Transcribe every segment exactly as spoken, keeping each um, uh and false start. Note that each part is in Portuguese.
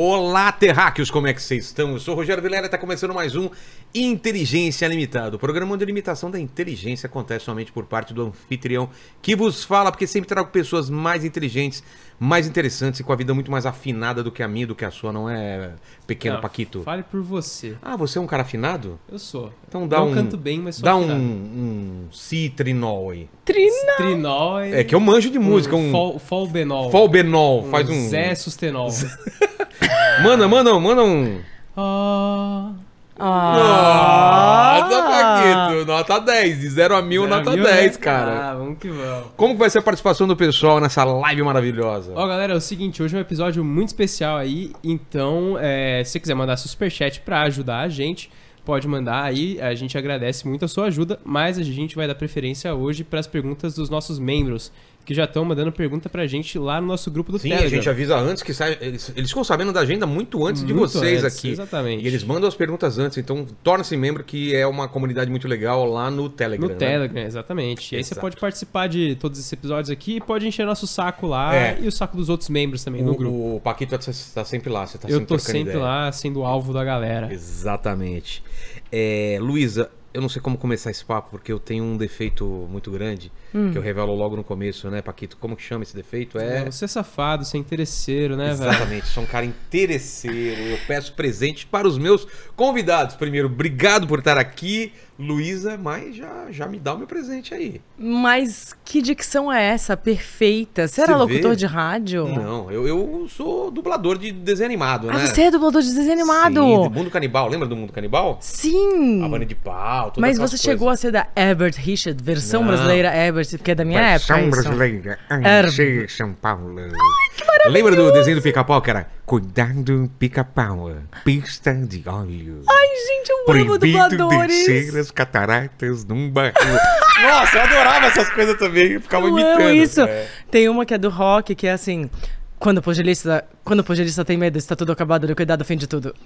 Olá, terráqueos, como é que vocês estão? Eu sou o Rogério Vilela e está começando mais um Inteligência Limitada. O programa onde a limitação da inteligência acontece somente por parte do anfitrião que vos fala, porque sempre trago pessoas mais inteligentes, mais interessantes e com a vida muito mais afinada do que a minha, do que a sua, não é, pequeno não, Paquito? Fale por você. Ah, você é um cara afinado? Eu sou. Então dá não um... canto bem, mas sou Dá afinado. um, um citrinol aí. Trinol. Trinol. É que eu manjo de música, um... Fol, folbenol. Folbenol, um faz um... Zé Sustenol. Manda, manda, manda um... Ah... Ah, Nossa, Paquito, nota dez, de zero a mil, Zero a nota mil, dez, né? cara. Ah, vamos que vamos. Como que vai ser a participação do pessoal nessa live maravilhosa? Ó, galera, é o seguinte, hoje é um episódio muito especial aí, então, é, se você quiser mandar seu superchat pra ajudar a gente, pode mandar aí, a gente agradece muito a sua ajuda, mas a gente vai dar preferência hoje pras perguntas dos nossos membros, que já estão mandando pergunta pra gente lá no nosso grupo do Sim, Telegram. a gente avisa antes que sai. Eles, eles ficam sabendo da agenda muito antes de Muito vocês antes, aqui. exatamente. E eles mandam as perguntas antes, então torna-se membro, que é uma comunidade muito legal lá no Telegram. No né? Telegram, exatamente. E aí você Exato. pode participar de todos esses episódios aqui e pode encher nosso saco lá É. e o saco dos outros membros também no grupo. O, o Paquito está sempre lá, você está Eu sempre tô trocando sempre ideia. lá sendo alvo da galera. Exatamente. É, Luísa, eu não sei como começar esse papo, porque eu tenho um defeito muito grande, Hum. que eu revelo logo no começo, né, Paquito? Como que chama esse defeito? É... Você é safado, você é interesseiro, né, velho? Exatamente, sou um cara interesseiro. Eu peço presentes para os meus convidados. Primeiro, obrigado por estar aqui, Luísa, mas já, já me dá o meu presente aí. Mas que dicção é essa? Perfeita. Você era Você locutor vê? de rádio? Não, eu, eu sou dublador de desenho animado, Ah, né? você é dublador de desenho animado? Sim, do Mundo Canibal. Lembra do Mundo Canibal? Sim. A Vânia de Pau, todas Mas aquelas você coisas. chegou a ser da Herbert Richard, versão Não. brasileira Herbert, porque é da minha época. Versão isso. brasileira, Era- Anche, São Paulo. Lembra do desenho do Pica-Pau que era Cuidado, Pica-Pau, pista de óleo. Ai, gente, eu amo Proibido dubladores. descer as cataratas num barril. Nossa, eu adorava essas coisas também. Eu ficava Eu imitando. amo isso. É. Tem uma que é do rock, que é assim... Quando o pugilista, quando o pugilista tem medo, está tudo acabado, ele cuidado, fim de tudo.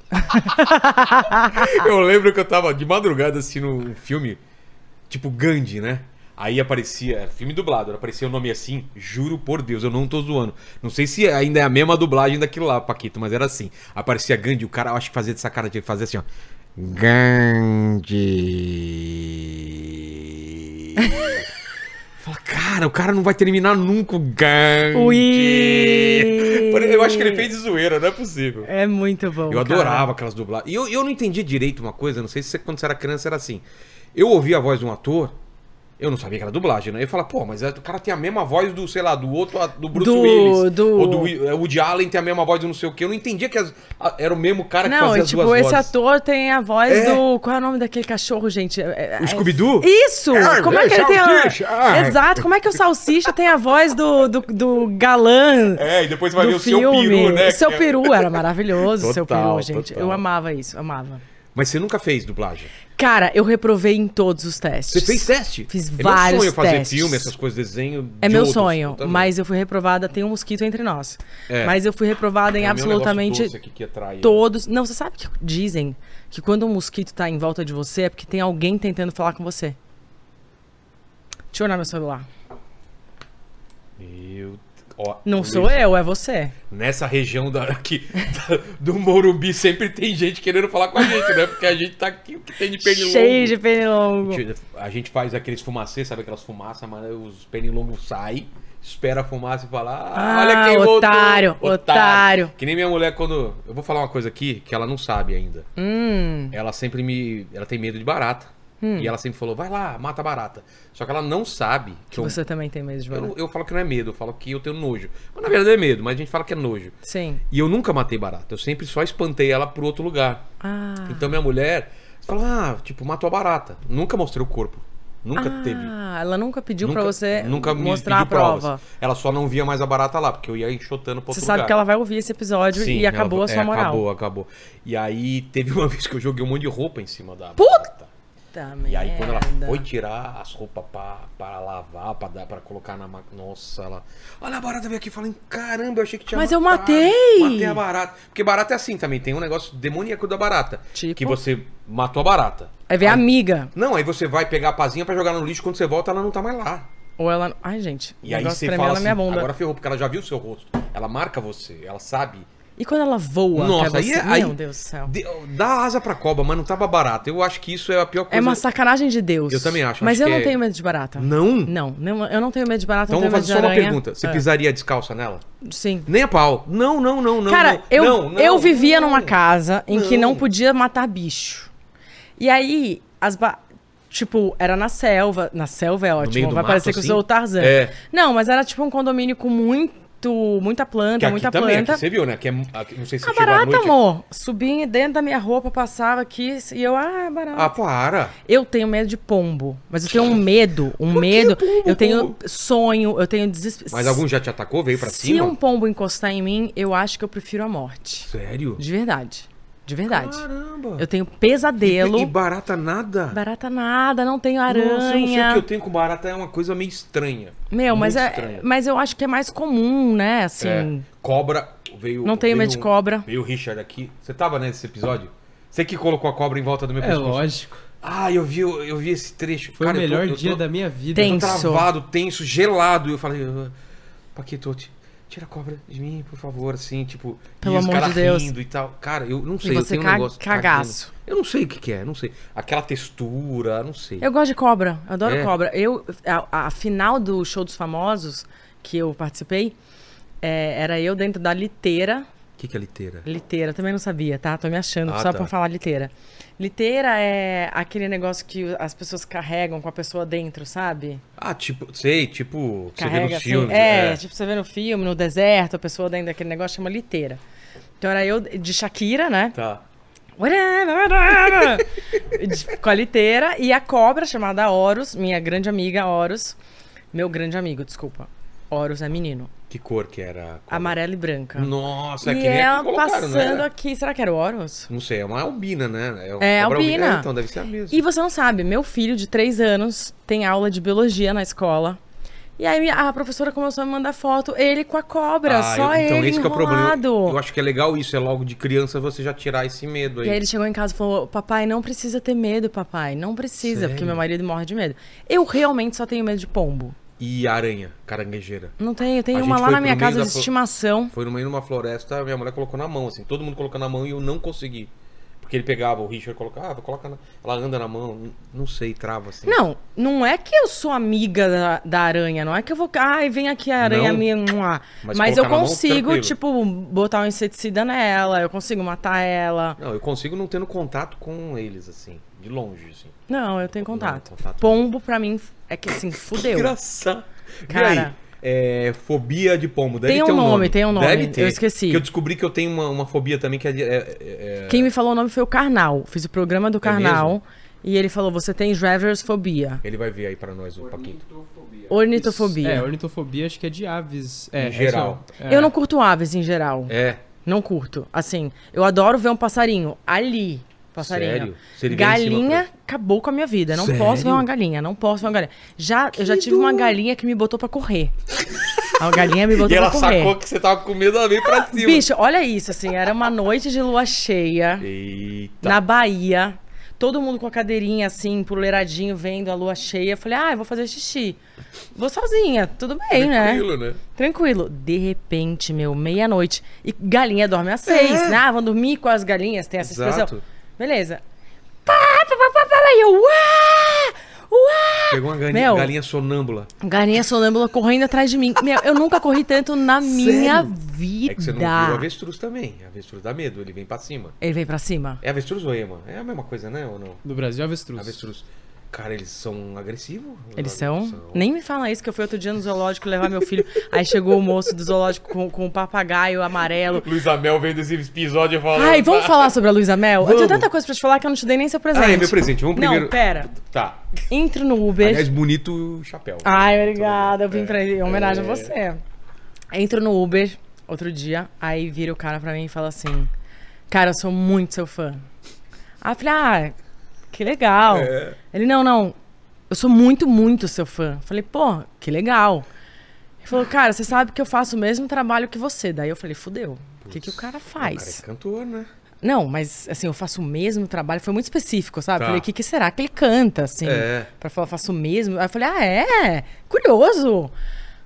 Eu lembro que eu tava de madrugada assistindo um filme, tipo Gandhi, né? Aí aparecia, filme dublado, aparecia o nome assim, juro por Deus, eu não tô zoando. Não sei se ainda é a mesma dublagem daquilo lá, Paquito, mas era assim. Aparecia Gandhi, o cara, eu acho que fazia dessa cara de fazer assim, ó. Gandhi. Fala, cara, o cara não vai terminar nunca o Gandhi. Ui. Eu acho que ele fez de zoeira, não é possível. É muito bom, Eu cara. adorava aquelas dublagens. E eu, eu não entendi direito uma coisa, não sei se você, quando você era criança era assim. Eu ouvia a voz de um ator, eu não sabia que era dublagem, né? Eu falava, pô, mas é- o cara tem a mesma voz do, sei lá, do outro, a- do Bruce Do- Willis. do- Ou do Wi- é, Woody Allen tem a mesma voz do não sei o quê. Eu não entendia que as- a- era o mesmo cara que Não, fazia e, as tipo, duas esse vozes. ator tem a voz É. do... Qual é o nome daquele cachorro, gente? É- O é- Scooby-Doo? Isso! Ah, Como é que é, ele tem a... Salsicha! Ah. Exato, como é que o Salsicha tem a voz do, do, do galã É, e depois vai ver do o seu filme? peru, né? Seu Que é- peru era maravilhoso, seu Total, peru, gente. total. Eu amava isso, amava. Mas você nunca fez dublagem? Cara, eu reprovei em todos os testes. Você fez teste? Fiz é vários meu sonho fazer testes. filme, essas coisas, desenho. É de meu outros, sonho, eu também. mas eu fui reprovada, tem um mosquito entre nós. É. Mas eu fui reprovada em É o meu absolutamente negócio doce aqui que atrai, né? todos. Não, você sabe que dizem que quando um mosquito tá em volta de você é porque tem alguém tentando falar com você. Deixa eu olhar meu celular. Meu... Ó, Não Luiz, sou eu, é você. Nessa região da, aqui, da- do Morumbi sempre tem gente querendo falar com a gente, né? Porque a gente tá aqui, o que tem de pernilongo. Cheio de pernilongo. A gente, a gente faz aqueles fumacês, sabe aquelas fumaças, mas os pernilongos saem, espera a fumaça e fala, ah, Ah, olha quem otário, voltou. otário. Que nem minha mulher quando... Eu vou falar uma coisa aqui que ela não sabe ainda. Hum, Ela sempre me... Ela tem medo de barata. E ela sempre falou, vai lá, mata a barata. Só que ela não sabe que que eu, você também tem medo de eu, barata. não- eu falo que não é medo, eu falo que eu tenho nojo. Mas na verdade é medo, mas a gente fala que é nojo. Sim. E eu nunca matei barata, eu sempre só espantei ela pro outro lugar. Ah, Então minha mulher fala, ah, tipo, matou a barata. Nunca mostrei o corpo. Nunca ah, teve. ela nunca pediu Nunca, pra você nunca me mostrar a pediu prova. provas. Ela só não via mais a barata lá, porque eu ia enxotando pra outro Você sabe lugar. que ela vai ouvir esse episódio Sim, e acabou ela- a sua é, moral. Acabou, acabou. E aí teve uma vez que eu joguei um monte de roupa em cima da Puta barata. Puta E aí quando ela merda. foi tirar as roupas pra, pra lavar, pra, dar, pra colocar na máquina, nossa, ela... Olha a barata veio aqui, falei, caramba, eu achei que tinha Mas eu matado. matei! Matei a barata. Porque barata é assim também, tem um negócio demoníaco da barata. Tipo? Que você matou a barata. Aí vem a amiga. Não, aí você vai pegar a pazinha pra jogar no lixo, quando você volta ela não tá mais lá. Ou ela... Ai, gente. E o aí negócio você tremeu fala na assim, minha bunda. agora ferrou, porque ela já viu o seu rosto. Ela marca você, ela sabe. E quando ela voa Nossa, até aí, você, é- aí meu Deus do céu. de- dá asa pra cobra, mas não tava barato. Eu acho que isso é a pior coisa. É uma sacanagem de Deus. Eu também acho, Mas acho eu que não é- tenho medo de barata. Não? Não, não, eu não tenho medo de barata, Então não vou tenho fazer medo só de uma aranha. pergunta. Você Ah, pisaria descalça nela? Sim. Nem a pau. Não, não, não, não. Cara, não, eu, não, não, eu vivia não. numa casa em que Não. não podia matar bicho. E aí, as ba... tipo, era na selva. Na selva é meio ótimo, do vai mato, parecer que eu assim? sou o Tarzan. É. Não, mas era tipo um condomínio com muito, muita Que planta, aqui muita também, aqui planta. você viu, né? Que é, aqui, não sei se Ah, chegou à barata, noite. amor. Subia dentro da minha roupa, passava aqui e eu, ah, é barata. Ah, para. Eu tenho medo de pombo, mas eu tenho um medo, um medo. Eu tenho sonho, eu tenho desespero. Mas algum já te atacou, veio pra Se cima? um pombo encostar em mim, eu acho que eu prefiro a morte. Sério? De verdade. De verdade. Caramba. Eu tenho pesadelo. E, e barata nada? Barata nada, não tenho aranha. Nossa, eu não sei o que eu tenho com barata, é uma coisa meio estranha. Meu, mas, Muito é, estranha. mas eu acho que é mais comum, né? Assim. É. Cobra, veio... Não tenho veio medo de um- cobra. Veio o Richard aqui. Você tava nesse episódio? Você que colocou a cobra em volta do meu É pescoço. lógico. Ah, eu vi, eu vi esse trecho. Foi Cara, o eu tô- melhor eu tô- dia da minha vida. Tem. Eu tô Tenso. travado, tenso, gelado. E eu falei, "Ah, Paquito, ti- tira a cobra de mim, por favor, assim, tipo... Pelo e os amor caras de Deus. rindo e tal. Cara, eu não sei, E eu você tenho um ca- negócio... cagaço. cagando. Eu não sei o que que é, não sei. Aquela textura, não sei. Eu gosto de cobra, eu adoro É. cobra. Eu, a, a final do Show dos Famosos, que eu participei, é, era eu dentro da liteira. O que que é liteira? Liteira, também não sabia, tá? Tô me achando Ah, só tá. pra falar liteira. Liteira é aquele negócio que as pessoas carregam com a pessoa dentro, sabe? Ah, tipo, sei, tipo, você vê Carrega nos assim. filmes. É, tipo, você vê no filme, no deserto, a pessoa dentro daquele negócio chama liteira. Então era eu de Shakira, né? Tá. De- com a liteira e a cobra chamada Horus, minha grande amiga Horus. Meu grande amigo, desculpa. Horus é menino. Que cor que era? a cobra? Amarela e branca. Nossa, é e que nem ela a que colocaram, passando né? aqui. Será que era o Horus? Não sei, é uma albina, né? É, cobra albina. É, então deve ser a mesma. E você não sabe, meu filho de três anos tem aula de biologia na escola. E aí a professora começou a me mandar foto, ele com a cobra, Ah, só eu- então ele esse que é o problema. enrolado. Eu, eu acho que é legal isso, é logo de criança você já tirar esse medo aí. E aí ele chegou em casa e falou, papai, não precisa ter medo, papai, não precisa, Sério? porque meu marido morre de medo. Eu realmente só tenho medo de pombo. E aranha, caranguejeira. Não tenho, tem A uma gente lá foi na pro minha meio casa da de flo- estimação. Foi no meio de uma floresta, minha mulher colocou na mão, assim, todo mundo colocou na mão e eu não consegui. Porque ele pegava o Richard e colocava, ah, coloca na... ela anda na mão, n- não sei, trava assim. Não, não é que eu sou amiga da, da aranha, não é que eu vou, ai, vem aqui a aranha Não. minha, mua. Mas mas eu colocar na mão, consigo, tranquilo. tipo, botar um inseticida nela, eu consigo matar ela. Não, eu consigo não tendo contato com eles, assim, de longe, assim. Não, eu tenho contato. Não, contato Pombo, pra mim, é que assim, fudeu. Engraçado. Cara. E aí? É, fobia de pombo. Deve Tem um ter um nome, nome, tem um nome. Deve ter. Eu esqueci. Porque eu descobri que eu tenho uma, uma fobia também que é, de- é- é- Quem me falou o nome foi o Karnal. Fiz o programa do Karnal. mesmo? E ele falou, você tem Draversfobia. Ele vai ver aí pra nós o Paquito. Ornitofobia. É, ornitofobia acho que é de aves. É, Em geral. é só- é. Eu não curto aves em geral. É, Não curto. Assim, eu adoro ver um passarinho. Ali, passarinho. sério? Se ele vem em cima Galinha pra- acabou com a minha vida. Não Sério? posso ver uma galinha. Não posso ver uma galinha. Já, eu já tive uma galinha que me botou pra correr. A galinha me botou E ela pra correr. sacou que você tava com medo, ela veio pra cima. Bicho, olha isso, assim, era uma noite de lua cheia Eita. na Bahia. Todo mundo com a cadeirinha assim, empoleiradinho, vendo a lua cheia. Eu falei, ah, eu vou fazer xixi. Vou sozinha, tudo bem, né? Tranquilo, né? Tranquilo. De repente, meu, meia-noite. E galinha dorme às seis, É. né? Ah, vão dormir com as galinhas, tem essa expressão. Exato. Beleza. Pá, pá, pá, pá, pá, e eu, uá, uá. Pegou uma galinha, Meu. galinha sonâmbula. Galinha sonâmbula correndo atrás de mim. Meu, eu nunca corri tanto na minha Sério? vida. É que você não viu o avestruz também. Avestruz dá medo, ele vem pra cima. Ele veio pra cima. É avestruz ou ema? É a mesma coisa, né? Ou não? Do Brasil, avestruz. Avestruz. Cara, eles são agressivos? Eles são? Nem me fala isso, que eu fui outro dia no zoológico levar meu filho. Aí chegou o moço do zoológico com, com o papagaio amarelo. Luiz Amel vendo esse episódio e falando... Ai, vamos falar sobre a Luísa Mel? Eu tenho Vamos. tanta coisa pra te falar que eu não te dei nem seu presente. Ah, é meu presente. Vamos primeiro... Não, pera. Tá. Entro no Uber. Aliás, bonito o chapéu. Ai, obrigada. Eu vim É, pra em homenagem é. a você. Entro no Uber outro dia, aí vira o cara pra mim e fala assim: cara, eu sou muito seu fã. Aí eu falei, ah, que legal. É. Ele, não, não, eu sou muito, muito seu fã. Eu falei, pô, que legal. Ele falou, cara, você sabe que eu faço o mesmo trabalho que você. Daí eu falei, fudeu, o que, que o cara O cara faz? é cantor, né? Não, mas assim, eu faço o mesmo trabalho, foi muito específico, sabe? Tá. Falei, o que, que será que ele canta, assim? É. Pra falar, faço o mesmo. Aí eu falei, ah, é? Curioso.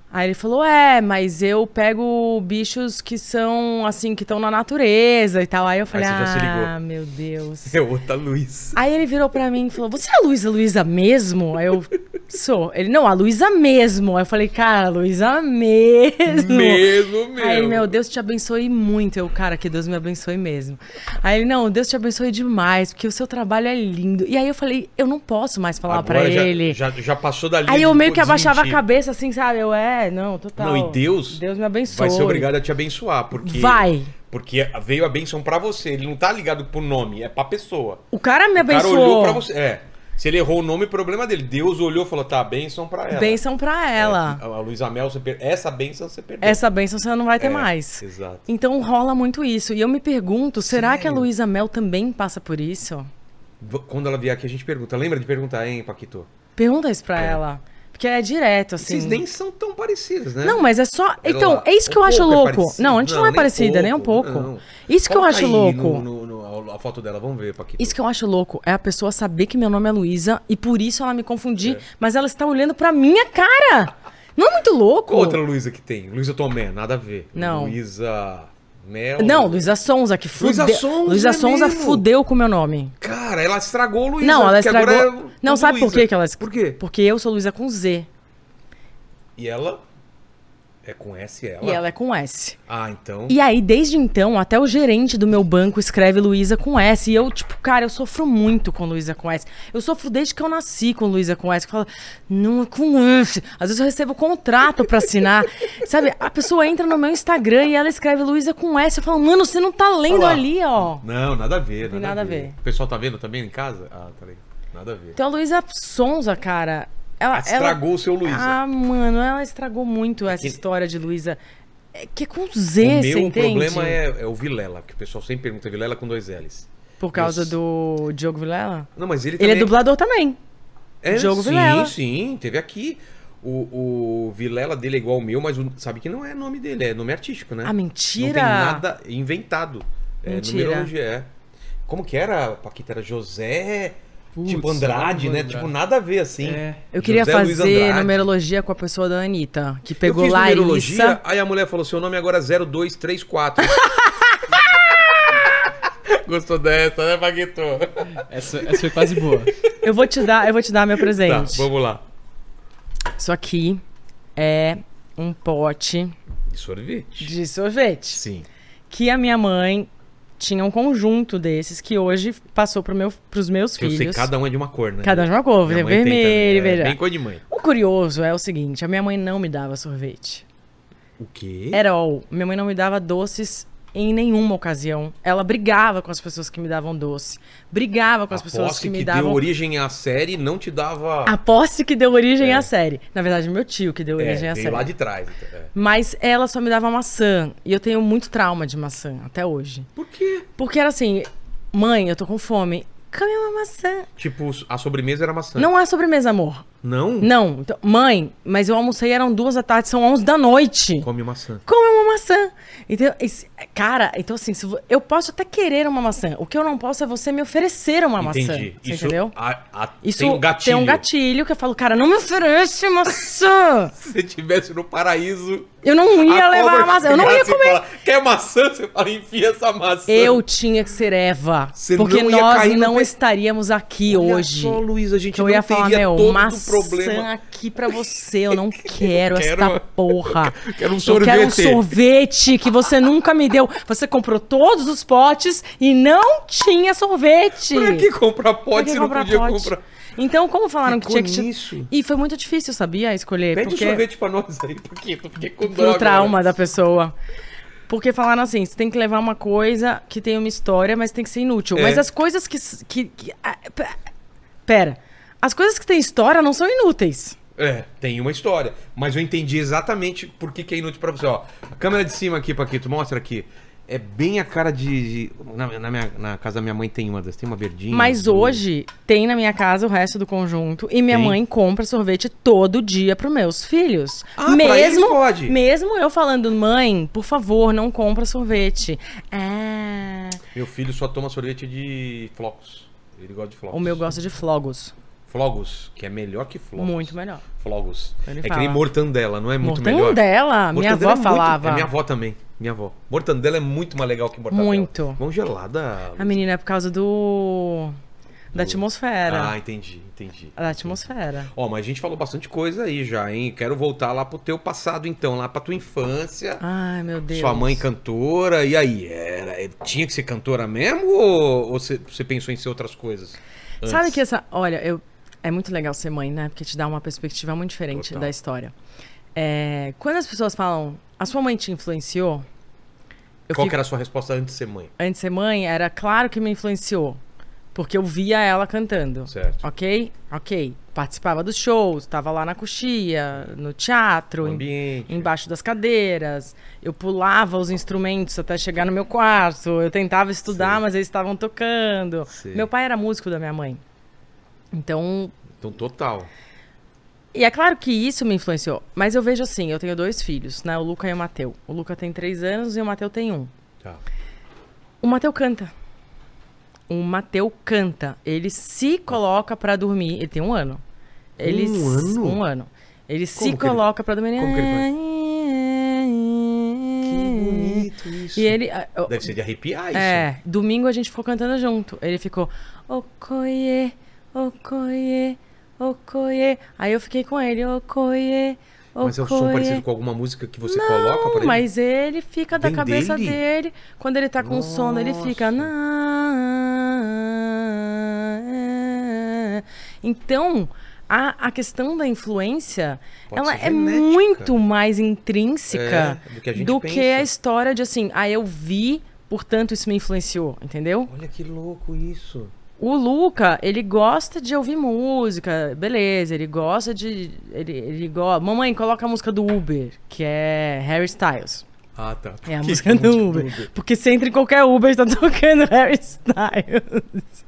Aí ele falou, é, mas eu pego bichos que são, assim, que estão na natureza e tal. Aí eu falei, Aí você já se ligou. ah, meu Deus. É outra Luísa. Aí ele virou pra mim e falou, você é a Luísa, Luísa mesmo? Aí eu, sou. Ele, não, a Luísa mesmo. Aí eu falei, cara, Luísa mesmo. Mesmo, mesmo. Aí ele, meu, Deus te abençoe muito. Eu, cara, que Deus me abençoe mesmo. Aí ele, não, Deus te abençoe demais, porque o seu trabalho é lindo. E aí eu falei, eu não posso mais falar Agora pra já, ele. Já, já passou da linha. Aí eu de meio que abaixava a desmentir. cabeça, assim, sabe? Eu, é, não, total. Não, e Deus, Deus me abençoe. vai ser obrigado a te abençoar, porque... Vai. Porque veio a bênção pra você. Ele não tá ligado pro nome, é pra pessoa. O cara me O cara abençoou. olhou pra você. É. Se ele errou o nome, problema dele. Deus olhou e falou, tá, bênção pra ela. Bênção pra ela. É, a Luísa Mel, você per... essa bênção você perdeu. Essa bênção você não vai ter É, mais. Exato. Então rola muito isso. E eu me pergunto, será Sério? que a Luísa Mel também passa por isso? V- Quando ela vier aqui, a gente pergunta. Lembra de perguntar, hein, Paquito? Pergunta isso pra É. ela. Porque é direto, assim. Vocês nem são tão parecidos, né? Não, mas é só. Ela- Então, é isso que um eu acho pouco é louco. parecido. Não, a gente não, Não, é nem parecida, nem um pouco, pouco. não. Isso que eu Coloca acho aí louco. no- no- no- a foto dela, vamos ver, Paquito. Isso que eu acho louco é a pessoa saber que meu nome é Luísa e por isso ela me confundir, É. mas ela está olhando pra minha cara. Não é muito louco? Qual outra Luísa que tem? Luísa Tomé, nada a ver. Não. Luísa Mel. Não, Luísa Sonza, que fudeu. Luísa Sonza, Luísa é Sonza mesmo. fudeu com o meu nome. Cara, ela estragou o Luísa. Não, ela porque agora estragou. é Não, tudo sabe por Luísa. que que ela. Por quê? Porque eu sou Luísa com Z. E ela é com S, ela? E ela é com S. Ah, então... E aí, desde então, até o gerente do meu banco escreve Luísa com S. E eu, tipo, cara, eu sofro muito com Luísa com S. Eu sofro desde que eu nasci com Luísa com S. Que fala, não é com S. Às vezes eu recebo contrato pra assinar. Sabe, a pessoa entra no meu Instagram e ela escreve Luísa com S. Eu falo, mano, você não tá lendo Olha lá. ali, ó. Não, nada a ver, Tem nada, nada a a ver. ver. O pessoal tá vendo também em casa? Ah, tá legal. Nada a ver. Então a Luísa Sonza, cara. Ela, Estragou ela... o seu Luísa. Ah, mano, ela estragou muito essa Que- história de Luísa. É que é com Z, o você meu entende? problema é, é o Vilela, que o pessoal sempre pergunta Vilela com dois L's. Por causa Nossa. do Diogo Vilela? Não, mas ele Ele é também... dublador também. É, Diogo sim, Vilela. sim, teve aqui. O, o Vilela dele é igual ao meu, mas o- sabe que não é nome dele, é nome artístico, né? Ah, mentira! Não tem nada inventado. É Mentira. numerologia, é. Como que era, Paquita? Era José, Putz, tipo Andrade, não né? vou Tipo, lembrar. nada a ver, assim. É. Eu queria José Luiz fazer Andrade. numerologia com a pessoa da Anitta, que pegou Eu fiz numerologia, Larissa. aí a mulher falou, seu nome agora é zero dois três quatro. Gostou dessa, né, Paquito? Essa, essa foi quase boa. Eu vou te dar, eu vou te dar meu Tá, presente. vamos lá. Isso aqui é um pote De sorvete. de sorvete. Sim. Que a minha mãe tinha um conjunto desses que hoje passou pro meu, pros meus Que eu sei, filhos. cada um é de uma cor, né? Cada um de uma cor, Minha é mãe tem também, vermelho, é veja. bem cor de mãe. O curioso é o seguinte, a minha mãe não me dava sorvete. O quê? Era all. Minha mãe não me dava doces em nenhuma ocasião. Ela brigava com as pessoas que me davam doce. Brigava com as A pessoas posse que me que davam... deu origem à série não te dava... A posse que deu origem É. à série. Na verdade, meu tio que deu é, origem à veio série. lá de trás. então, é. Mas ela só me dava maçã. E eu tenho muito trauma de maçã, até hoje. Por quê? Porque era assim, mãe, eu tô com fome. Come uma maçã. Tipo, a sobremesa era maçã. Não é sobremesa, amor. Não? Não. Então, mãe, mas eu almocei, eram duas da tarde, são onze da noite. Come maçã. Come uma maçã. Então, esse- cara, então assim, se vo- eu posso até querer uma maçã. O que eu não posso é você me oferecer uma maçã. Entendi. Você Isso, entendeu? a- a- Isso tem um gatilho. tem um gatilho que eu falo, cara, não me oferece maçã. Se você estivesse no paraíso... Eu não ia a levar cobra a maçã. Eu não chegasse ia e comer. fala, quer maçã? Você fala, enfia essa maçã. Eu tinha que ser Eva. Você porque não ia nós cair no não pé- estaríamos aqui Olha hoje. só, Luísa, a gente Que eu não ia falar, teria meu, todo o maçã problema. aqui pra você. Eu não quero, quero- esta porra. quero um Eu quero um sorvete. sorvete que você nunca me deu. Você comprou todos os potes e não tinha sorvete. Pra que comprar Pra pote que se não comprar podia pote? comprar? Então, como falaram que Ficou tinha que... te- nisso. E foi muito difícil, sabia, escolher. Pede porque... um sorvete pra nós aí, porque eu fiquei com dó Pro trauma agora. da pessoa. Porque falaram assim, você tem que levar uma coisa que tem uma história, mas tem que ser inútil. É. Mas as coisas que... que, que ah, pe- pera. As coisas que têm história não são inúteis. É, tem uma história. Mas eu entendi exatamente por que, que é inútil pra você. Ó, a câmera de cima aqui, Paquito, mostra aqui. É bem a cara de... de- na, na minha- na casa da minha mãe tem uma das. Tem uma verdinha. Mas azul. hoje tem na minha casa o resto do conjunto e minha Tem? mãe compra sorvete todo dia pros meus filhos. Ah, pra mesmo, eles pode. mesmo eu falando, mãe, por favor, não compra sorvete. Ah, Meu filho só toma sorvete de flocos. Ele gosta de flocos. o meu gosta de flogos. Flogos, que é melhor que Flogos. Muito melhor. Flogos. Ele é fala. que nem mortandela, não é muito melhor? Mortandela, minha Mortandela avó é falava. Muito, é minha avó também, minha avó. Mortandela é muito mais legal que mortandela. Muito. Mão gelada. A menina é por causa do... Da atmosfera. Ah, entendi, entendi. Da atmosfera. Ó, mas a gente falou bastante coisa aí já, hein? Quero voltar lá pro teu passado, então, lá pra tua infância. Ai, meu Deus. Sua mãe cantora, e aí? Era, tinha que ser cantora mesmo ou, ou você, você pensou em ser outras coisas? Antes? Sabe que essa... Olha, eu... é muito legal ser mãe, né? Porque te dá uma perspectiva muito diferente Total. da história. É... Quando as pessoas falam, a sua mãe te influenciou? Eu Qual fico... que era a sua resposta antes de ser mãe? Antes de ser mãe, era claro que me influenciou. Porque eu via ela cantando. Certo. Ok? Ok. Participava dos shows, estava lá na coxia, no teatro, O em- ambiente. embaixo das cadeiras. Eu pulava os instrumentos até chegar no meu quarto. Eu tentava estudar, Sei. mas eles estavam tocando. Sei. Meu pai era músico da minha mãe. Então, Então, total. e é claro que isso me influenciou. Mas eu vejo assim, eu tenho dois filhos, né? O Luca e o Mateu. O Luca tem três anos e o Mateu tem um. Tá. O Mateu canta. O Mateu canta. Ele se coloca pra dormir. Ele tem um ano. Ele Um s- ano? Um ano. Ele se Como que ele- coloca pra dormir. como que Que bonito isso. E ele... ah, eu- Deve ser de arrepiar isso. É, domingo a gente ficou cantando junto. Ele ficou... Okoye, okoye, okoye. Aí eu fiquei com ele. Okoye, okoye. Mas é o som parecido com alguma música que você coloca pra ele? Mas ele fica da Vem cabeça dele? dele. Quando ele tá com sono, ele fica. "Na". Então, a, a questão da influência, Pode ela ser é genética. muito mais intrínseca É, do que a gente do pensa. que a história de assim, ah, eu vi, portanto isso me influenciou, entendeu? Olha que louco isso. O Luca, ele gosta de ouvir música, beleza, ele gosta de. Ele, ele gosta. Mamãe, coloca a música do Uber, que é Harry Styles. Ah, tá. É a Que música do Uber. Porque você entra em qualquer Uber e tá tocando Harry Styles.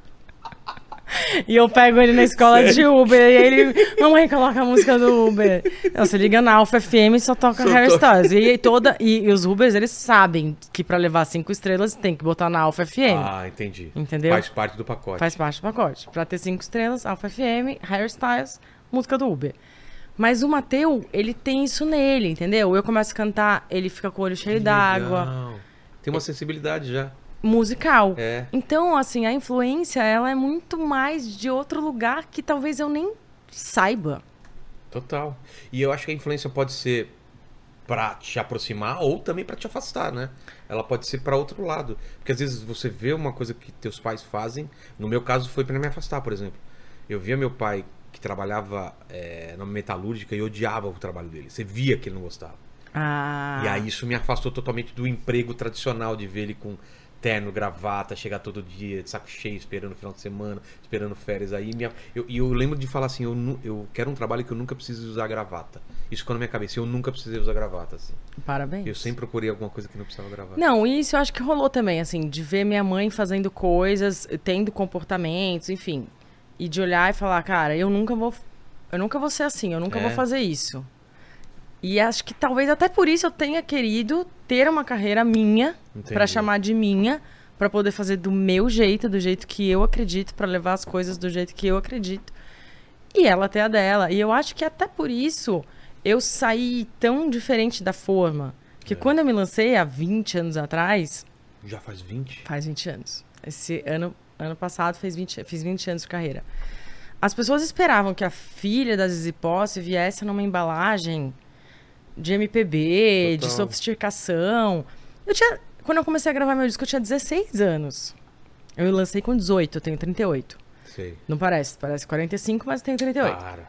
E eu pego ele na escola de Uber e ele, mamãe, coloca a música do Uber. Não, você liga na Alfa F M e só toca Só Harry toca. Styles. E, toda, e, e os Ubers, eles sabem que pra levar cinco estrelas tem que botar na Alfa F M. Ah, entendi. Entendeu? Faz parte do pacote. Faz parte do pacote. Pra ter cinco estrelas, Alfa F M, Harry Styles, música do Uber. Mas o Mateu, ele tem isso nele, entendeu? Eu começo a cantar, ele fica com o olho cheio Que d'água. legal. Tem uma sensibilidade já. Musical. É. Então, assim, a influência, ela é muito mais de outro lugar que talvez eu nem saiba. Total. E eu acho que a influência pode ser pra te aproximar ou também pra te afastar, né? Ela pode ser pra outro lado. Porque às vezes você vê uma coisa que teus pais fazem. No meu caso foi pra me afastar, por exemplo. Eu via meu pai que trabalhava é, na metalúrgica e odiava o trabalho dele. Você via que ele não gostava. Ah. E aí isso me afastou totalmente do emprego tradicional de ver ele com terno, gravata, chegar todo dia de saco cheio, esperando o final de semana, esperando férias. Aí minha... eu, e eu lembro de falar assim, eu, nu- eu quero um trabalho que eu nunca precise usar gravata. Isso ficou na minha cabeça, eu nunca precisei usar gravata, assim. Parabéns. Eu sempre procurei alguma coisa que não precisava gravata. Não, isso eu acho que rolou também, assim, de ver minha mãe fazendo coisas, tendo comportamentos, enfim. E de olhar e falar, cara, eu nunca vou. Eu nunca vou ser assim, eu nunca É. vou fazer isso. E acho que talvez até por isso eu tenha querido ter uma carreira minha, Entendi. pra chamar de minha, pra poder fazer do meu jeito, do jeito que eu acredito, pra levar as coisas do jeito que eu acredito. E ela ter a dela. E eu acho que até por isso eu saí tão diferente da forma. Porque É. quando eu me lancei há vinte anos atrás, Já faz vinte? faz vinte anos. Esse ano, ano passado fez vinte, fiz vinte anos de carreira. As pessoas esperavam que a filha da Zizi Posse viesse numa embalagem de M P B, de Total. sofisticação. Eu tinha, quando eu comecei a gravar meu disco, eu tinha dezesseis anos. Eu lancei com dezoito, eu tenho trinta e oito. Sei. Não parece, parece quarenta e cinco, mas eu tenho trinta e oito. Para.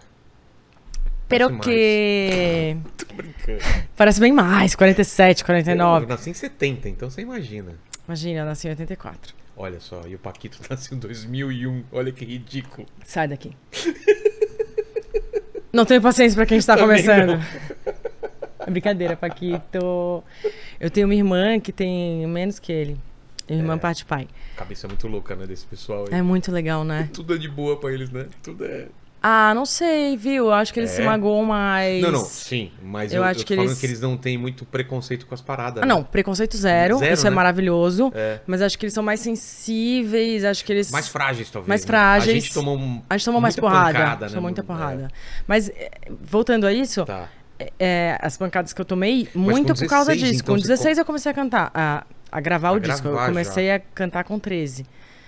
Pero mais. que... Tô brincando. Parece bem mais, quarenta e sete, quarenta e Eu nove. nasci em setenta, então você imagina. Imagina, eu nasci em oitenta e quatro. Olha só, e o Paquito nasceu em dois mil e um. Olha que ridículo. Sai daqui. Não tenho paciência pra quem está Também começando. É brincadeira, Paquito. Eu tenho uma irmã que tem menos que ele. Minha irmã É. parte de pai. Cabeça muito louca, né, desse pessoal aí. É muito legal, né? Tudo é de boa pra eles, né? Tudo é... Ah, não sei, viu? Acho que eles É? se magoam mais. Não, não, sim, mas Eu eu, acho eu tô que falando eles- que eles não têm muito preconceito com as paradas. Ah, né? não, preconceito zero, Zero, isso é né? maravilhoso. É. Mas acho que eles são mais sensíveis, acho que eles... Mais frágeis, talvez. Mais né? frágeis. A gente tomou um, A gente tomou mais muita porrada. pancada, tomou né? muita É, porrada. Mas, eh, voltando a isso, Tá. é, as pancadas que eu tomei, muito com por causa dezesseis, disso. então, com você dezesseis eu comecei a cantar, a, a gravar A o disco. Eu gravar comecei a cantar com treze.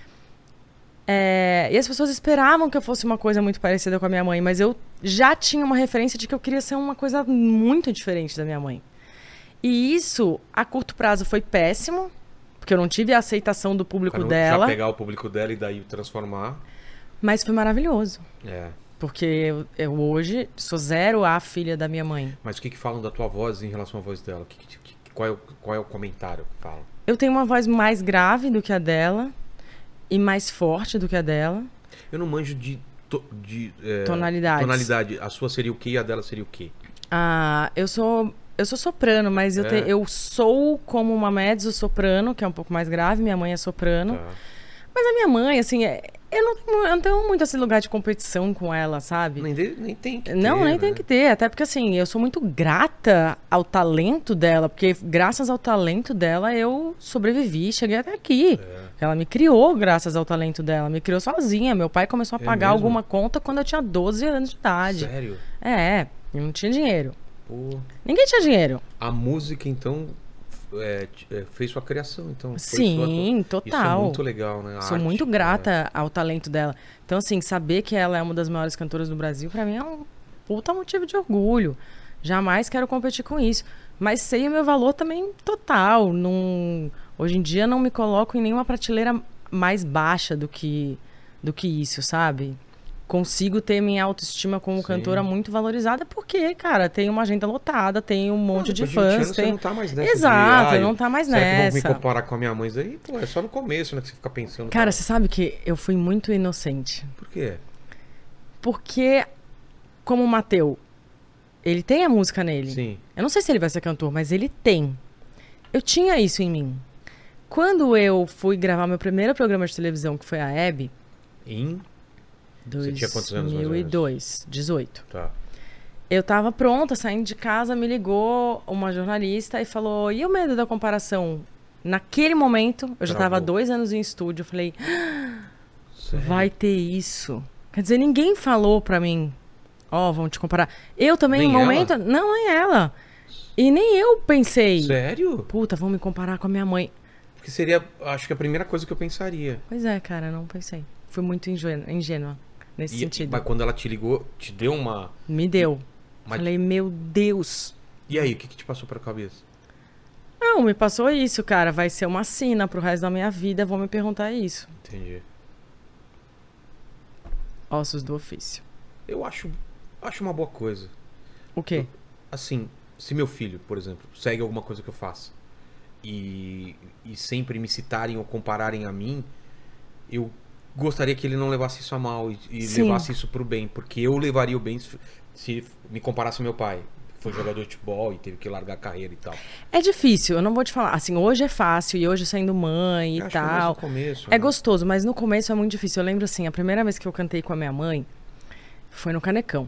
É, e as pessoas esperavam que eu fosse uma coisa muito parecida com a minha mãe, mas eu já tinha uma referência de que eu queria ser uma coisa muito diferente da minha mãe. E isso, a curto prazo, foi péssimo, porque eu não tive a aceitação do público Pra não dela, já pegar o público dela e daí transformar. mas foi maravilhoso. É. Porque eu, eu hoje sou zero a filha da minha mãe. Mas o que, que falam da tua voz em relação à voz dela? Que, que, que- qual, é o, qual é o comentário que falam? Eu tenho uma voz mais grave do que a dela e mais forte do que a dela. Eu não manjo de, to- de é, Tonalidades. tonalidade. A sua seria o quê e a dela seria o quê? Ah, eu sou eu sou soprano, mas eu, É. te- eu sou como uma mezzo-soprano, que é um pouco mais grave. Minha mãe é soprano. Tá. Mas a minha mãe, assim, é- eu não, tenho- eu não tenho muito esse lugar de competição com ela, sabe? Nem, de- nem tem que Não, ter, nem né? tem que ter. Até porque, assim, eu sou muito grata ao talento dela. Porque graças ao talento dela, eu sobrevivi, cheguei até aqui. É. Ela me criou graças ao talento dela. Me criou sozinha. Meu pai começou a É pagar mesmo? alguma conta quando eu tinha doze anos de idade. Sério? É, eu não tinha dinheiro. Pô. Ninguém tinha dinheiro. A música, então, é, t- é, fez sua criação. Então, foi Sim, sua- Isso é total. muito legal, né? A Sou arte, muito né? grata ao talento dela. Então, assim, saber que ela é uma das maiores cantoras do Brasil, pra mim é um puta motivo de orgulho. Jamais quero competir com isso. Mas sei o meu valor também total. Não... Hoje em dia não me coloco em nenhuma prateleira mais baixa do que, do que isso, sabe? Consigo ter minha autoestima como Sim. cantora muito valorizada porque, cara, tem uma agenda lotada, tem um monte Não, de depois vinte fãs. anos tem... Você não tá mais nessa Exato, de, "Ai, não tá mais será que vão nessa. me comparar com a minha mãe? Isso aí, pô, é só no começo, né? Que você fica pensando. Cara, você sabe que eu fui muito inocente. Por quê? Porque, como o Mateu, ele tem a música nele. Sim. Eu não sei se ele vai ser cantor, mas ele tem. Eu tinha isso em mim. Quando eu fui gravar meu primeiro programa de televisão, que foi a Hebe, Em? Você tinha quantos anos, mais ou dois mil e menos? dois, dezoito. Tá. Eu tava pronta, saindo de casa, me ligou uma jornalista e falou: e o medo da comparação? Naquele momento, eu já tava há Travou. dois anos em estúdio, eu falei: Sério? vai ter isso. Quer dizer, ninguém falou pra mim, ó, vão te comparar. Eu também, Nem em momento. ela? Não, nem ela. E nem eu pensei, Sério? puta, vão me comparar com a minha mãe. Porque seria, acho que a primeira coisa que eu pensaria. Pois é, cara, não pensei. Fui muito ingênua, ingênua nesse E, sentido. mas quando ela te ligou, te deu uma... Me deu. Mas- Falei, meu Deus. E aí, o que, que te passou pela cabeça? Não, me passou isso, cara. Vai ser uma sina pro resto da minha vida. Vão me perguntar isso. Entendi. Ossos do ofício. Eu acho, acho uma boa coisa. O quê? Assim, se meu filho, por exemplo, segue alguma coisa que eu faço e, e sempre me citarem ou compararem a mim, eu gostaria que ele não levasse isso a mal e, e Sim. levasse isso pro bem, porque eu levaria o bem se, se me comparasse ao meu pai. Foi jogador de futebol e teve que largar a carreira e tal. É difícil, eu não vou te falar. Assim, hoje é fácil e hoje sendo mãe e Eu acho que é mais tal. no começo, É né? gostoso, mas no começo é muito difícil. Eu lembro assim, a primeira vez que eu cantei com a minha mãe foi no Canecão.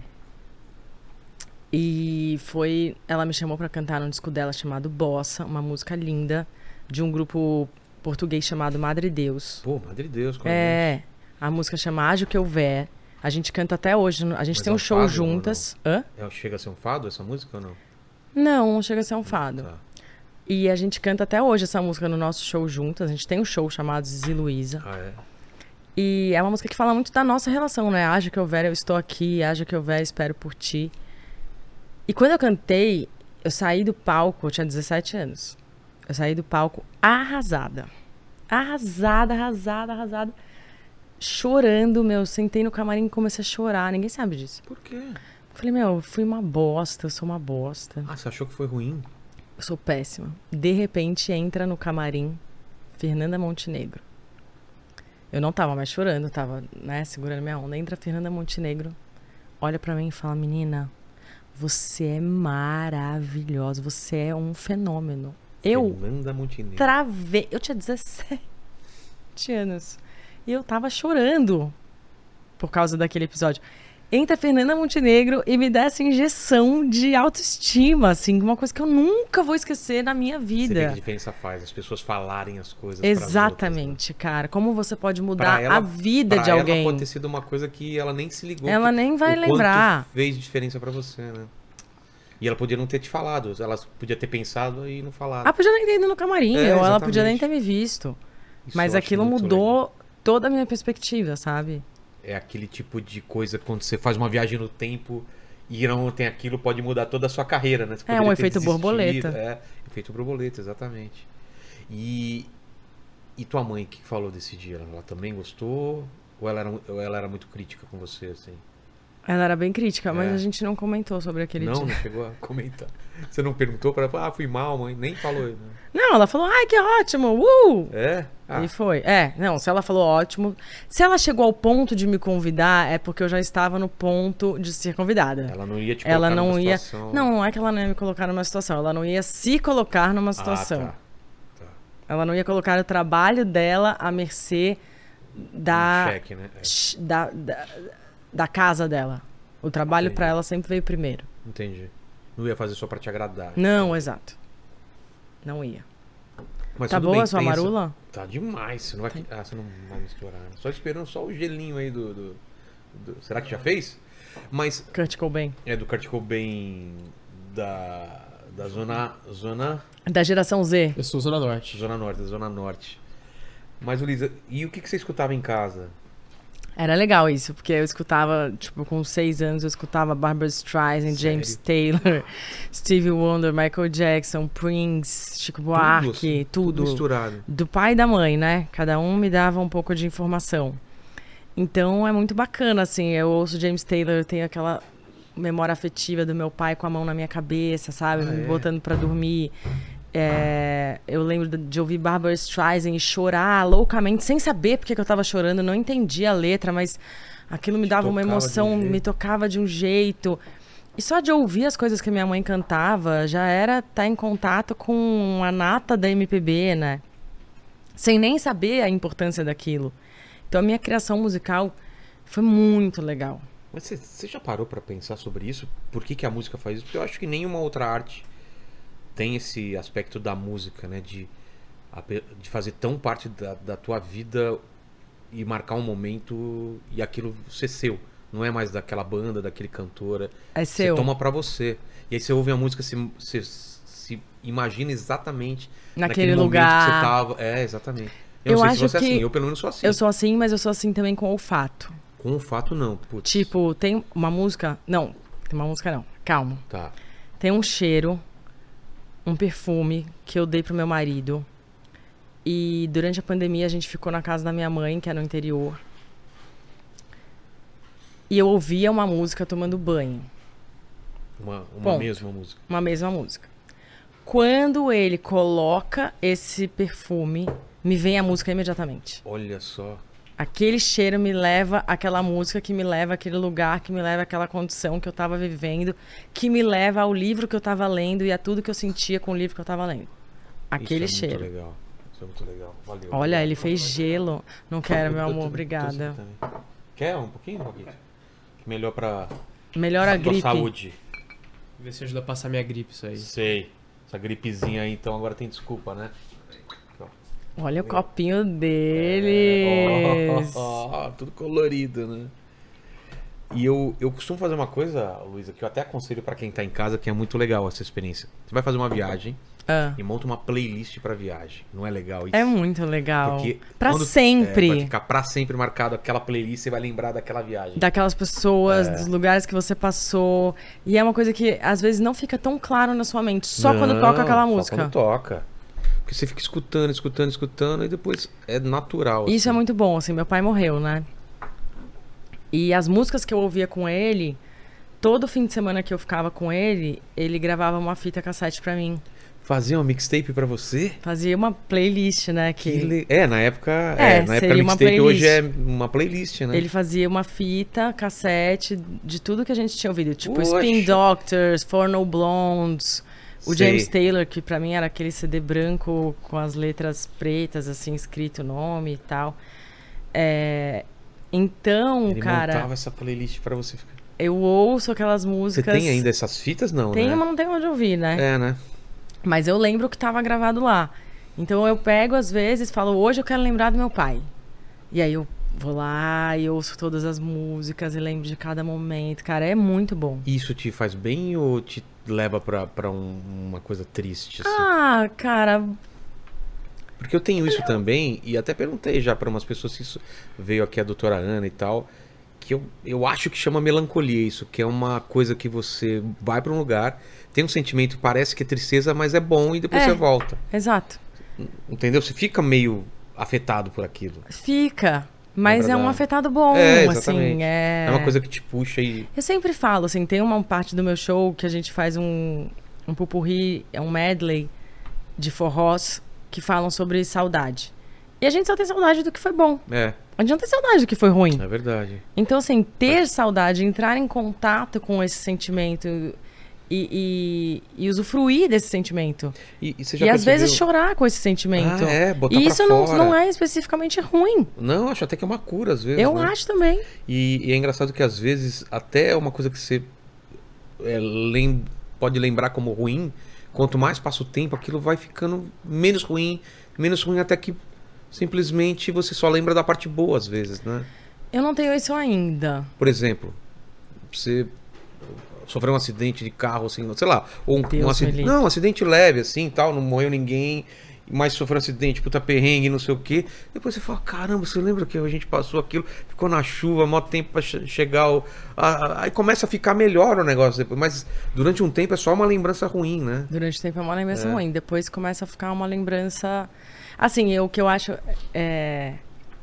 E foi. Ela me chamou pra cantar num disco dela chamado Bossa, uma música linda, de um grupo português chamado Madre Deus. Pô, Madre Deus. como É. A música chama Haja o que houver. A gente canta até hoje. A gente Mas tem é um um show fado ou juntas. Hã? É, chega a ser um fado essa música ou não? Não, não chega a ser um fado. Tá. E a gente canta até hoje essa música no nosso show juntas. A gente tem um show chamado Zizi Luiza. Ah, é? E é uma música que fala muito da nossa relação, né? Haja que houver, eu estou aqui. Haja que houver, espero por ti. E quando eu cantei, eu saí do palco, eu tinha dezessete anos. Eu saí do palco arrasada. Arrasada, arrasada, arrasada. Chorando, meu. Sentei no camarim e comecei a chorar. Ninguém sabe disso. Por quê? Falei, meu, eu fui uma bosta, eu sou uma bosta. Ah, você achou que foi ruim? Eu sou péssima. De repente, entra no camarim Fernanda Montenegro. Eu não tava mais chorando, tava, né, segurando minha onda. Entra a Fernanda Montenegro, olha pra mim e fala, menina, você é maravilhosa, você é um fenômeno. Eu Fernanda Montenegro. travei, eu tinha dezessete anos. E eu tava chorando por causa daquele episódio. entra a Fernanda Montenegro e me dá essa injeção de autoestima, assim, uma coisa que eu nunca vou esquecer na minha Você vê que vida. a diferença faz, as pessoas falarem as coisas. Exatamente, cara. Como você pode mudar Pra ela- a vida pra de ela alguém. pode ter sido uma coisa que ela nem se ligou. Ela que- nem vai o quanto lembrar. fez diferença pra você, né? E ela podia não ter te falado, ela podia ter pensado e não falado. Ela podia nem ter ido no camarim, É, ou ela podia nem exatamente. ter me visto. Isso Mas eu acho aquilo muito mudou legal. toda a minha perspectiva, sabe? É aquele tipo de coisa quando você faz uma viagem no tempo e não tem aquilo, pode mudar toda a sua carreira, né? Você É, um poderia ter efeito desistido, borboleta. É, efeito borboleta, exatamente. E, e tua mãe, o que falou desse dia? Ela, ela também gostou? Ou ela, era, ou ela era muito crítica com você, assim? Ela era bem crítica, mas É. a gente não comentou sobre aquele Não, dia. não chegou a comentar. Você não perguntou pra ela, ah, fui mal, mãe. Nem falou. Né? Não, ela falou, ai, que ótimo, uh! É? Ah, E foi. É, não, se ela falou ótimo. Se ela chegou ao ponto de me convidar, é porque eu já estava no ponto de ser convidada. ela não ia te Ela colocar não numa ia. situação... Não, não é que ela não ia me colocar numa situação. Ela não ia se colocar numa situação. Ah, tá. Tá. Ela não ia colocar o trabalho dela à mercê da, Um cheque, né? É, ch- da, da, da casa dela. O trabalho Entendi. pra ela sempre veio primeiro. entendi. Não ia fazer só pra te agradar. Não, exato. Não ia. Mas Tá tudo boa bem, a sua tem essa- marula? Tá demais. Você não vai... Ah, você não vai misturar. Né? Só esperando só o gelinho aí do, do- do- Será que já fez? Mas Kurt Cobain. é do Kurt Cobain da, da zona, zona... Da geração Z. Eu sou Zona Norte. Zona Norte, da Zona Norte. Mas, Luísa, e o que, que você escutava em casa? Era legal isso, porque eu escutava, tipo, com seis anos, eu escutava Barbra Streisand, James Taylor, Stevie Wonder, Michael Jackson, Prince, Chico Buarque, assim, tudo. misturado. Do pai e da mãe, né? Cada um me dava um pouco de informação. Então é muito bacana, assim. Eu ouço James Taylor, eu tenho aquela memória afetiva do meu pai com a mão na minha cabeça, sabe? Ah, Me é? botando pra dormir. É, eu lembro de, de ouvir Barbra Streisand e chorar loucamente, sem saber porque que eu tava chorando, não entendia a letra, mas aquilo me Te dava uma tocava de um emoção, jeito. me tocava de um jeito. E só de ouvir as coisas que minha mãe cantava, já era estar em contato com a nata da M P B, né? Sem nem saber a importância daquilo. Então a minha criação musical foi muito legal. Mas você, você já parou pra pensar sobre isso? Por que, que a música faz isso? Porque eu acho que nenhuma outra arte tem esse aspecto da música, né? De, ape- de fazer tão parte da, da tua vida e marcar um momento e aquilo ser seu. Não é mais daquela banda, daquele cantor. É Você seu. toma pra você. E aí você ouve a música, você, você se imagina exatamente Naquele momento lugar. que você tava. É, exatamente. Eu, Eu não sei acho se você é que assim. Eu pelo menos sou assim. Eu sou assim, mas eu sou assim também com olfato. Com o fato, não. Putz. Tipo, tem uma música... Não, tem uma música não. Calma. Tá. Tem um cheiro, um perfume que eu dei pro meu marido. E durante a pandemia a gente ficou na casa da minha mãe, que é no interior. E eu ouvia uma música tomando banho. Uma, uma Ponto. mesma música. Uma mesma música. Quando ele coloca esse perfume, me vem a música imediatamente. Olha só. Aquele cheiro me leva àquela música, que me leva àquele lugar, que me leva àquela condição que eu estava vivendo, que me leva ao livro que eu estava lendo e a tudo que eu sentia com o livro que eu estava lendo. Aquele Isso é cheiro. muito legal. Isso é muito legal. Valeu. Olha, ele fez gelo. Não quero, Eu- meu eu tô- amor, tô obrigada. assim também. Quer um pouquinho, Roquito? Melhor pra Melhora a tua gripe. saúde. Ver se ajuda a passar minha gripe isso aí. Sei. Essa gripezinha aí, então agora tem desculpa, né? Olha o copinho deles. Oh, tudo colorido, né? E eu, eu costumo fazer uma coisa, Luísa, que eu até aconselho pra quem tá em casa, que é muito legal essa experiência. Você vai fazer uma viagem Ah, e monta uma playlist pra viagem. Não é legal isso? é muito legal. Porque Pra quando- sempre. É, vai ficar pra sempre marcado aquela playlist, você vai lembrar daquela viagem. Daquelas pessoas, É. dos lugares que você passou. E é uma coisa que às vezes não fica tão claro na sua mente, só quando Não, toca aquela só música. quando toca. Porque você fica escutando, escutando, escutando, e depois é natural. Isso é assim. muito bom, assim, meu pai morreu, né? E as músicas que eu ouvia com ele, todo fim de semana que eu ficava com ele, ele gravava uma fita cassete pra mim. Fazer uma mixtape pra você? Fazia uma playlist, né? Que Que le- É, na época. É, É, na época seria uma mixtape playlist. hoje é uma playlist, né? ele fazia uma fita cassete de tudo que a gente tinha ouvido. Tipo, Oxe. Spin Doctors, Four No Blondes, o Sei. James Taylor, que pra mim era aquele C D branco com as letras pretas, assim, escrito o nome e tal. É, Então, Ele cara... montava essa playlist pra você ficar. eu ouço aquelas Você músicas... tem ainda essas fitas, não, Tenho, né? mas não tem onde ouvir, né? É, né? Mas eu lembro que tava gravado lá. Então eu pego, às vezes, falo, hoje eu quero lembrar do meu pai. E aí eu vou lá e ouço todas as músicas e lembro de cada momento. Cara, é muito bom. Isso te faz bem ou te leva pra, pra um- uma coisa triste, assim? Ah, cara, Porque eu tenho isso também, e até perguntei já pra umas pessoas se isso veio aqui a doutora Ana e tal, que eu, eu acho que chama melancolia isso, que é uma coisa que você vai pra um lugar, tem um sentimento, parece que é tristeza, mas é bom e depois É. você volta. exato. Entendeu? Você fica meio afetado por aquilo. Fica. Mas é, um verdade. afetado bom, É, assim. exatamente. É... É uma coisa que te puxa e... Eu sempre falo, assim, tem uma parte do meu show que a gente faz um, um pupurri, é um medley de forrós que falam sobre saudade. E a gente só tem saudade do que foi bom. É, A gente não tem saudade do que foi ruim. é verdade. Então, assim, ter saudade, entrar em contato com esse sentimento e, e, e usufruir desse sentimento. E, e você já E às percebeu- vezes chorar com esse sentimento. Ah, é, botar e pra isso não, fora. não é especificamente ruim. Não, acho até que é uma cura às vezes. Eu né? acho também. E, e é engraçado que às vezes até é uma coisa que você é, lem- pode lembrar como ruim, quanto mais passa o tempo, aquilo vai ficando menos ruim, menos ruim até que simplesmente você só lembra da parte boa às vezes, né? Eu não tenho isso ainda. Por exemplo, você sofreu um acidente de carro, assim, sei lá, ou um, Deus um me acidente, livre. não, um acidente leve, assim, tal, não morreu ninguém, mas sofreu um acidente, puta perrengue, não sei o quê. Depois você fala, caramba, você lembra que a gente passou aquilo, ficou na chuva, mó tempo pra che- chegar, o... a- a- aí começa a ficar melhor o negócio depois, mas durante um tempo é só uma lembrança ruim, né? Durante o tempo é uma lembrança É. ruim. Depois começa a ficar uma lembrança... Assim, eu, o que eu acho... É...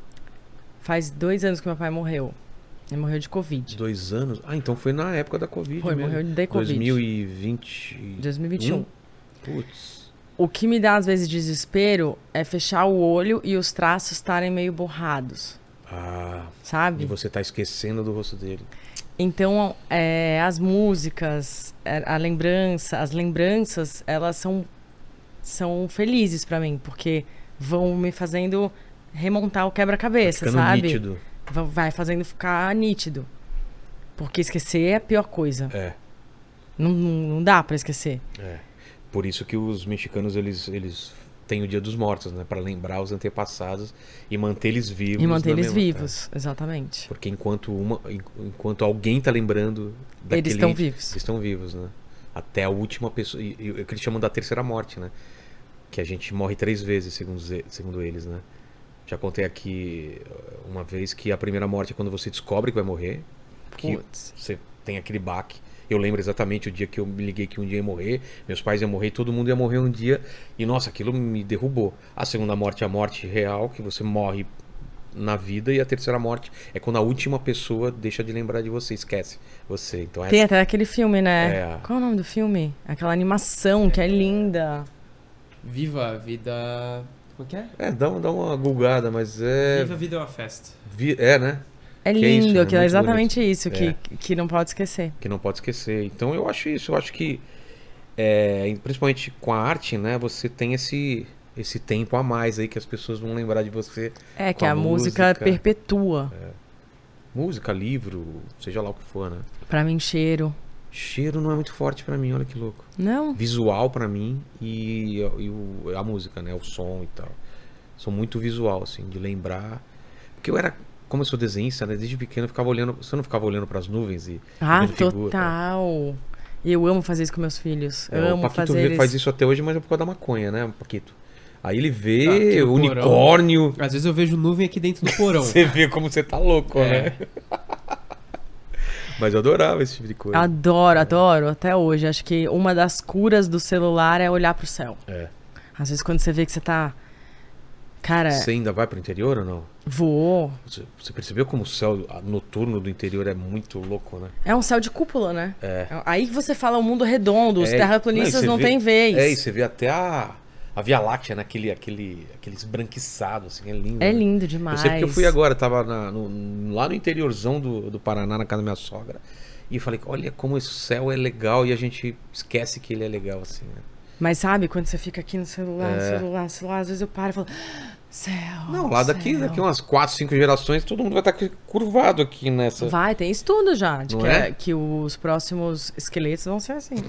Faz dois anos que meu pai morreu. Ele morreu de Covid. Dois anos? Ah, então foi na época da Covid Foi, mesmo. morreu de Covid. dois mil e vinte. dois mil e vinte e um. Putz. O que me dá, às vezes, desespero é fechar o olho e os traços estarem meio borrados. Ah, e Sabe? você tá esquecendo do rosto dele. Então, é, as músicas, é, a lembrança, as lembranças, elas são, são felizes pra mim, porque vão me fazendo remontar o quebra-cabeça, Ficando sabe? nítido. Va- Vai fazendo ficar nítido. Porque esquecer é a pior coisa. É. Não, não, não dá pra esquecer. É. Por isso que os mexicanos eles, eles têm o Dia dos Mortos, né? Para lembrar os antepassados e manter eles vivos. E manter na eles mesma- vivos, exatamente. É. Porque enquanto uma, en- enquanto alguém tá lembrando daquele, Eles estão vivos. eles estão vivos, né? Até a última pessoa. E, e, o que eles chamam da terceira morte, né? Que a gente morre três vezes, segundo, ze- segundo eles, né? Já contei aqui uh, uma vez que a primeira morte é quando você descobre que vai morrer. Que Putz. você tem aquele baque. Eu lembro exatamente o dia que eu me liguei que um dia ia morrer, meus pais iam morrer, todo mundo ia morrer um dia, e nossa, aquilo me derrubou. A segunda morte é a morte real, que você morre na vida, e a terceira morte é quando a última pessoa deixa de lembrar de você, esquece você. Então Tem essa, até aquele filme, né? É. Qual é o nome do filme? Aquela animação que é linda. Viva a vida... Como que é? é, dá, uma- dá uma gulgada, mas é. Viva a vida é uma festa. vi- É, né? É Que é isso, lindo, é que é muito exatamente bonito. isso, que, que não pode esquecer. Que não pode esquecer. Então eu acho isso, eu acho que é, principalmente com a arte, né, você tem esse esse tempo a mais aí que as pessoas vão lembrar de você. É, que Com a a música, música. perpetua. Música, livro, seja lá o que for, né? Pra mim, cheiro. Cheiro não é muito forte pra mim, olha que louco. Não? Visual pra mim e, e o- a música, né, o som e tal. Sou muito visual assim, de lembrar, porque eu era, como eu sou desenhista, né, desde pequeno eu ficava olhando, você não ficava olhando pras nuvens e Ah, vendo figura? total. E eu amo fazer isso com meus filhos. É, Eu o amo Paquito fazer vê- eles... faz isso até hoje, mas é por causa da maconha, né, Paquito? Aí ele Ah, vê aqui no unicórnio. Às vezes eu vejo nuvem aqui dentro do porão. Você vê como você tá louco, É. né? Mas eu adorava esse tipo de coisa. Adoro, adoro, até hoje. Acho que uma das curas do celular é olhar pro céu. É. Às vezes quando você vê que você tá... Cara, Você ainda vai pro interior ou não? voou. Você, você percebeu como o céu noturno do interior é muito louco, né? É um céu de cúpula, né? É. Aí que você fala o mundo redondo, os É, terraplanistas não, não, e você vê- têm vez. É, e você vê até a, a Via Láctea, né? Aquele, aquele, aquele esbranquiçado, assim, é lindo. É né? lindo Eu demais. sei porque eu fui agora, tava na- no- lá no interiorzão do, do Paraná, na casa da minha sogra. E eu falei, olha como esse céu é legal e a gente esquece que ele é legal, assim, né? Mas sabe, quando você fica aqui no celular, no É. celular, no celular, às vezes eu paro e falo, Céu, Não, lá daqui, céu. daqui umas quatro, cinco gerações, todo mundo vai estar curvado aqui nessa. Vai, tem estudo já, de Não que, é? é- que os próximos esqueletos vão ser assim.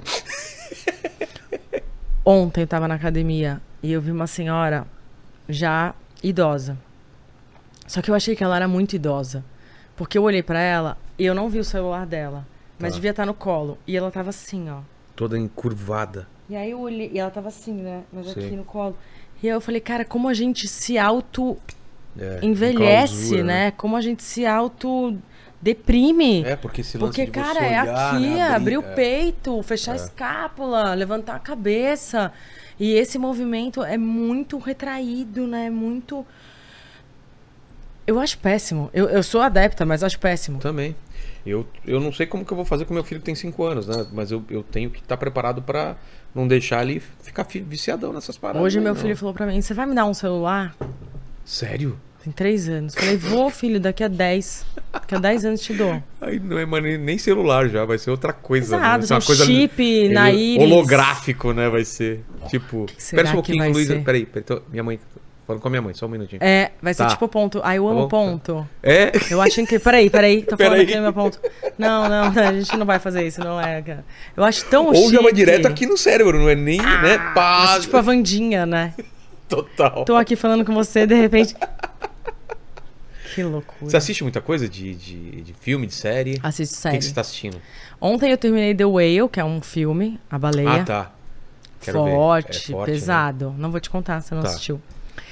Ontem eu tava na academia e eu vi uma senhora já idosa. Só que eu achei que ela era muito idosa. Porque eu olhei pra ela e eu não vi o celular dela. Mas Tá. devia estar no colo. E ela tava assim, ó. Toda encurvada. E aí eu olhei, e ela tava assim, né? Mas Sim. aqui no colo. E aí eu falei, cara, como a gente se auto É, envelhece, enclausura, né? Como a gente se auto deprime. É, porque esse lance Porque, de você cara, é olhar, aqui, né, abrir o é. peito, fechar a escápula, levantar a cabeça. E esse movimento é muito retraído, né? Muito. Eu acho péssimo. Eu, eu sou adepta, mas acho péssimo. Também. Eu, eu não sei como que eu vou fazer com meu filho que tem cinco anos, né? Mas eu, eu tenho que estar preparado pra não deixar ele ficar fi- viciadão nessas paradas. Hoje aí, meu não. filho falou pra mim, você vai me dar um celular? Sério? Tem três anos. Falei, vou, filho, daqui a dez. Daqui a dez anos te dou. Aí não é mais nem- nem celular já, vai ser outra coisa. Exato, vai ser uma um coisa chip na ele- íris. holográfico, né? Vai ser. Tipo. que será Espera um que pouquinho, vai Luísa. ser? Peraí, peraí. Tô, minha mãe. Falando com a minha mãe, só um minutinho. É, vai ser Tá. tipo ponto. Ai, eu Tá amo bom? ponto. É? Eu acho incrível. Peraí, peraí. Tô falando Peraí. aqui no meu ponto. Não, não, não, a gente não vai fazer isso, não é, cara. Eu acho tão Ou chique. já vai direto aqui no cérebro, não é nem, Ah, né? vai Pá, ser tipo a Wandinha, né? total. Tô aqui falando com você, de repente... Que loucura. Você assiste muita coisa de, de, de filme, de série? Assiste O que, série. que você tá assistindo? Ontem eu terminei The Whale, que é um filme, A Baleia. Ah, tá. Quero ver. Forte, É forte, pesado. Não vou te contar, você não Tá. assistiu.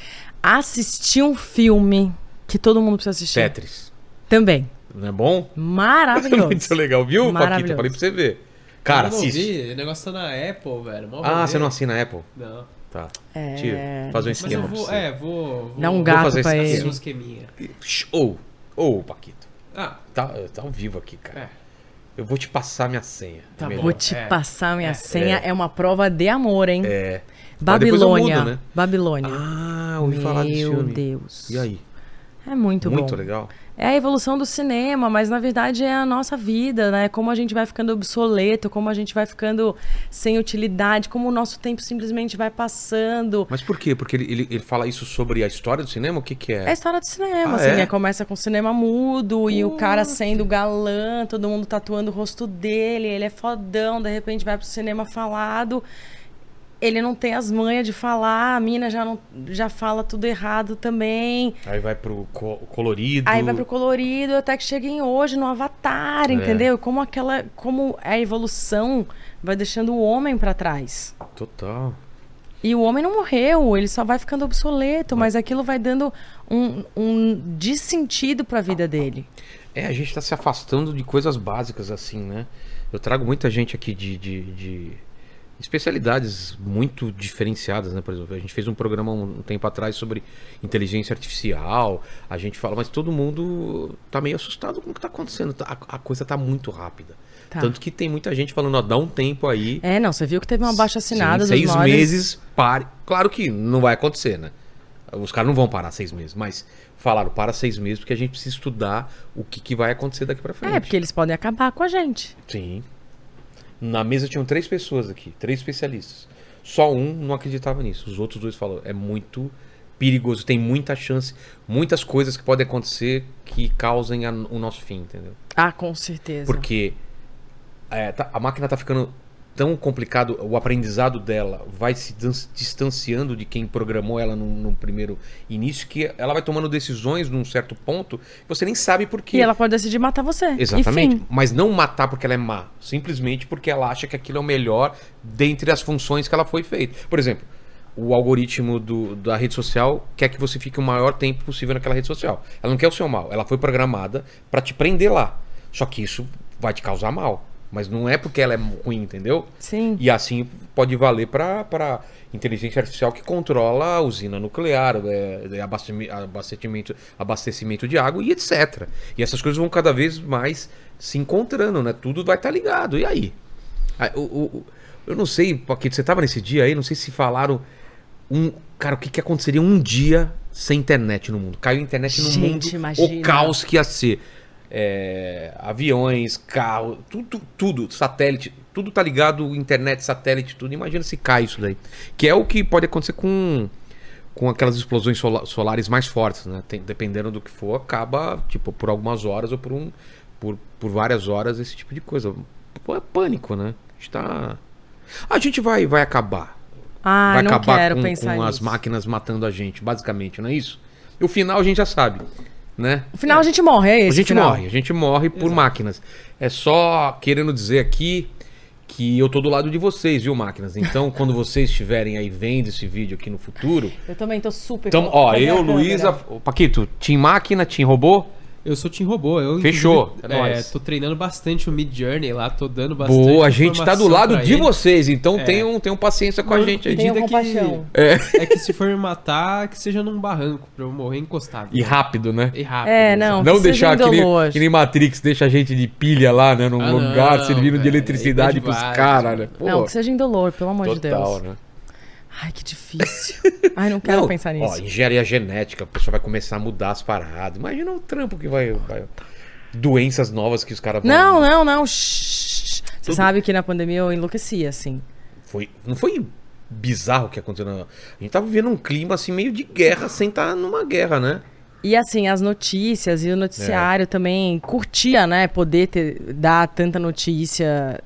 Assisti um filme que todo mundo precisa assistir. Tetris. Também. Não é bom? Maravilhoso. Muito legal, viu, Paquita? Maravilhoso. Falei pra você ver. Cara, eu não assiste. vi, o negócio tá na Apple, velho. Mó Ah, rolê. você não assina a Apple? Não. Tá. É, Tio, fazer um Mas esquema eu pra vou, você. é, vou... vou Dá um Vou gato fazer pra esse fazer um ele. esqueminha. Ou, ou, Paquito. Ah, Tá, tá ao vivo aqui, cara. é. Eu vou te passar minha senha. Tá É bom. melhor. Vou te É. passar minha É. senha. É. uma prova de amor, hein? É. Mas depois eu Babilônia. mudo, né? Babilônia. Ah, ouvi falar desse Meu filme. Deus. E aí? É muito, Muito bom. legal. É a evolução do cinema, mas na verdade é a nossa vida, né? Como a gente vai ficando obsoleto, como a gente vai ficando sem utilidade, como o nosso tempo simplesmente vai passando. Mas por quê? Porque ele, ele, ele fala isso sobre a história do cinema? O que que É a é? história do cinema, Ah, assim, é? né? Começa com cinema mudo e o cara sendo galã, todo mundo tatuando o rosto dele, ele é fodão, de repente vai pro cinema falado, ele não tem as manhas de falar, a mina já, não, já fala tudo errado também. Aí vai pro co- colorido. Aí vai pro colorido, até que chega em hoje no Avatar, É. entendeu? Como aquela, como a evolução vai deixando o homem pra trás. Total. E o homem não morreu, ele só vai ficando obsoleto, mas aquilo vai dando um, um dissentido pra vida dele. É, a gente tá se afastando de coisas básicas assim, né? Eu trago muita gente aqui de, de, de especialidades muito diferenciadas, né? Por exemplo, a gente fez um programa um, um tempo atrás sobre inteligência artificial. A gente fala, mas todo mundo tá meio assustado com o que tá acontecendo. A, a coisa tá muito rápida. Tá. Tanto que tem muita gente falando, ó, dá um tempo aí. É, não, você viu que teve uma baixa assinada Sim, dos seis maiores... meses, pare. Claro que não vai acontecer, né? Os caras não vão parar seis meses, mas falaram, para seis meses, porque a gente precisa estudar o que, que vai acontecer daqui pra frente. É, porque eles podem acabar com a gente. Sim. Na mesa tinham três pessoas aqui, três especialistas. Só um não acreditava nisso. Os outros dois falaram, é muito perigoso, tem muita chance, muitas coisas que podem acontecer que causem a- o nosso fim, entendeu? Ah, com certeza. Porque é, tá- a máquina tá ficando tão complicado, o aprendizado dela vai se dan- distanciando de quem programou ela no, no primeiro início, que ela vai tomando decisões num certo ponto que você nem sabe por quê. E ela pode decidir matar você. Exatamente, Enfim. mas não matar porque ela é má, simplesmente porque ela acha que aquilo é o melhor dentre as funções que ela foi feita. Por exemplo, o algoritmo do- da rede social quer que você fique o maior tempo possível naquela rede social. Ela não quer o seu mal, ela foi programada para te prender lá. Só que isso vai te causar mal, mas não é porque ela é ruim, entendeu? Sim. E assim pode valer para inteligência artificial que controla a usina nuclear, é, é abastecimento, abastecimento, abastecimento de água e etcétera. E essas coisas vão cada vez mais se encontrando, né? Tudo vai estar ligado. E aí? Ah, o- o- o- eu não sei, Paquito, você estava nesse dia aí, não sei se falaram. Um, cara, o que, que aconteceria um dia sem internet no mundo? Caiu a internet no Gente, mundo, imagina. o caos que ia ser. É, aviões, carro, tudo, tudo, satélite, tudo tá ligado, internet, satélite, tudo. Imagina se cai isso daí. Que é o que pode acontecer com, com aquelas explosões sola- solares mais fortes, né? Tem- dependendo do que for, acaba, tipo, por algumas horas ou por, um, por, por várias horas, esse tipo de coisa. Pô, é pânico, né? A gente tá... A gente vai, vai acabar. Ah, vai não acabar quero com, pensar com as nisso. máquinas matando a gente, basicamente, não é isso? E o final a gente já sabe, né? No final a gente morre, é esse A gente o final. morre, a gente morre por máquinas. É só querendo dizer aqui que eu tô do lado de vocês, viu, máquinas? Então, quando vocês estiverem aí vendo esse vídeo aqui no futuro... Eu também tô super... Então, ó, Cadê a eu, câmera? Luísa... Ô, Paquito, Team Máquina, Team Robô? Eu sou Team Robô. Eu, Fechou, inclusive, é é, nóis. tô treinando bastante o Mid Journey lá, tô dando bastante Boa, a gente tá do informação lado pra de ele. vocês, então É. tenham, tenham paciência com a Não, gente aí. Tenham Medida que- compaixão. É que se for me matar, que seja num barranco, pra eu morrer encostado. E rápido, né? E rápido. É, não. Não que deixar seja que nem, indolor. que nem Matrix, deixa a gente de pilha lá, né? Num Ah, lugar não, servindo de velho, eletricidade aí pros pode caras, né? Pô, Não, que seja indolor, pelo amor de total, Deus. né? Ai, que difícil. Ai, não quero Não, pensar Ó, nisso. engenharia genética, a pessoa vai começar a mudar as paradas. Imagina o trampo que vai... vai... Doenças novas que os caras vão... Não, não, não. Shhh. Você Tudo- sabe que na pandemia eu enlouqueci, assim. Foi, não foi bizarro o que aconteceu? Não. A gente tava vivendo um clima assim meio de guerra sem estar numa guerra, né? E assim, as notícias e o noticiário também curtia, né? Poder ter, dar tanta notícia.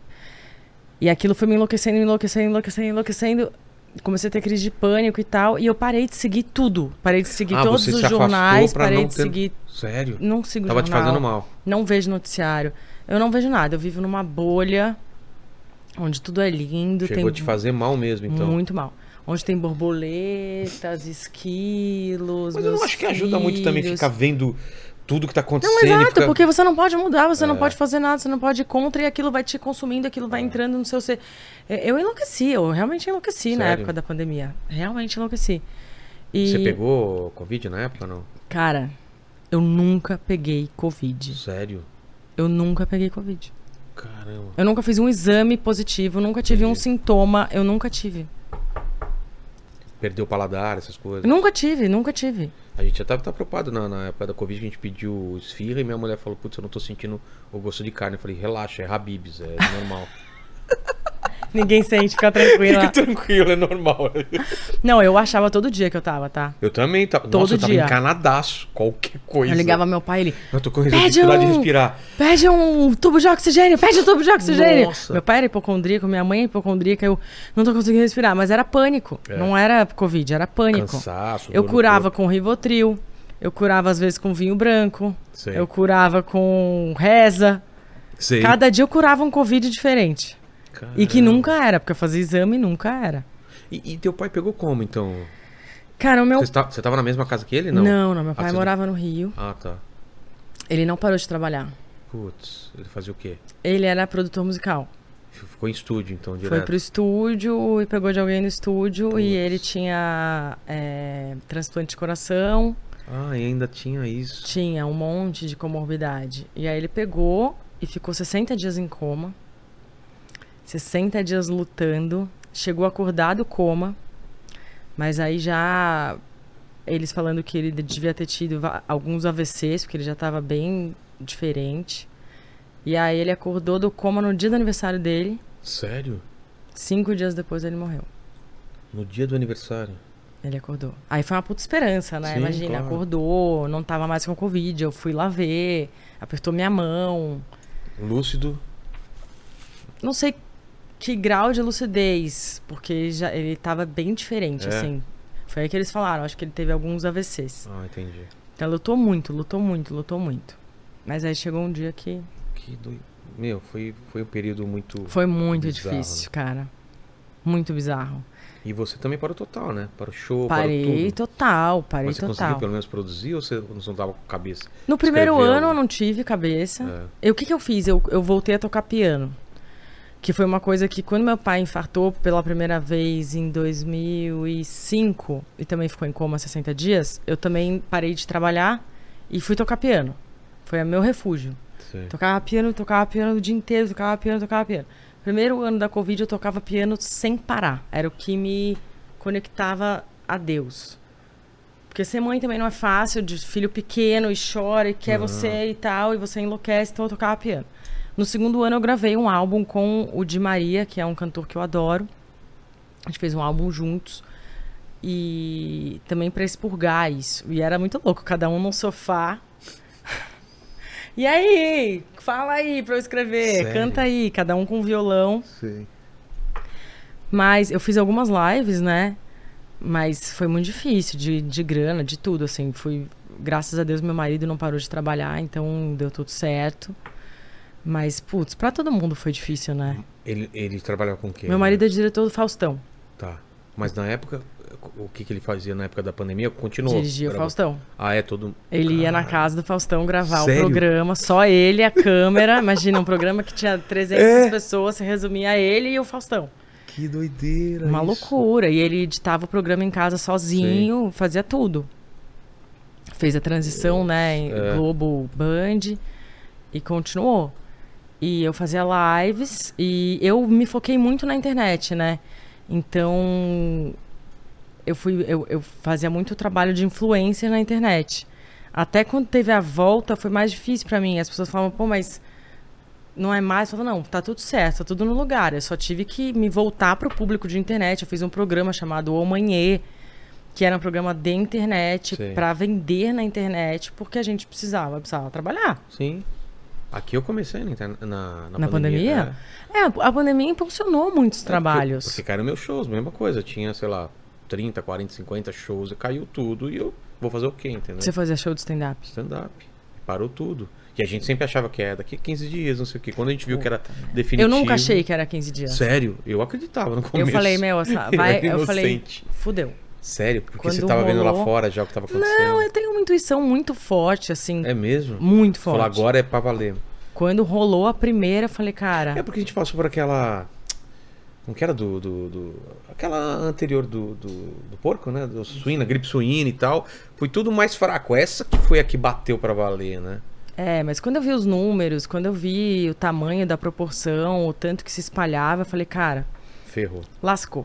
E aquilo foi me enlouquecendo, me enlouquecendo, enlouquecendo, enlouquecendo. Comecei a ter crise de pânico e tal. E eu parei de seguir tudo. Parei de seguir Ah, todos você os se afastou jornais, pra parei não de ter- seguir. Sério? Não sigo Tava te jornal. fazendo mal. Não vejo noticiário. Eu não vejo nada. Eu vivo numa bolha onde tudo é lindo. Chegou tem a te fazer mal mesmo, então. muito mal. Onde tem borboletas, esquilos. Mas eu não meus acho que ajuda muito também filhos. ficar vendo tudo que tá acontecendo. Não, e exato, fica- porque você não pode mudar, você É. não pode fazer nada, você não pode ir contra e aquilo vai te consumindo, aquilo vai entrando no seu ser. É, Eu enlouqueci, eu realmente enlouqueci na Sério? época da pandemia. Realmente enlouqueci. E, Você pegou Covid na época, não? cara, eu nunca peguei Covid. Sério? Eu nunca peguei Covid. Caramba. Eu nunca fiz um exame positivo, nunca tive um Entendi. sintoma, eu nunca tive. Perdeu o paladar, essas coisas. Nunca tive, nunca tive. A gente já tava, tá preocupado na, na época da Covid, que a gente pediu esfirra e minha mulher falou, putz, eu não tô sentindo o gosto de carne. Eu falei, relaxa, é Habib's, é normal. Ninguém sente, fica tranquila. Fica tranquilo, é normal. Não, eu achava todo dia que eu tava, tá? Eu também tava. Todo Nossa, eu tava dia. encanadaço. Qualquer coisa. Eu ligava meu pai, ele... Eu tô com Pede dificuldade de um- respirar. Pede um tubo de oxigênio, pede um tubo de oxigênio. Nossa. Meu pai era hipocondríaco, minha mãe é hipocondríaca, eu não tô conseguindo respirar, mas era pânico. É. Não era Covid, era pânico. Cansaço. Eu dor no curava corpo. com Rivotril, eu curava às vezes com vinho branco, Sei. eu curava com reza. Sei. Cada dia eu curava um Covid diferente. E que Caramba. nunca era, porque eu fazia exame e nunca era. E, e teu pai pegou como, então? Cara, o meu... Você, está, você tava na mesma casa que ele, não? Não, não, meu pai Ah, você- morava no Rio. Ah, tá. Ele não parou de trabalhar. Putz, ele fazia o quê? Ele era produtor musical. Ficou em estúdio, então, direto. Foi pro estúdio e pegou de alguém no estúdio Putz. e ele tinha é, transplante de coração, Ah, e ainda tinha isso. tinha um monte de comorbidade. E aí ele pegou e ficou sessenta dias em coma, sessenta dias lutando, chegou a acordar do coma, mas aí já eles falando que ele devia ter tido va- alguns A V Cs, porque ele já estava bem diferente. E aí ele acordou do coma no dia do aniversário dele, Sério? cinco dias depois ele morreu. No dia do aniversário? Ele acordou. Aí foi uma puta esperança, né? Sim, Imagina, claro. acordou, não tava mais com Covid. Eu fui lá ver, apertou minha mão. Lúcido? Não sei que grau de lucidez, porque já, ele tava bem diferente, É? assim. Foi aí que eles falaram, acho que ele teve alguns A V Cs. Ah, entendi. Então lutou muito, lutou muito, lutou muito. Mas aí chegou um dia que Que doido. Meu, foi, foi um período muito... foi muito bizarro, difícil, né? cara. Muito bizarro. E você também parou total, né? Parou show, parou Parei tudo. total, parei Mas você total. conseguiu pelo menos produzir ou você não tava com cabeça? No primeiro Escreveu? ano eu não tive cabeça. É. Eu, o que, que eu fiz? Eu, eu voltei a tocar piano. Que foi uma coisa que quando meu pai infartou pela primeira vez em dois mil e cinco e também ficou em coma sessenta dias, eu também parei de trabalhar e fui tocar piano. Foi o meu refúgio. Sei. Tocava piano, tocava piano o dia inteiro, tocava piano, tocava piano. Primeiro ano da Covid eu tocava piano sem parar. Era o que me conectava a Deus. Porque ser mãe também não é fácil, de filho pequeno e chora e quer Uhum. você e tal, e você enlouquece, então eu tocava piano. No segundo ano eu gravei um álbum com o Di Maria, que é um cantor que eu adoro. A gente fez um álbum juntos. E também pra expurgar isso. E era muito louco, cada um no sofá. E aí? Fala aí pra eu escrever. Sério? Canta aí, cada um com um violão. Sim. Mas eu fiz algumas lives, né? Mas foi muito difícil, de, de grana, de tudo, assim. Fui, graças a Deus, meu marido não parou de trabalhar, então deu tudo certo. Mas, putz, pra todo mundo foi difícil, né? Ele, ele trabalhava com o quê? Meu marido é diretor do Faustão. Tá. Mas na época, o que, que ele fazia na época da pandemia? Continuou. Dirigia o Gravou. Faustão. Ah, é todo... Ele ia na Caralho. casa do Faustão gravar Sério? o programa, só ele, a câmera. Imagina, um programa que tinha trezentas É. pessoas, se resumia a ele e o Faustão. Que doideira. Uma isso. loucura. E ele editava o programa em casa sozinho, fazia tudo. Fez a transição, né, em É. Globo, Band, e continuou. E eu fazia lives e eu me foquei muito na internet, né? Então, eu, fui, eu, eu fazia muito trabalho de influencer na internet. Até quando teve a volta, foi mais difícil pra mim. As pessoas falavam, pô, mas não é mais? Eu falava, não, tá tudo certo, tá tudo no lugar. Eu só tive que me voltar pro público de internet. Eu fiz um programa chamado O Manhê, que era um programa de internet, Sim. pra vender na internet, porque a gente precisava, precisava trabalhar. Sim. Aqui eu comecei na, interna- na, na, Na pandemia? É, a a pandemia impulsionou muitos É, trabalhos. Porque, porque caíram meus shows, mesma coisa. Eu tinha, sei lá, trinta, quarenta, cinquenta shows e caiu tudo. E eu vou fazer o quê, entendeu? Você fazia show de stand-up? Stand-up. Parou tudo. E a gente sempre achava que é daqui a quinze dias, não sei o quê. Quando a gente viu que era definitivo... Eu nunca achei que era quinze dias. Sério? Eu acreditava no começo. Eu falei, meu, essa- Eu vai, era eu falei, inocente. fudeu. Sério? Porque Quando você tava vendo lá rolou- fora já o que tava acontecendo? Não, eu tenho uma intuição muito forte, assim, É mesmo? muito Falou, forte. agora é pra valer. Quando rolou a primeira, eu falei, cara, É porque a gente passou por aquela... Como que era do... do, do- aquela anterior do, do, do porco, né? Do suína, gripe suína e tal. Foi tudo mais fraco. Essa que foi a que bateu pra valer, né? é, mas quando eu vi os números, quando eu vi o tamanho da proporção, o tanto que se espalhava, eu falei, cara, Ferrou. lascou.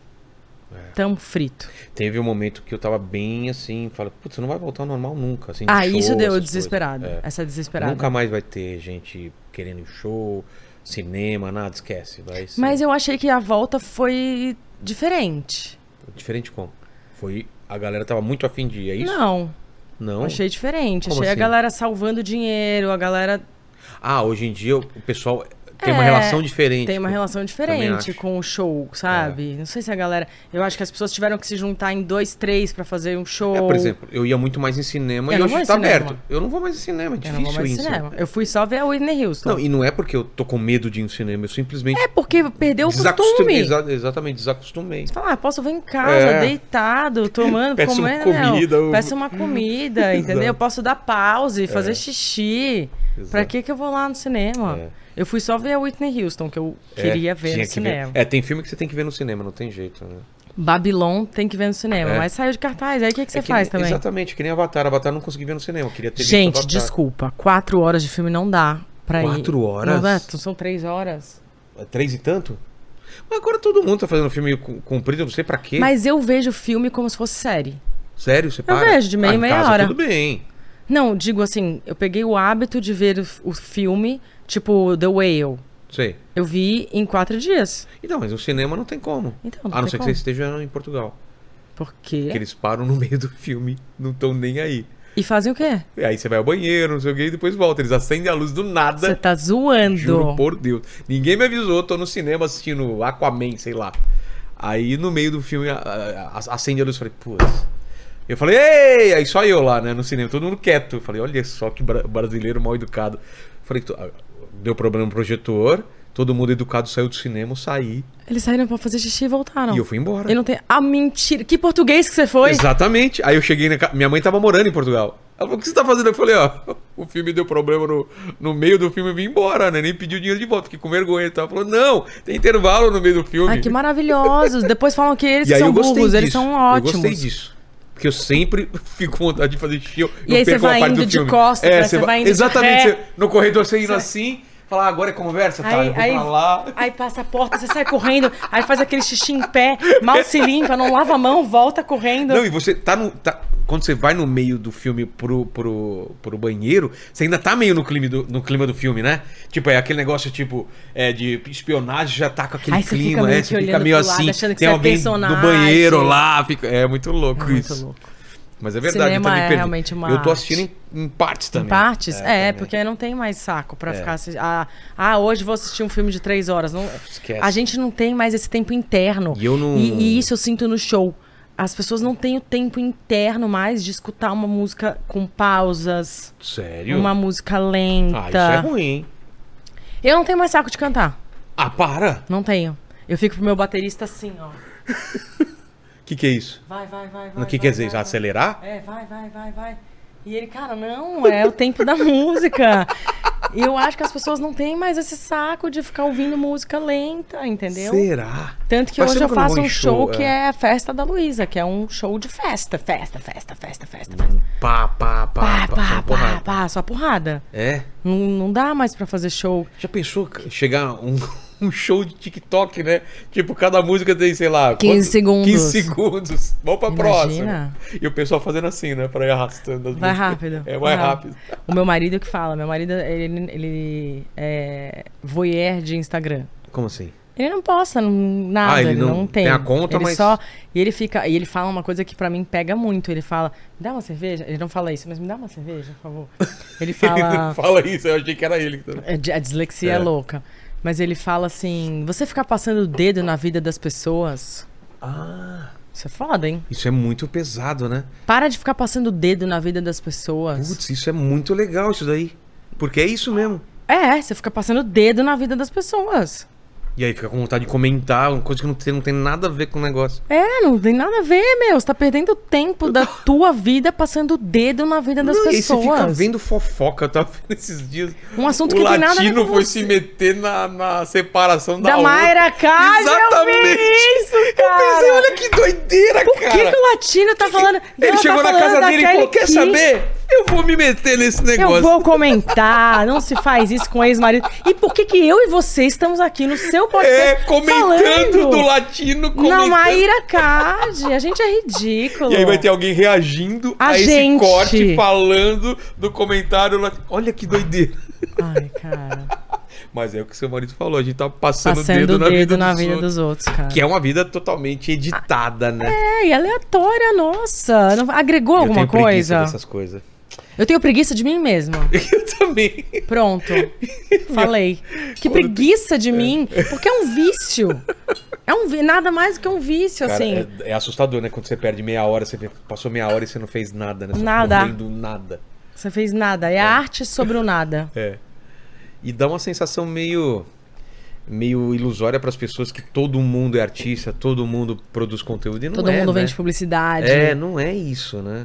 É. Tamo frito. Teve um momento que eu tava bem assim, falei, putz, não vai voltar ao normal nunca. Assim, de Ah, show, isso deu essas desesperado. coisas. É. Essa desesperada. Nunca mais vai ter gente querendo ir show, cinema, nada, esquece. Vai ser Mas eu achei que a volta foi diferente. diferente como? Foi. A galera tava muito afim de ir, é isso? Não, Não? achei diferente. Como achei a assim? galera salvando dinheiro, a galera Ah, hoje em dia o pessoal tem uma É, relação diferente. tem uma com- relação também diferente acho. com o show, sabe? Não sei se a galera... Eu acho que as pessoas tiveram que se juntar em dois, três pra fazer um show. É, por exemplo, eu ia muito mais em cinema Eu e não hoje vou em tá cinema. aberto. Eu não vou mais em cinema, é Eu difícil não vou mais ir no em cinema. cinema. Eu fui só ver a Whitney Houston. Não, e não é porque eu tô com medo de ir no cinema, eu simplesmente É porque perdeu o desacostumei. costume. Exa- exatamente, desacostumei. Você fala, ah, posso ver em casa, É. deitado, tomando, Peço uma comendo. comida, Não, o- peço uma comida, entendeu? Eu posso dar pause, fazer É. xixi. Pra Exato. que que eu vou lá no cinema? É. Eu fui só ver a Whitney Houston, que eu É, queria ver tinha no que cinema. É, tem filme que você tem que ver no cinema, não tem jeito, né? Babylon tem que ver no cinema, É. mas saiu de cartaz. Aí o que, que você É que faz nem- também? Exatamente, que nem Avatar. Avatar eu não consegui ver no cinema, eu queria ter visto Gente, Avatar. desculpa. Quatro horas de filme não dá pra ir. Quatro horas? Não dá, são três horas. É três e tanto? Mas agora todo mundo tá fazendo filme cu- comprido, eu não sei pra quê. Mas eu vejo filme como se fosse série. Sério, você para? vejo de meia ah, em em meia casa, hora. tudo bem. Não, digo assim, eu peguei o hábito de ver o, o filme, tipo The Whale. Sei. Eu vi em quatro dias. Então, mas no cinema não tem como. Então, não a não tem ser que como. você esteja em Portugal. Por quê? Que eles param no meio do filme, não estão nem aí. E fazem o quê? E aí você vai ao banheiro, não sei o que, e depois volta. Eles acendem a luz do nada. Você tá zoando. Juro por Deus. Ninguém me avisou, tô no cinema assistindo Aquaman, sei lá. Aí no meio do filme a- a- a- acende a luz e falei, putz. Eu falei, ei! Aí só eu lá, né, no cinema, todo mundo quieto. Eu falei, olha só que bra- brasileiro mal educado. Falei, "Tô- deu problema no projetor, todo mundo educado saiu do cinema, eu saí Eles saíram pra fazer xixi e voltaram. e eu fui embora. E não tem... Ah, mentira. Que português que você foi? Exatamente. Aí eu cheguei na casa. Minha mãe tava morando em Portugal. Ela falou, o que você tá fazendo? Eu falei, ó, o filme deu problema no, no meio do filme, eu vim embora, né? Nem pediu dinheiro de volta, fiquei com vergonha e tal. Ela falou, não, tem intervalo no meio do filme. Ai, que maravilhosos. Depois falam que eles E aí são eu gostei burros, disso. eles são ótimos. Eu gostei disso. Porque eu sempre fico com vontade de fazer xixi. Eu, E eu aí você perco uma vai parte indo do de filme. costas, É, né? você Você vai indo de Exatamente. ré. você- no corredor você indo Você- assim. Falar, ah, agora é conversa, tá? Aí, Eu vou aí, pra lá. aí passa a porta, você sai correndo, aí faz aquele xixi em pé, mal se limpa, não lava a mão, volta correndo. Não, e você tá no... Tá, quando você vai no meio do filme pro, pro, pro banheiro, você ainda tá meio no clima, do, no clima do filme, né? Tipo, é aquele negócio, tipo, é, de espionagem, já tá com aquele Aí você fica clima, meio é, que você fica olhando meio pro lado, assim, achando que tem você é alguém personagem. do banheiro lá, fica, é muito louco É muito isso. louco. Mas é verdade, Cinema eu também é perdi. realmente uma Eu tô arte. assistindo em, em partes também. Em partes? É, também. porque não tem mais saco pra É. ficar assistindo. Ah, ah, hoje vou assistir um filme de três horas. Não... Esquece. A gente não tem mais esse tempo interno. E eu não- E, e isso eu sinto no show. As pessoas não têm o tempo interno mais de escutar uma música com pausas, Sério? uma música lenta. Ah, isso é ruim, hein? Eu não tenho mais saco de cantar. Ah, para! Não tenho. Eu fico pro meu baterista assim, ó. O que que é isso? Vai, vai, vai, vai. O que vai, quer dizer? vai, vai. Acelerar? É, vai, vai, vai, vai. E ele, cara, não, é o tempo da música. E eu acho que as pessoas não têm mais esse saco de ficar ouvindo música lenta, entendeu? Será? Tanto que Faz hoje tempo eu que eu não faço vou um em show, show, que é. é a Festa da Luísa, que é um show de festa. Festa, festa, festa, festa, festa. Pá, pá, pá, Pá, pá, só pá, uma pá, porrada. pá, só porrada. É? Não, não dá mais pra fazer show. Já pensou chegar um, um show de TikTok, né? Tipo, cada música tem, sei lá... quinze segundos. quinze segundos. Vamos pra Imagina. próxima. E o pessoal fazendo assim, né? Pra ir arrastando as Vai músicas. rápido. É, vai Vai rápido. O meu marido que fala. Meu marido, ele, ele é voyeur de Instagram. Como assim? Ele não posta não- nada, Ah, ele ele, não não, tem. tem a conta, ele mas- só e ele fica e ele fala uma coisa que pra mim pega muito. Ele fala: "Me dá uma cerveja?" Ele não fala isso, mas me dá uma cerveja, por favor. Ele Ele fala não fala isso, eu achei que era ele. Que tá... É, A dislexia é. É. louca. Mas ele fala assim: "Você ficar passando o dedo na vida das pessoas, Ah, isso é foda, hein? isso é muito pesado, né? Para de ficar passando o dedo na vida das pessoas." Putz, isso é muito legal isso daí. Porque é isso mesmo. É, você fica passando o dedo na vida das pessoas. E aí fica com vontade de comentar, uma coisa que não tem, não tem nada a ver com o negócio. É, não tem nada a ver, meu. Você tá perdendo o tempo da tua vida passando o dedo na vida das Não, e aí pessoas. você fica vendo fofoca, eu tava vendo esses dias. Um assunto o que tem nada a ver latino com foi você. se meter na, na separação da, Da outra. Mayra Card, eu Exatamente. vi isso, Eu cara. pensei, olha que doideira, Por cara. que, que o latino tá falando... Ele Ela chegou tá na casa falando dele e daquele falou, quer que saber? Eu vou me meter nesse negócio. Eu vou comentar, não se faz isso com ex-marido. E por que que eu e você estamos aqui no seu podcast É, comentando falando do latino, comentando. na Mayra Card? A gente é ridículo. E aí vai ter alguém reagindo A a, esse gente. corte, falando do comentário latino. Olha que doideira. Ai, cara. Mas é o que seu marido falou, a gente tá passando, Passando o dedo, na, vida, na dos vida outros. dos outros, cara. Que é uma vida totalmente editada, né? É, e aleatória, nossa. Não- agregou Eu tenho alguma preguiça coisa? dessas coisas. Eu tenho preguiça de mim mesma. Eu também. Pronto. Falei. Que preguiça de mim. Porque é um vício. É um vi- nada mais do que um vício, Cara, assim. é, é assustador, né? Quando você perde meia hora, você vê- passou meia hora e você não fez nada, né? Você Nada. ficou vendo nada. Você fez nada. É, arte sobre o nada. É. E dá uma sensação meio meio ilusória para as pessoas que todo mundo é artista, todo mundo produz conteúdo e não Todo é, mundo né? vende publicidade. É, não é isso, né?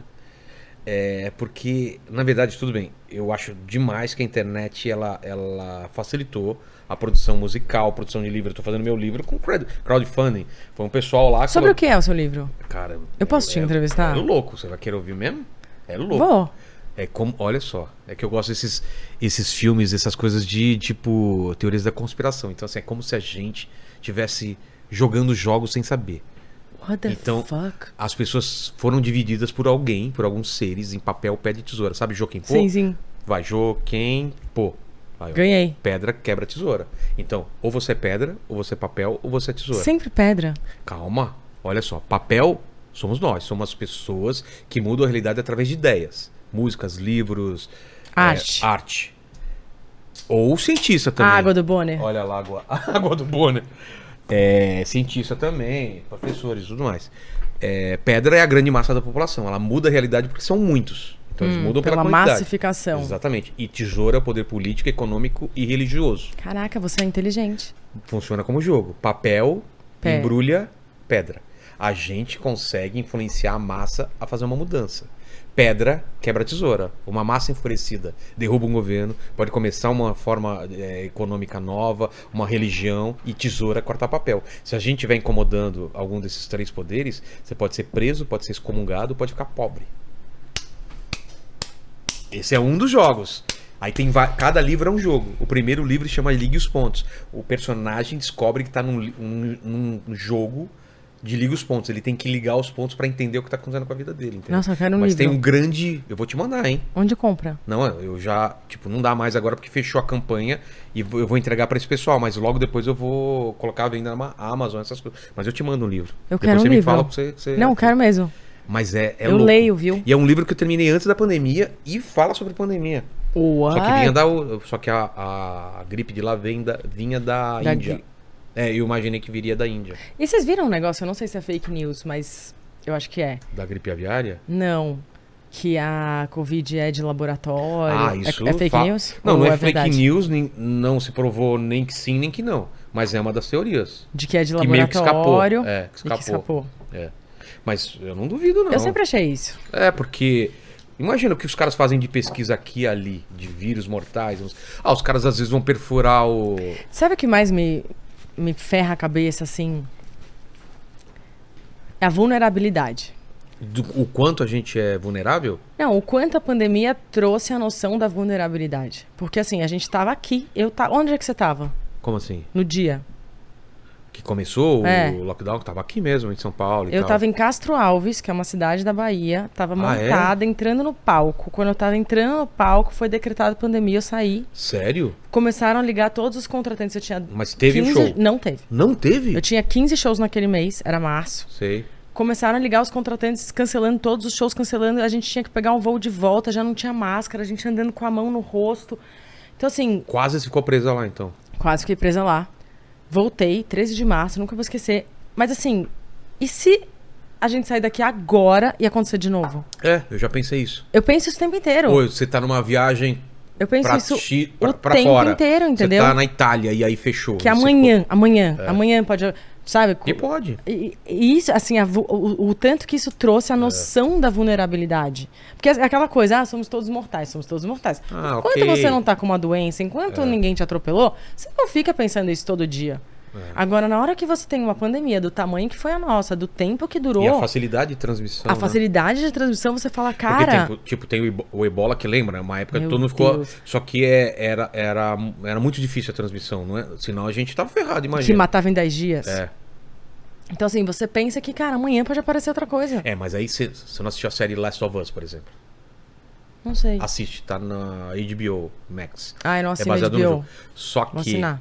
É porque, na verdade, tudo bem. Eu acho demais que a internet ela, ela facilitou a produção musical, a produção de livro. Eu tô fazendo meu livro com crowd- crowdfunding. Foi um pessoal lá que Sobre falou, o que é o seu livro? Cara, Eu posso te entrevistar? É louco. Você vai querer ouvir mesmo? É louco. Vou. É como, olha só, é que eu gosto desses esses filmes, essas coisas de tipo teorias da conspiração. Então assim, é como se a gente tivesse jogando jogos sem saber. What the Então, fuck? as pessoas foram divididas por alguém, por alguns seres em papel, pedra e tesoura. Sabe Jô, quem pô? Sim, sim. Vai Jô, quem pô. Vai, ó. Ganhei. Pedra, quebra, tesoura. Então, ou você é pedra, ou você é papel, ou você é tesoura. Sempre pedra. Calma, olha só, papel somos nós, somos as pessoas que mudam a realidade através de ideias, músicas, livros, Arte. é, arte. Ou cientista também. A água do Bonner. Olha lá, água, água do Bonner. É, cientista também, professores e tudo mais. É, pedra é a grande massa da população, ela muda a realidade porque são muitos. Então eles mudam pela, Pela quantidade. massificação. Exatamente. E tesoura é o poder político, econômico e religioso. Caraca, você é inteligente. Funciona como jogo. Papel, Pé. embrulha, pedra. A gente consegue influenciar a massa a fazer uma mudança. Pedra quebra tesoura. Uma massa enfurecida derruba um governo, pode começar uma forma é, econômica nova, uma religião, e tesoura corta papel. Se a gente estiver incomodando algum desses três poderes, você pode ser preso, pode ser excomungado, pode ficar pobre. Esse é um dos jogos. Aí tem va- cada livro é um jogo. O primeiro livro chama Ligue os Pontos. O personagem descobre que tá num, li- um- num jogo de liga os pontos. Ele tem que ligar os pontos pra entender o que tá acontecendo com a vida dele. Entendeu? Nossa, eu quero um Mas livro. tem um grande... Eu vou te mandar, hein? Onde compra? Não, eu já... Tipo, não dá mais agora porque fechou a campanha e eu vou entregar pra esse pessoal. Mas logo depois eu vou colocar a venda na Amazon, essas coisas. Mas eu te mando um livro. Eu depois quero você um me livro. fala pra você... você Não, quero mesmo. Mas é, é eu louco. leio, viu? E é um livro que eu terminei antes da pandemia e fala sobre pandemia. What? Só que vinha da, só que a, a gripe de lá vem da, vinha da, Da Índia. gri- É, eu imaginei que viria da Índia. E vocês viram um negócio? Eu não sei se é fake news, mas eu acho que é. Da gripe aviária? Não. Que a Covid é de laboratório. Ah, É- isso É, fake fa- news? Não, Ou não é, é fake verdade? news, nem, não se provou nem que sim, nem que não. Mas é uma das teorias. De que é de Que meio que escapou. laboratório. É, que E que escapou. escapou. É. Mas eu não duvido, não. Eu sempre achei isso. É, porque... Imagina o que os caras fazem de pesquisa aqui e ali, de vírus mortais. uns- Ah, os caras às vezes vão perfurar o... Sabe o que mais me, me ferra a cabeça, assim? É a vulnerabilidade. do- o quanto a gente é vulnerável? Não, o quanto a pandemia trouxe a noção da vulnerabilidade. Porque assim, a gente tava aqui. Eu ta... Onde é que você tava? Como assim? No dia. Que começou É. o lockdown, que tava aqui mesmo, em São Paulo e Eu tal. tava em Castro Alves, que é uma cidade da Bahia. Tava Ah, é? montada, entrando no palco. Quando eu tava entrando no palco, foi decretada pandemia, eu saí. Sério? Começaram a ligar todos os contratantes. Eu tinha Mas teve o quinze show? Não teve. Não teve? Eu tinha quinze shows naquele mês, era março. Sei. Começaram a ligar os contratantes, cancelando todos os shows, cancelando. A gente tinha que pegar um voo de volta, já não tinha máscara, a gente andando com a mão no rosto. Então, assim, Quase ficou presa lá, então. quase fiquei presa lá. Voltei, treze de março, nunca vou esquecer. Mas, assim, e se a gente sair daqui agora e acontecer de novo? É, eu já pensei isso. Eu penso isso o tempo inteiro. Ou você tá numa viagem Eu penso pra, isso chi- o pra, pra tempo fora. inteiro, entendeu? Você tá na Itália e aí fechou. Que E você amanhã, amanhã, amanhã pode... Sabe? ficou- E pode. E, e isso, assim, a vu- o, o tanto que isso trouxe a É. noção da vulnerabilidade. Porque é aquela coisa, ah, somos todos mortais, somos todos mortais. Ah, enquanto ok. você não tá com uma doença, enquanto ninguém te atropelou, você não fica pensando isso todo dia. É. Agora, na hora que você tem uma pandemia do tamanho que foi a nossa, do tempo que durou, E a a, facilidade de transmissão. né? facilidade de transmissão, você fala, Porque cara... tem, tipo, tem o ebo- o ebola que lembra, uma época Meu todo mundo ficou. Deus. Só que é, era, era, era muito difícil a transmissão, não é? Senão a gente tava ferrado, que imagina. matava em dez dias. É. Então, assim, você pensa que, cara, amanhã pode aparecer outra coisa. É, mas aí você você não assistiu a série Last of Us, por exemplo. Não sei. Assiste, tá na H B O Max. Ah, eu não É assino baseado H B no O. jogo. Só Vou que assinar.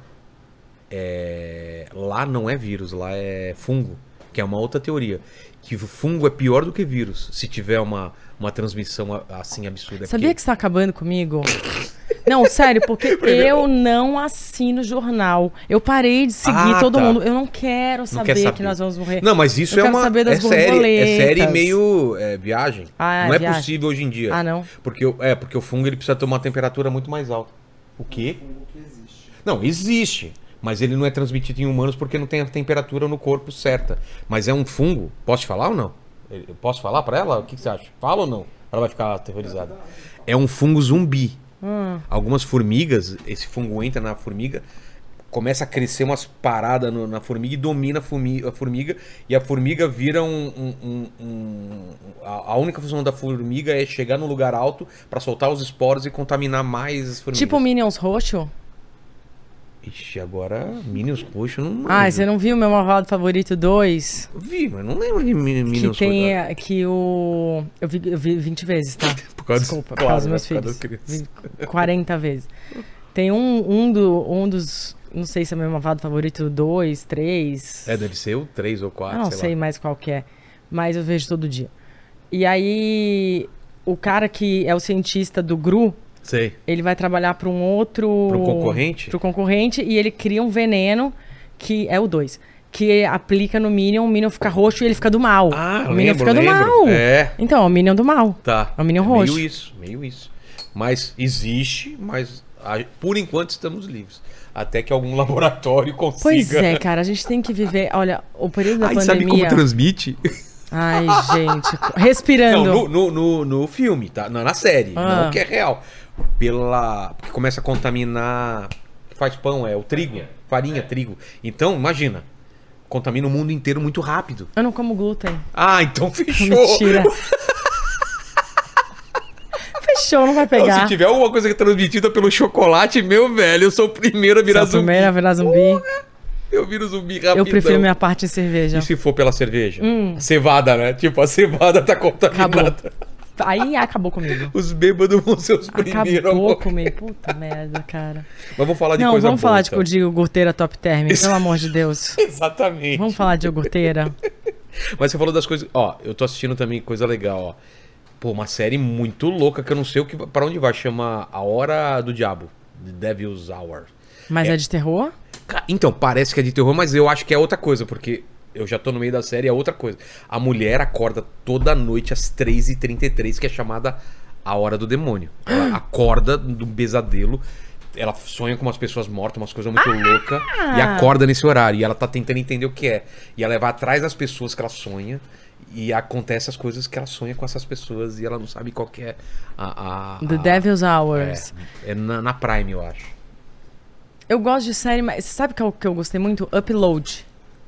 é, lá não é vírus, lá é fungo, que é uma outra teoria. Que o fungo é pior do que vírus, se tiver uma, uma transmissão a- assim absurda. É Sabia porque- que você tá acabando comigo? Não, sério, porque eu não assino jornal. Eu parei de seguir Ah, todo tá. mundo. Eu não quero Não saber, quer saber. que nós vamos morrer. Não, mas isso Eu é quero uma saber das é série, é borboletas. série meio é, viagem. Ah, é não é viagem. possível hoje em dia. Ah, não? Porque o- é porque o fungo ele precisa ter uma temperatura muito mais alta. O quê? Não, existe, mas ele não é transmitido em humanos porque não tem a temperatura no corpo certa. Mas é um fungo. Posso te falar ou não? Eu posso falar pra ela? O que que você acha? Fala ou não? Ela vai ficar aterrorizada. É um fungo zumbi. Hum. Algumas formigas, esse fungo entra na formiga, começa a crescer umas paradas no- na formiga e domina a formiga, a formiga e a formiga vira um... um- um- um- a, a única função da formiga é chegar num lugar alto pra soltar os esporos e contaminar mais as formigas. Tipo Minions roxo? Ixi, agora Minions roxo não Ah, lembro. você não viu meu malvado favorito dois? Vi, mas não lembro de Mi- Que Minions tem roxo. é, que o eu vi, eu vi vinte vezes, tá? Por causa dos- Desculpa, por claro, causa dos né, meus por causa filhos. das crianças. Vi quarenta vezes. Tem um, um, do, um dos, não sei se é meu malvado favorito, dois, três. É, deve ser o três ou quatro, Eu não sei, sei lá. mais qual que é, mas eu vejo todo dia. E aí, o cara que é o cientista do G R U, Sei. ele vai trabalhar para um outro... Pro concorrente? Pro concorrente, e ele cria um veneno, que é o dois, que aplica no Minion, o Minion fica roxo e ele fica do mal. Ah, o Minion lembro, fica do lembro. mal. É. Então, o Minion do mal. Tá. É o Minion É roxo. Meio isso, meio isso. Mas existe, mas a- por enquanto estamos livres. Até que algum laboratório consiga. Pois é, cara, a gente tem que viver... Olha, o período da Ai, pandemia... sabe como transmite? Ai, gente, respirando. Não, no, no, no, no filme, tá? Não, na série, Ah. não que é real. Pela. Porque começa a contaminar. Faz pão, é o trigo. Farinha, trigo. Então, imagina. Contamina o mundo inteiro muito rápido. Eu não como glúten. Ah, então fechou. Mentira. show não vai Não, pegar. se tiver alguma coisa que é transmitida pelo chocolate, meu velho, eu sou o primeiro a virar Sou a zumbi. primeira a virar zumbi. Eu viro zumbi rapidão. Eu prefiro minha parte em cerveja. E se for pela cerveja? Hum. Cevada, né? Tipo, a cevada tá contaminada. Aí acabou comigo. Os bêbados vão ser os primeiros. Acabou amor. comigo. Puta merda, cara. Mas vamos falar de Não, coisa vamos boa, falar de, então. de iogurteira top term, Isso. pelo amor de Deus. Exatamente. Vamos falar de iogurteira? Mas você falou das coisas... Ó, eu tô assistindo também coisa legal, ó. Pô, uma série muito louca que eu não sei o que, pra onde vai. Chama A Hora do Diabo. The Devil's Hour. Mas É. é, de terror? Ca- Então, parece que é de terror, mas eu acho que é outra coisa, porque eu já tô no meio da série, é outra coisa. A mulher acorda toda noite às três e trinta e três, que é chamada A Hora do Demônio. Ela acorda de um pesadelo, ela sonha com umas pessoas mortas, umas coisas muito loucas, e acorda nesse horário. E ela tá tentando entender o que é. E ela vai atrás das pessoas que ela sonha, e acontece as coisas que ela sonha com essas pessoas, e ela não sabe qual que é a... a- The a- Devil's Hours. É, é na, na Prime, eu acho. Eu gosto de série, mas você sabe que eu, que eu gostei muito? Upload.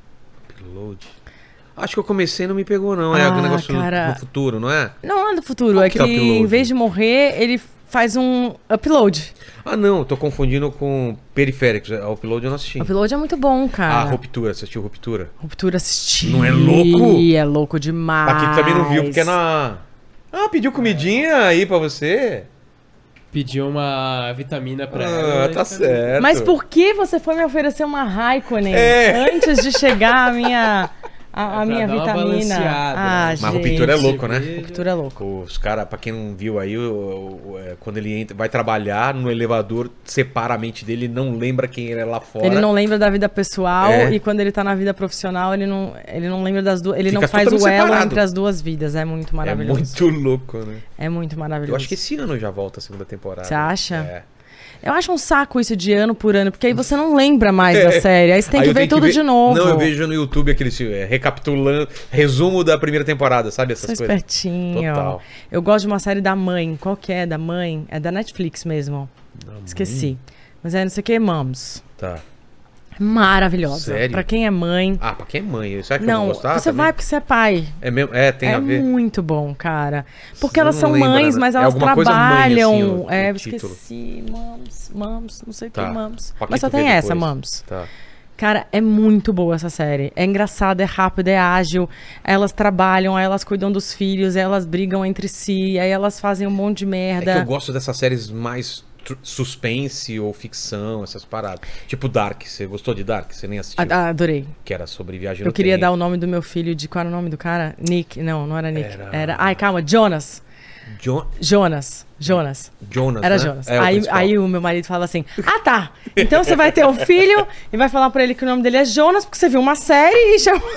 Upload. Acho que eu comecei e não me pegou, não. É Ah, o negócio do- cara. no futuro, não é? Não é do futuro, Qual é que que é ele, upload? em vez de morrer, ele faz um upload. Ah, não, tô confundindo com periféricos. A Upload eu não assisti. Upload é muito bom, Ah, cara. Ruptura, você assistiu Ruptura? Ruptura assisti. Não é louco? É louco demais. Aqui também não viu, porque é na... Ah, pediu comidinha aí pra você? Pediu uma vitamina pra Ah, ela. tá certo. Mas por que você foi me oferecer uma Raikkonen É. antes de chegar a minha, a, a É pra minha dar uma vitamina? balanceada. Ah, Mas Mas gente. Ruptura é louco, né? Ruptura é louco. Os caras, pra quem não viu aí, o- o- é, quando ele entra, vai trabalhar no elevador, separa a mente dele, ele não lembra quem ele é lá fora. Ele não lembra da vida pessoal É. e quando ele tá na vida profissional, ele não, ele não lembra das duas. Ele Fica não faz o totalmente elo separado. entre as duas vidas. É muito É maravilhoso. muito louco, né? É muito maravilhoso. Eu acho que esse ano já volta a segunda temporada. Você acha? É. Eu acho um saco isso de ano por ano, porque aí você não lembra mais da É. série. Aí você tem Aí que eu ver tenho tudo ver- de novo. Não, eu vejo no YouTube aquele é, recapitulando, resumo da primeira temporada, sabe essas Sou coisas? espertinho. Total. Eu gosto de uma série da mãe. Qual que é? Da mãe? É da Netflix mesmo. Da Esqueci. Mas é não sei o que, Moms. Tá. Maravilhosa. Sério? Pra quem é mãe. Ah, pra quem é mãe? Será que eu vou Não, gostar você também? vai porque você é pai. É, mesmo? É, tem é a ver. muito bom, cara. Porque Eu elas não são lembro, mães, né? mas É elas alguma coisa mãe, trabalham. assim, o- é, o eu título. esqueci. Moms, Moms, não sei o Tá. que, Moms. Pra que Mas só tu vê tem essa, depois? Moms. Tá. Cara, é muito boa essa série. É engraçada, é rápida, é ágil. Elas trabalham, aí elas cuidam dos filhos, aí elas brigam entre si, aí elas fazem um monte de É merda. que eu gosto dessas séries mais tr- suspense ou ficção, essas paradas. Tipo Dark. Você gostou de Dark? Você nem assistiu? Ah, adorei. Que era sobre viagem Eu no queria tempo. dar o nome do meu filho de. Qual era o nome do cara? Nick. Não, não era Nick. Era- Era. Ai, calma, Jonas. Jo- Jonas. Jonas. Jonas, Era né? Jonas. É, o aí, principal. aí o meu marido fala assim: Ah, tá. Então você vai ter um filho e vai falar pra ele que o nome dele é Jonas, porque você viu uma série e chamou.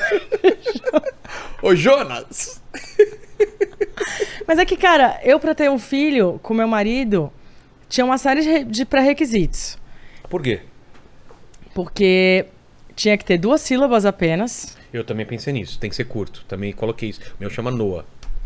Ô, Jonas! Mas é que, cara, eu pra ter um filho com meu marido, tinha uma série de re- de pré-requisitos. Por quê? Porque tinha que ter duas sílabas apenas. Eu também pensei nisso. Tem que ser curto. Também coloquei isso. O meu chama Noah.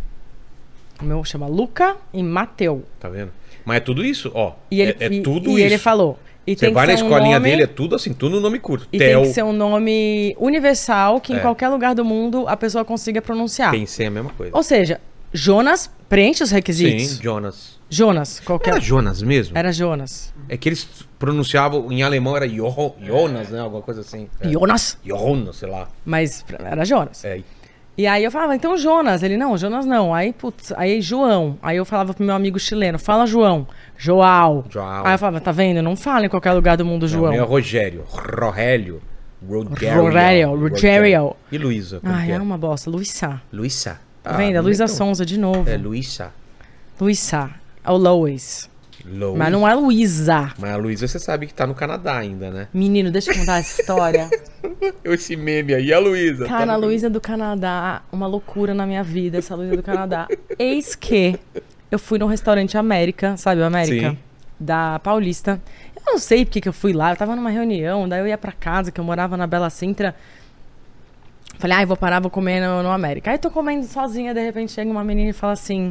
O meu chama Luca e Mateu. Tá vendo? Mas é tudo isso, ó. E ele, é, é e- tudo e isso. ele falou. E Você tem que vai na ser um escolinha nome- dele, é tudo assim, tudo no nome curto. E Theo. tem que ser um nome universal que em É. qualquer lugar do mundo a pessoa consiga pronunciar. Pensei a mesma coisa. Ou seja, Jonas preenche os requisitos. Sim, Jonas. Jonas, qualquer. Era Jonas mesmo? Era Jonas. É que eles pronunciavam, em alemão era Jo- Jonas, né? Alguma coisa assim. É. Jonas. Jonas, sei lá. Mas era Jonas. É. E aí eu falava, então Jonas. Ele, não, Jonas não. Aí, putz, aí João. Aí eu falava pro meu amigo chileno, fala João. João. João. Aí eu falava, tá vendo? Não fala em qualquer lugar do mundo Não, João. o meu é Rogério. Rogério. Rogério. Rogério, Rogério. E Luísa? como Ai, que é é? uma bosta. Luísa. Luísa. Tá vendo? A Luísa então. Sonza de novo. É Luísa. Luísa. É o Lois. Lou. Mas não é Luísa. Mas a Luísa você sabe que tá no Canadá ainda, né? Menino, deixa eu contar essa história. Esse meme aí, a Luísa. Cara, tá a no- Luísa do Canadá, uma loucura na minha vida, essa Luísa do Canadá. Eis que eu fui no restaurante América, sabe o América? Sim. Da Paulista. Eu não sei porque que eu fui lá, eu tava numa reunião, daí eu ia pra casa, que eu morava na Bela Sintra. Falei, ai, vou parar, vou comer no, no América. Aí tô comendo sozinha, de repente chega uma menina e fala assim: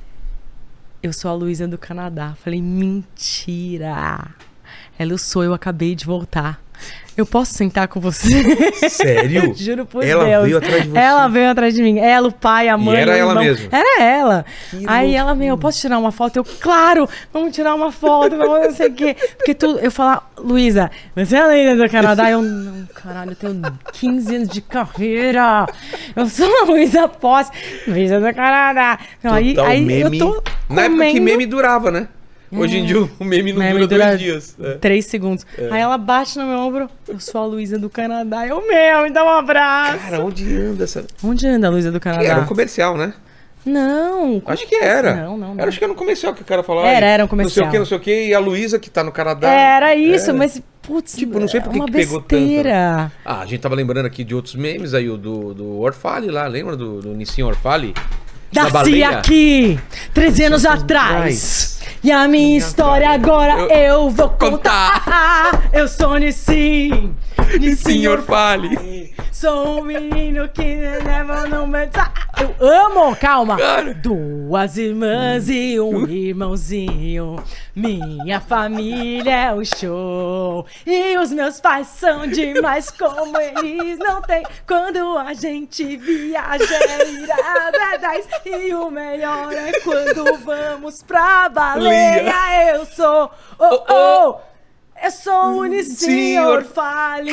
Eu sou a Luísa do Canadá. Falei, mentira. Ela, eu sou, eu acabei de voltar. eu posso sentar com você? Sério? Juro por Ela Deus. veio atrás de você? Ela veio atrás de mim. Ela, o pai, a mãe, era o ela irmão. mesmo? Era ela. Que Aí ela, meu, eu posso tirar uma foto? Eu, claro, vamos tirar uma foto, vamos não sei o quê. Porque tudo, eu falar, Luísa, você é a Luísa do Canadá? Eu, não, caralho, eu tenho quinze anos de carreira. Eu sou a Luísa Posse, Luísa do Canadá. Não, aí, Total aí meme. eu tô Na época que comendo- meme durava, né? Hoje em dia o meme não Meme dura, dura dois dias. É. Três segundos. Aí ela bate no meu ombro. Eu sou a Luísa do Canadá. Eu, meu, me dá um abraço. Cara, onde anda essa... Onde anda a Luísa do Canadá? Era um comercial, né? Não. como Acho que era. Não, não, não. Era, acho que era um comercial que o cara falava. Era, "Ai, era um Não sei comercial. o que, não sei o que. E a Luísa, que tá no Canadá. Era isso, É. mas, putz, Tipo, não sei por que uma que pegou tanto, besteira. Ah, a gente tava lembrando aqui de outros memes aí, o do, do Orfale lá. Lembra do, do Nissin Orfale? Da Nasci baleia? aqui, treze anos atrás. E a minha história agora eu, Eu- vou contar. Eu sou Nissim. Nissim Orfale. Sou um menino que leva no meu... Eu amo, calma. Cara. Duas irmãs e um irmãozinho. Minha família é um show. E os meus pais são demais, como eles não têm. Quando a gente viaja é irado, é dez. E o melhor é quando vamos pra baleia. Eu sou... Oh, oh. Eu sou o Nissim Orfale.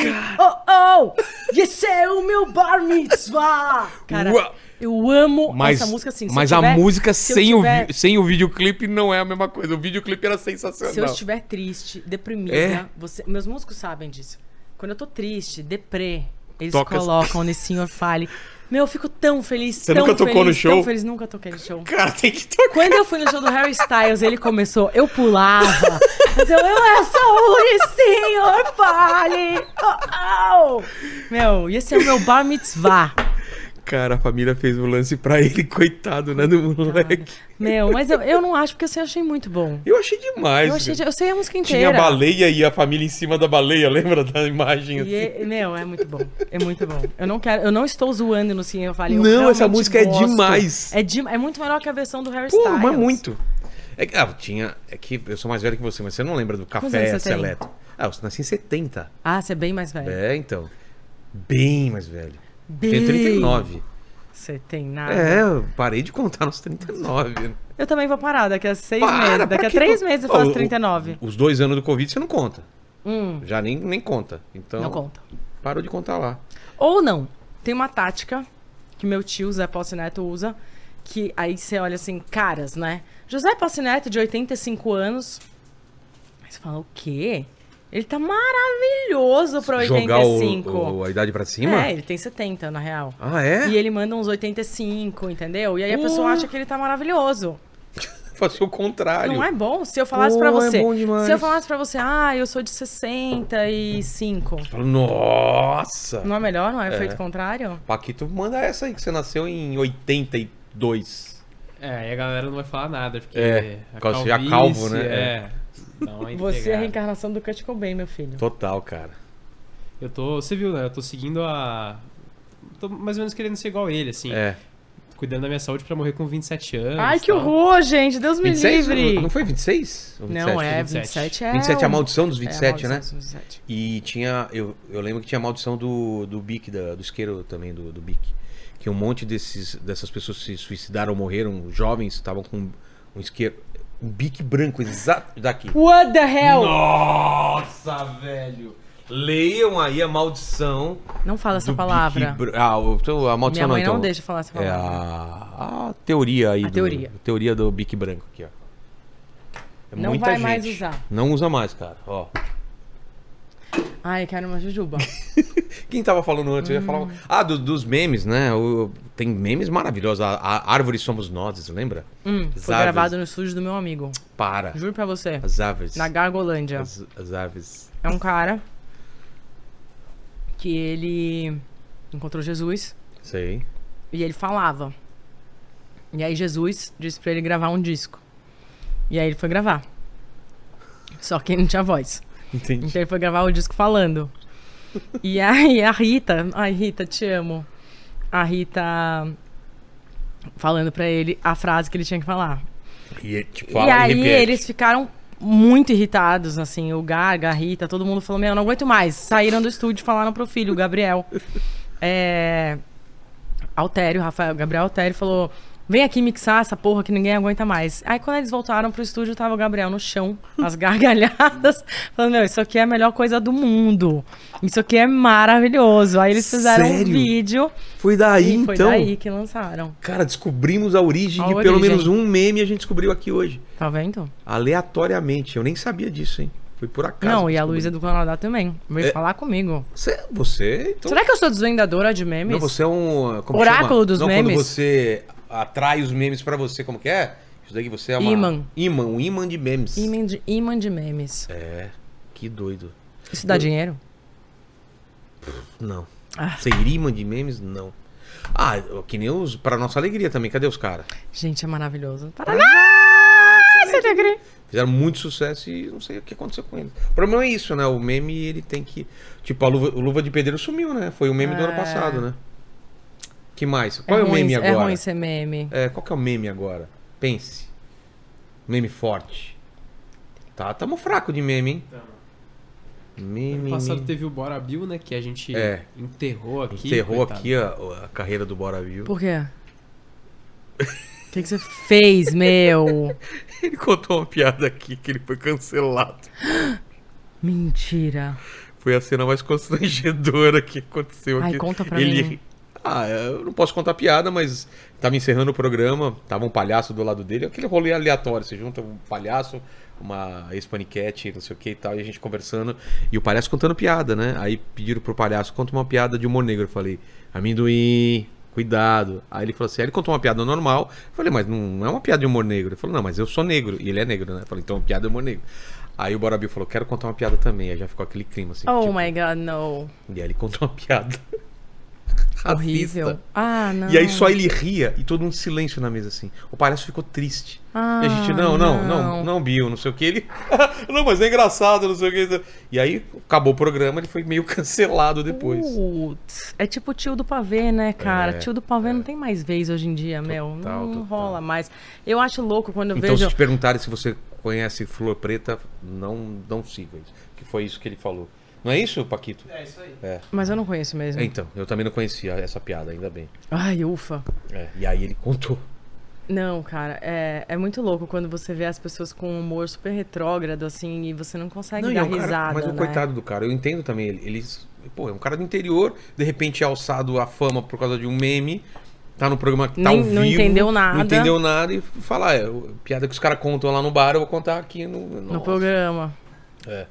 Oh, oh. E esse é o meu bar mitzvah. Cara, Uau. eu amo Mas, essa música assim. se mas eu a tiver- música se eu sem, tiver- o, vi- sem o videoclipe não é a mesma coisa. O videoclipe era sensacional. Se eu estiver triste, deprimida, É? você, meus músicos sabem disso. Quando eu tô triste, deprê, eles Toca- colocam Nissim Orfale. Meu, eu fico tão feliz, Você tão nunca tocou feliz, no show? tão feliz. Nunca toquei no show. Cara, tem que tocar. Quando eu fui no show do Harry Styles, ele começou, eu pulava. Mas eu, eu, eu sou o Nissim Orfale. Oh, oh. Meu, e esse é o meu bar mitzvah. Cara, a família fez o lance pra ele, coitado, né, do moleque. Meu, mas eu, eu não acho, porque eu achei muito bom. Eu achei demais. Eu, achei, velho. eu sei a música Tinha inteira. a baleia e a família em cima da baleia, lembra da imagem? E assim? é- meu, é muito bom. É muito bom. Eu não quero, eu não estou zoando no Sim, eu falei. eu Não, essa realmente música é gosto. demais. É, de, é muito melhor que a versão do Harry Pô, Styles. mas muito. É que, ah, tinha. É que eu sou mais velho que você, mas você não lembra do Quantos Café anos você tem? Seleto. Ah, você nasceu em setenta. Ah, você é bem mais velho. É, então. Bem mais velho. Bem. Tenho trinta e nove. Você tem nada. É, eu parei de contar nos trinta e nove. Eu também vou parar daqui a seis Para, meses. pra Daqui a que três co- meses eu Ó, faço o- trinta e nove. Os dois anos do Covid você não conta. Hum, Já nem, nem conta. Então, não conta. parou de contar lá. Ou não. Tem uma tática que meu tio, Zé Posse Neto, usa. Que aí você olha assim, caras, né? José Posse Neto, de oitenta e cinco anos. Aí você fala, o quê? Ele tá maravilhoso pra Jogar oitenta e cinco. o, o- a idade pra cima? É, ele tem setenta, na real. Ah, é? E ele manda uns oitenta e cinco, entendeu? E aí a Uh. pessoa acha que ele tá maravilhoso. Fazer o contrário. Não é bom? Se eu falasse Pô, pra é você. bom demais. Se eu falasse pra você, ah, eu sou de sessenta e cinco. Fala, nossa! Não é melhor? Não é o É. efeito contrário? Paquito, manda essa aí, que você nasceu em oitenta e dois. É, aí a galera não vai falar nada, porque É, a por causa de calvície, já calvo, né? É. Dá uma Você é a entregada. reencarnação do Kurt Cobain, meu filho. Total, cara. Eu tô, você viu, né? Eu tô seguindo a... Tô mais ou menos querendo ser igual ele, assim. É. Cuidando da minha saúde pra morrer com vinte e sete anos. Ai, que tal. horror, gente. Deus me vinte e seis? livre. Não, não foi vinte e seis? Ou Não, é, vinte e sete. vinte e sete é. vinte e sete é a o- maldição dos vinte e sete, é a né? maldição dos vinte e sete. E tinha. Eu, eu lembro que tinha a maldição do, do Bic, da- do isqueiro também, do, do Bic. Que um monte desses, dessas pessoas se suicidaram, morreram, jovens, estavam com um isqueiro. Um bique branco, exato daqui. What the hell? Nossa, velho! Leiam aí a maldição. Não fala essa do palavra. Bic br- ah, o- então, a maldição Minha mãe não, então. não deixa falar essa É palavra. a, a teoria aí. A do, teoria. a teoria do bique branco aqui, ó. É Não muita vai gente. mais usar. Não usa mais, cara. Ó. Ai, eu quero uma jujuba. Quem tava falando antes? Eu ia falar. Ah, do- dos memes, né? O- tem memes maravilhosos. A, a Árvore Somos Nós, lembra? Hum, As foi aves. gravado no estúdio do meu amigo. Para. Juro pra você. As aves. Na Gargolândia. As, as aves. É um cara que ele encontrou Jesus Sei. e ele falava. E aí Jesus disse pra ele gravar um disco. E aí ele foi gravar. Só que ele não tinha voz. Entendi. Então ele foi gravar o disco falando. E aí a Rita, ai Rita, te amo. A Rita falando pra ele a frase que ele tinha que falar. E, tipo, e fala, aí repete. eles ficaram muito irritados, assim, o Gaga, a Rita, todo mundo falou, meu, eu não aguento mais. Saíram do estúdio e falaram pro filho, o Gabriel. É... Altério, Rafael, Gabriel Altério falou, vem aqui mixar essa porra que ninguém aguenta mais. Aí quando eles voltaram pro estúdio, tava o Gabriel no chão, as gargalhadas, falando, meu, isso aqui é a melhor coisa do mundo. Isso aqui é maravilhoso. Aí eles fizeram Sério? um vídeo. Foi daí, e foi então? daí que lançaram. Cara, descobrimos a origem A de pelo origem. menos um meme a gente descobriu aqui hoje. Tá vendo? Aleatoriamente. Eu nem sabia disso, hein? Foi por acaso. Não, que e a descobri. Luísa do Canadá também. Veio É. falar comigo. Você, você então... Será que eu sou desvendadora de memes? Não, você é um... Como Oráculo chama? dos Não, memes? quando você atrai os memes pra você, como que é? Isso daqui você é uma... Imã. Imã, um imã de memes. Imã de, imã de memes. É, que doido. Isso dá Eu- dinheiro? Não. Ah. Ser imã de memes, não. Ah, que nem os... Pra nossa alegria também. Cadê os caras? Gente, é maravilhoso. Paraná! Você te agree? Fizeram muito sucesso e não sei o que aconteceu com eles. O problema é isso, né? O meme, ele tem que... Tipo, a luva, o Luva de Pedreiro sumiu, né? Foi o meme do É. ano passado, né? Que mais? Qual é, o ruim, meme agora? É ruim ser meme. É, qual que é o meme agora? Pense. Meme forte. Tá, tamo fraco de meme, hein? Meme. Ano passado meme. teve o Bora Bill, né? Que a gente É. enterrou aqui. Enterrou coitado. aqui a, a carreira do Bora Viu. Por quê? O que, que você fez, meu? Ele contou uma piada aqui que ele foi cancelado. Mentira. Foi a cena mais constrangedora que aconteceu Ai, aqui. conta pra ele... mim. Ah, eu não posso contar piada, mas tava encerrando o programa, tava um palhaço do lado dele, aquele rolê aleatório, você junta um palhaço, uma ex-paniquete, não sei o que e tal, e a gente conversando, e o palhaço contando piada, né? Aí pediram pro palhaço, conta uma piada de humor negro, eu falei, amendoim, cuidado. Aí ele falou assim, aí ele contou uma piada normal, eu falei, mas não é uma piada de humor negro. Ele falou, não, mas eu sou negro, e ele é negro, né? Eu falei, então piada de humor negro. Aí o Bora Bill falou, quero contar uma piada também, aí já ficou aquele clima assim. Oh tipo, my god, no. E aí ele contou uma piada. Horrível. racista. Ah, não. E aí só ele ria e todo um silêncio na mesa assim. O palhaço ficou triste. Ah, e a gente, não, não, não, não. não, Bill, não sei o que. Ele, não, mas é engraçado, não sei o que. E aí acabou o programa, ele foi meio cancelado depois. Putz, é tipo o tio do pavê, né, cara? É, tio do pavê não tem mais vez hoje em dia, meu. Total, Não total. rola mais. Eu acho louco quando eu Então, vejo. se te perguntarem se você conhece Flor Preta, não, não siga isso. Que foi isso que ele falou. Não é isso, Paquito? É isso aí. É. Mas eu não conheço mesmo. Então, eu também não conhecia essa piada, ainda bem. Ai, ufa. É, e aí ele contou. Não, cara, é, é muito louco quando você vê as pessoas com um humor super retrógrado, assim, e você não consegue Não, e dar é um cara- risada, mas o né? coitado do cara, eu entendo também. ele- Eles. Pô, é um cara do interior, de repente é alçado à fama por causa de um meme. Tá no programa que tá Nem- ao vivo. não entendeu nada. Não entendeu nada e fala, é, o- piada que os caras contam lá no bar, eu vou contar aqui no. No Nossa. programa. É.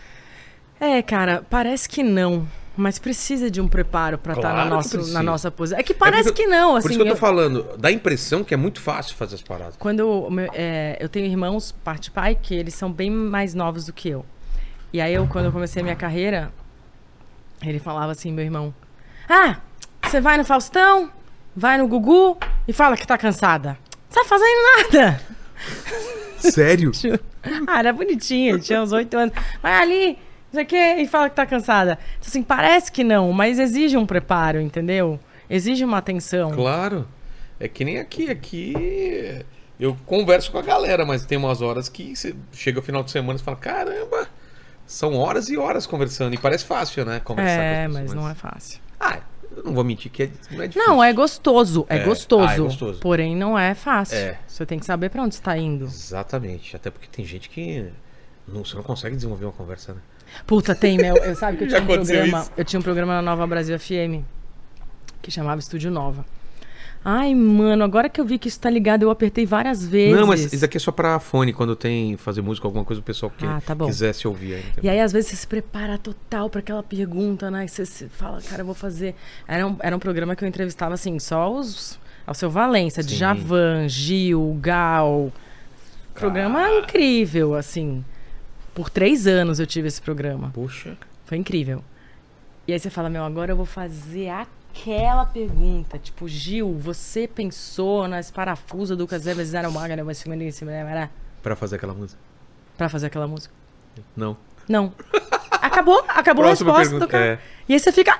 É, cara, parece que não. Mas precisa de um preparo pra estar Claro na, que nossa, precisa. na nossa posição. É que parece É por isso- que não, assim. Por isso que eu tô eu- falando, dá a impressão que é muito fácil fazer as paradas. Quando o meu- é, eu tenho irmãos, parte pai, que eles são bem mais novos do que eu. E aí, eu, quando eu comecei a minha carreira, ele falava assim, meu irmão, ah, você vai no Faustão, vai no Gugu e fala que tá cansada. Não tá fazendo nada. Sério? Ah, era bonitinho, ele tinha uns oito anos. Vai ali, não sei o quê, e fala que tá cansada. Então, assim, parece que não, mas exige um preparo, entendeu? Exige uma atenção. Claro. É que nem aqui. Aqui eu converso com a galera, mas tem umas horas que você chega o final de semana e fala, caramba, são horas e horas conversando. E parece fácil, né? Conversar com É, as mas pessoas, não é fácil. Ah, eu não vou mentir que é, não é difícil. Não, é gostoso, é, É. gostoso, Ah, é gostoso. porém não é fácil. É. Você tem que saber pra onde você tá indo. Exatamente. Até porque tem gente que não, você não consegue desenvolver uma conversa, né? Puta, tem, meu. Eu sabe que eu Já tinha um aconteceu programa. isso? Eu tinha um programa na Nova Brasil F M que chamava Estúdio Nova. Ai, mano, agora que eu vi que isso tá ligado, eu apertei várias vezes. Não, mas isso aqui é só pra fone, quando tem fazer música, alguma coisa, o pessoal que Ah, tá bom. quiser se ouvir aí. E aí, às vezes, você se prepara total pra aquela pergunta, né? Você se fala, cara, eu vou fazer. Era um, era um programa que eu entrevistava, assim, só os. Alceu Valença, Sim. Djavan, Gil, Gal. Programa Cara. incrível, assim. Por três anos eu tive esse programa. Puxa. Foi incrível. E aí você fala, meu, agora eu vou fazer aquela pergunta. Tipo, Gil, você pensou nas parafusas do Casemiro Pra fazer aquela música. pra fazer aquela música? Não. Não. Acabou, acabou Próxima a resposta pergunta, do cara. é. E aí você fica.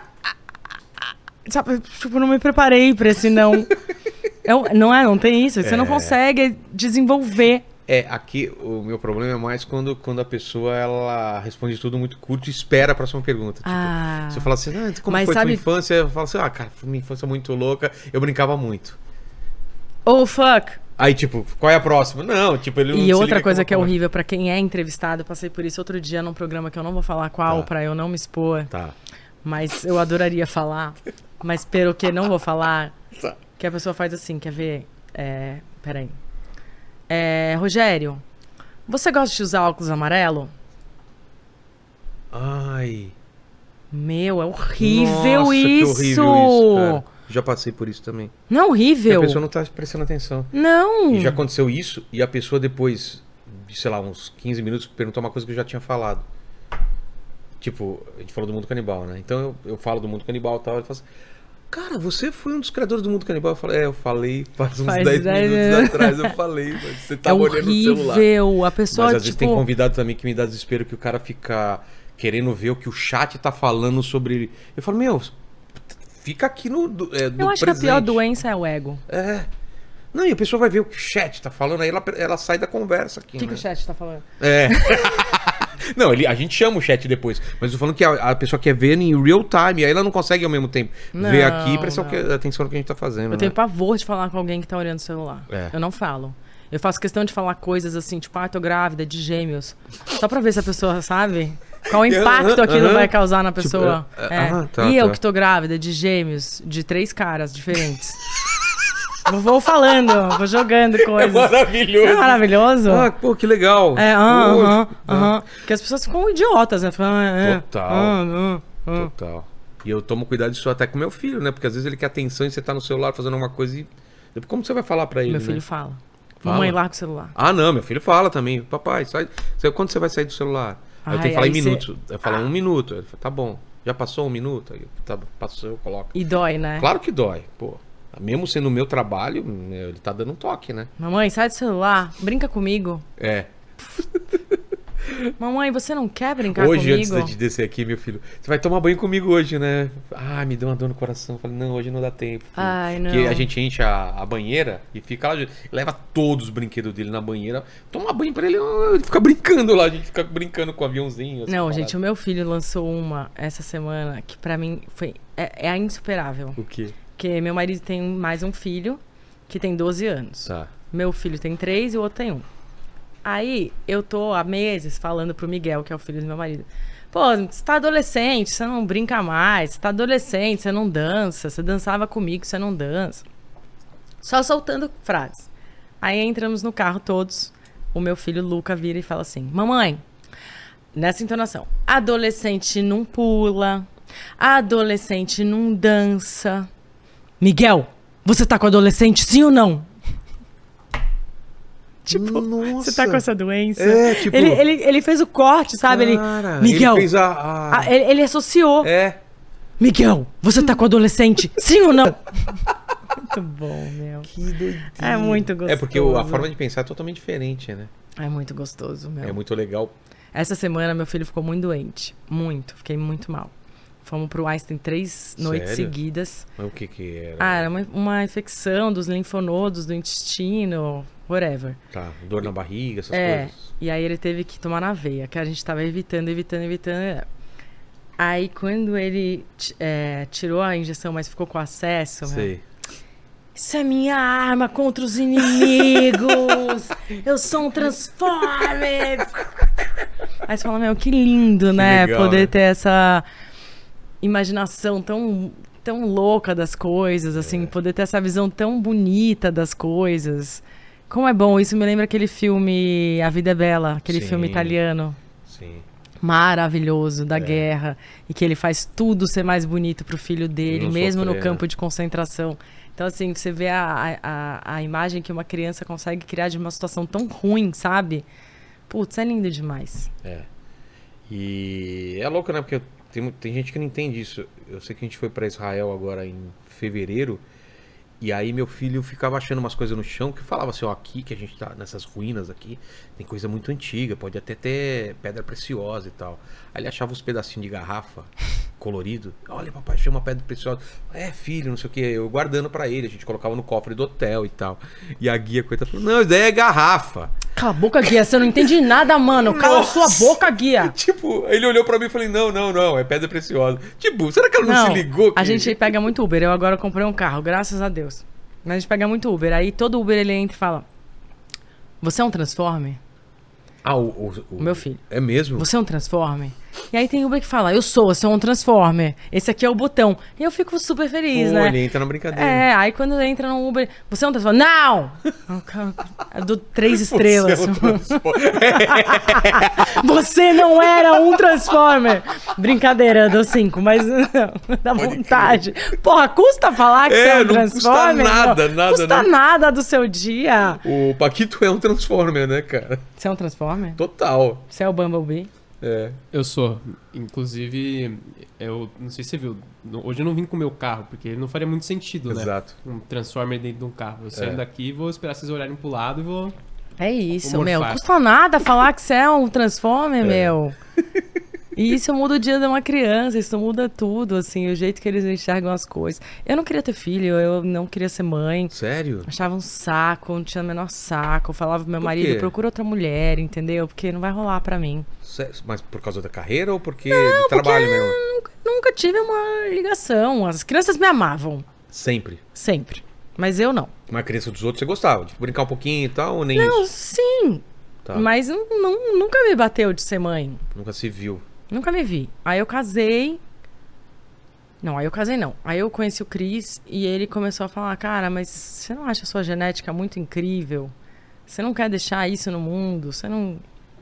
Sabe, tipo, não me preparei pra esse não. É um- não é, não tem isso. Você não É. consegue desenvolver. É, aqui o meu problema é mais quando, quando a pessoa ela responde tudo muito curto e espera a próxima pergunta. Tipo, Ah. você fala assim, ah, como Mas foi sabe- tua infância? Eu falo assim, ah, cara, foi minha infância muito louca, eu brincava muito. Oh, fuck! Aí, tipo, qual é a próxima? Não, tipo, ele não E se outra liga coisa eu que é vou falar. horrível pra quem é entrevistado, eu passei por isso outro dia num programa que eu não vou falar qual, Tá. pra eu não me expor, Tá. mas eu adoraria falar, mas pelo que não vou falar, Tá. que a pessoa faz assim, quer ver? É, peraí. É, Rogério, você gosta de usar óculos amarelo? Ai. Meu, é horrível Nossa, que isso! horrível isso, cara. Já passei por isso também. Não é E a horrível? pessoa não tá prestando atenção. Não! E já aconteceu isso, e a pessoa depois, de, sei lá, uns quinze minutos, perguntou uma coisa que eu já tinha falado. Tipo, a gente falou do mundo canibal, né? Então eu, eu falo do mundo canibal e tal, ele fala assim, cara, você foi um dos criadores do mundo canibal? Eu falei, é, eu falei faz uns Faz dez dez minutos minutos. atrás, eu falei, mas você É tava olhando no celular. horrível! A pessoa, Mas às vezes tipo... tem convidado também que me dá desespero que o cara fica querendo ver o que o chat tá falando sobre... Eu falo, meu, fica aqui no, do- é, no Eu acho presente. que a pior doença é o ego. É. Não, e a pessoa vai ver o que o chat tá falando, aí ela, ela sai da conversa aqui, O que, né? que o chat tá falando? É. Não, ele, a gente chama o chat depois, mas eu tô falando que a, a pessoa quer ver em real time, aí ela não consegue ao mesmo tempo ver Não, aqui e prestar não. o que- atenção no que a gente tá fazendo, Eu né? tenho pavor de falar com alguém que tá olhando o celular. É. Eu não falo. Eu faço questão de falar coisas assim, tipo, ah, tô grávida, de gêmeos. Só pra ver se a pessoa sabe qual o impacto aquilo Aham. vai causar na pessoa. Tipo, É. ah, tá, e eu tá. que tô grávida, de gêmeos, de três caras diferentes. Eu vou falando, vou jogando É coisas. maravilhoso. Não é maravilhoso? Ah, pô, que legal. É, aham, Pô, aham, tipo, aham. Porque as pessoas ficam idiotas, né? Ficam, é, é, Total. ah, ah, ah. Total. E eu tomo cuidado disso até com meu filho, né? Porque às vezes ele quer atenção e você tá no celular fazendo alguma coisa e... Como você vai falar pra ele, Meu né? filho fala. Fala? Mamãe, larga o celular. Ah, não, meu filho fala também. Papai, sai... você- quando você vai sair do celular? Aí eu Ai, tenho que falar em aí cê- minutos. Eu falo um minuto. Ele fala, tá bom. Já passou um minuto? Aí eu, tá, passou, eu coloco. E dói, né? Claro que dói, pô. Mesmo sendo o meu trabalho, ele tá dando um toque, né? Mamãe, sai do celular, brinca comigo. É. Mamãe, você não quer brincar Hoje, comigo? antes de descer aqui, meu filho, você vai tomar banho comigo hoje, né? Ah, me deu uma dor no coração. Eu falei, não, hoje não dá tempo. filho. Ai, não. Porque a gente enche a, a banheira e fica lá, leva todos os brinquedos dele na banheira, toma banho pra ele, ele fica brincando lá, a gente fica brincando com o aviãozinho. essa Não, parada. gente, o meu filho lançou uma essa semana que pra mim foi é, é a insuperável. O quê? Porque meu marido tem mais um filho que tem doze anos. Tá. Meu filho tem três e o outro tem um. Aí eu tô há meses falando pro Miguel, que é o filho do meu marido. Pô, você tá adolescente, você não brinca mais. Você tá adolescente, você não dança. Você dançava comigo, você não dança. Só soltando frases. Aí entramos no carro todos. O meu filho Luca vira e fala assim: mamãe, nessa entonação, adolescente não pula, adolescente não dança. Miguel, você tá com adolescente, sim ou não? Tipo, Nossa. você tá com essa doença? É, tipo- Ele, ele, ele fez o corte, sabe? Cara, ele. Miguel. Ele fez a. a- Ah, ele, ele associou. É. Miguel, você tá com adolescente? Sim ou não? Muito bom, meu. Que doideira. É muito gostoso. É porque o- a forma de pensar é totalmente diferente, né? É muito gostoso, meu. É muito legal. Essa semana meu filho ficou muito doente. Muito. Fiquei muito mal. Fomos pro Einstein três noites Sério? seguidas. Mas o que que era? Ah, era uma, uma infecção dos linfonodos, do intestino, whatever. Tá, dor na barriga, essas É, coisas. e aí ele teve que tomar na veia, que a gente tava evitando, evitando, evitando. Aí quando ele t- é, tirou a injeção, mas ficou com acesso, meu, Sei. isso é minha arma contra os inimigos! Eu sou um Transformer! Aí você fala, meu, que lindo, né? legal, Poder né? ter essa imaginação tão, tão louca das coisas, assim, poder ter essa visão tão bonita das coisas. Como é bom, isso me lembra aquele filme A Vida é Bela, aquele Sim. filme italiano. Sim. Maravilhoso, da É. guerra. E que ele faz tudo ser mais bonito pro filho dele, Não mesmo no sofrer, campo né? de concentração. Então, assim, você vê a, a, a imagem que uma criança consegue criar de uma situação tão ruim, sabe? Putz, é lindo demais. É. E é louco, né? Porque tem, mu- tem gente que não entende isso. Eu sei que a gente foi pra Israel agora em fevereiro. E aí meu filho ficava achando umas coisas no chão que falava assim, ó, aqui que a gente tá nessas ruínas aqui, tem coisa muito antiga, pode até ter pedra preciosa e tal. Aí ele achava uns pedacinhos de garrafa colorido. Olha, papai, achei uma pedra preciosa. É, filho, não sei o que, eu guardando pra ele, a gente colocava no cofre do hotel e tal. E a guia, coitada, falou, não, isso daí é garrafa. Cala a boca, guia. Você não entende nada, mano. Cala Nossa. sua boca, guia. Tipo, ele olhou pra mim e falei, não, não, não, é pedra preciosa. Tipo, será que ela não, Não, se ligou? a que- gente pega muito Uber. Eu agora comprei um carro, graças a Deus. Mas a gente pega muito Uber. Aí todo Uber ele entra e fala: você é um Transformer? Ah, o, o, O meu filho. É mesmo? Você é um Transformer? E aí tem Uber que fala: eu sou, eu sou um Transformer. Esse aqui é o botão. E eu fico super feliz, Pô, né? ele entra na brincadeira. É, aí quando entra no Uber, você é um Transformer? Não! Eu dou três estrelas. Você é um Transformer. Você não era um Transformer. Brincadeira, eu dou cinco, mas não, dá Pode vontade. Porra, custa falar que É, você é um não custa Transformer? nada, Não, nada, Custa né? nada do seu dia. O Paquito é um Transformer, né, cara? Você é um Transformer? Total. Você é o Bumblebee? É. Eu sou. Inclusive, eu não sei se você viu. Hoje eu não vim com o meu carro, porque não faria muito sentido, né? Exato. Um Transformer dentro de um carro. Eu saio É. daqui, vou esperar vocês olharem pro lado e vou. É isso, Vou meu. morfar. Custa nada falar que você é um É. Transformer, meu. E isso muda o dia de uma criança, isso muda tudo, assim, o jeito que eles enxergam as coisas. Eu não queria ter filho, eu não queria ser mãe. Sério? Achava um saco, não tinha o menor saco. Eu falava pro meu Por marido: quê? procura outra mulher, entendeu? Porque não vai rolar pra mim. Sé- Mas por causa da carreira ou porque do trabalho mesmo? Nunca, nunca tive uma ligação. As crianças me amavam, Sempre. sempre. Mas eu não. Uma criança dos outros você gostava? De brincar um pouquinho e tal, ou nem Não, isso? sim. Tá. Mas não, não- nunca me bateu de ser mãe. Nunca se viu. Nunca me vi. Aí eu casei. Não, aí eu casei não. Aí eu conheci o Cris e ele começou a falar: cara, mas você não acha a sua genética muito incrível? Você não quer deixar isso no mundo? Você não.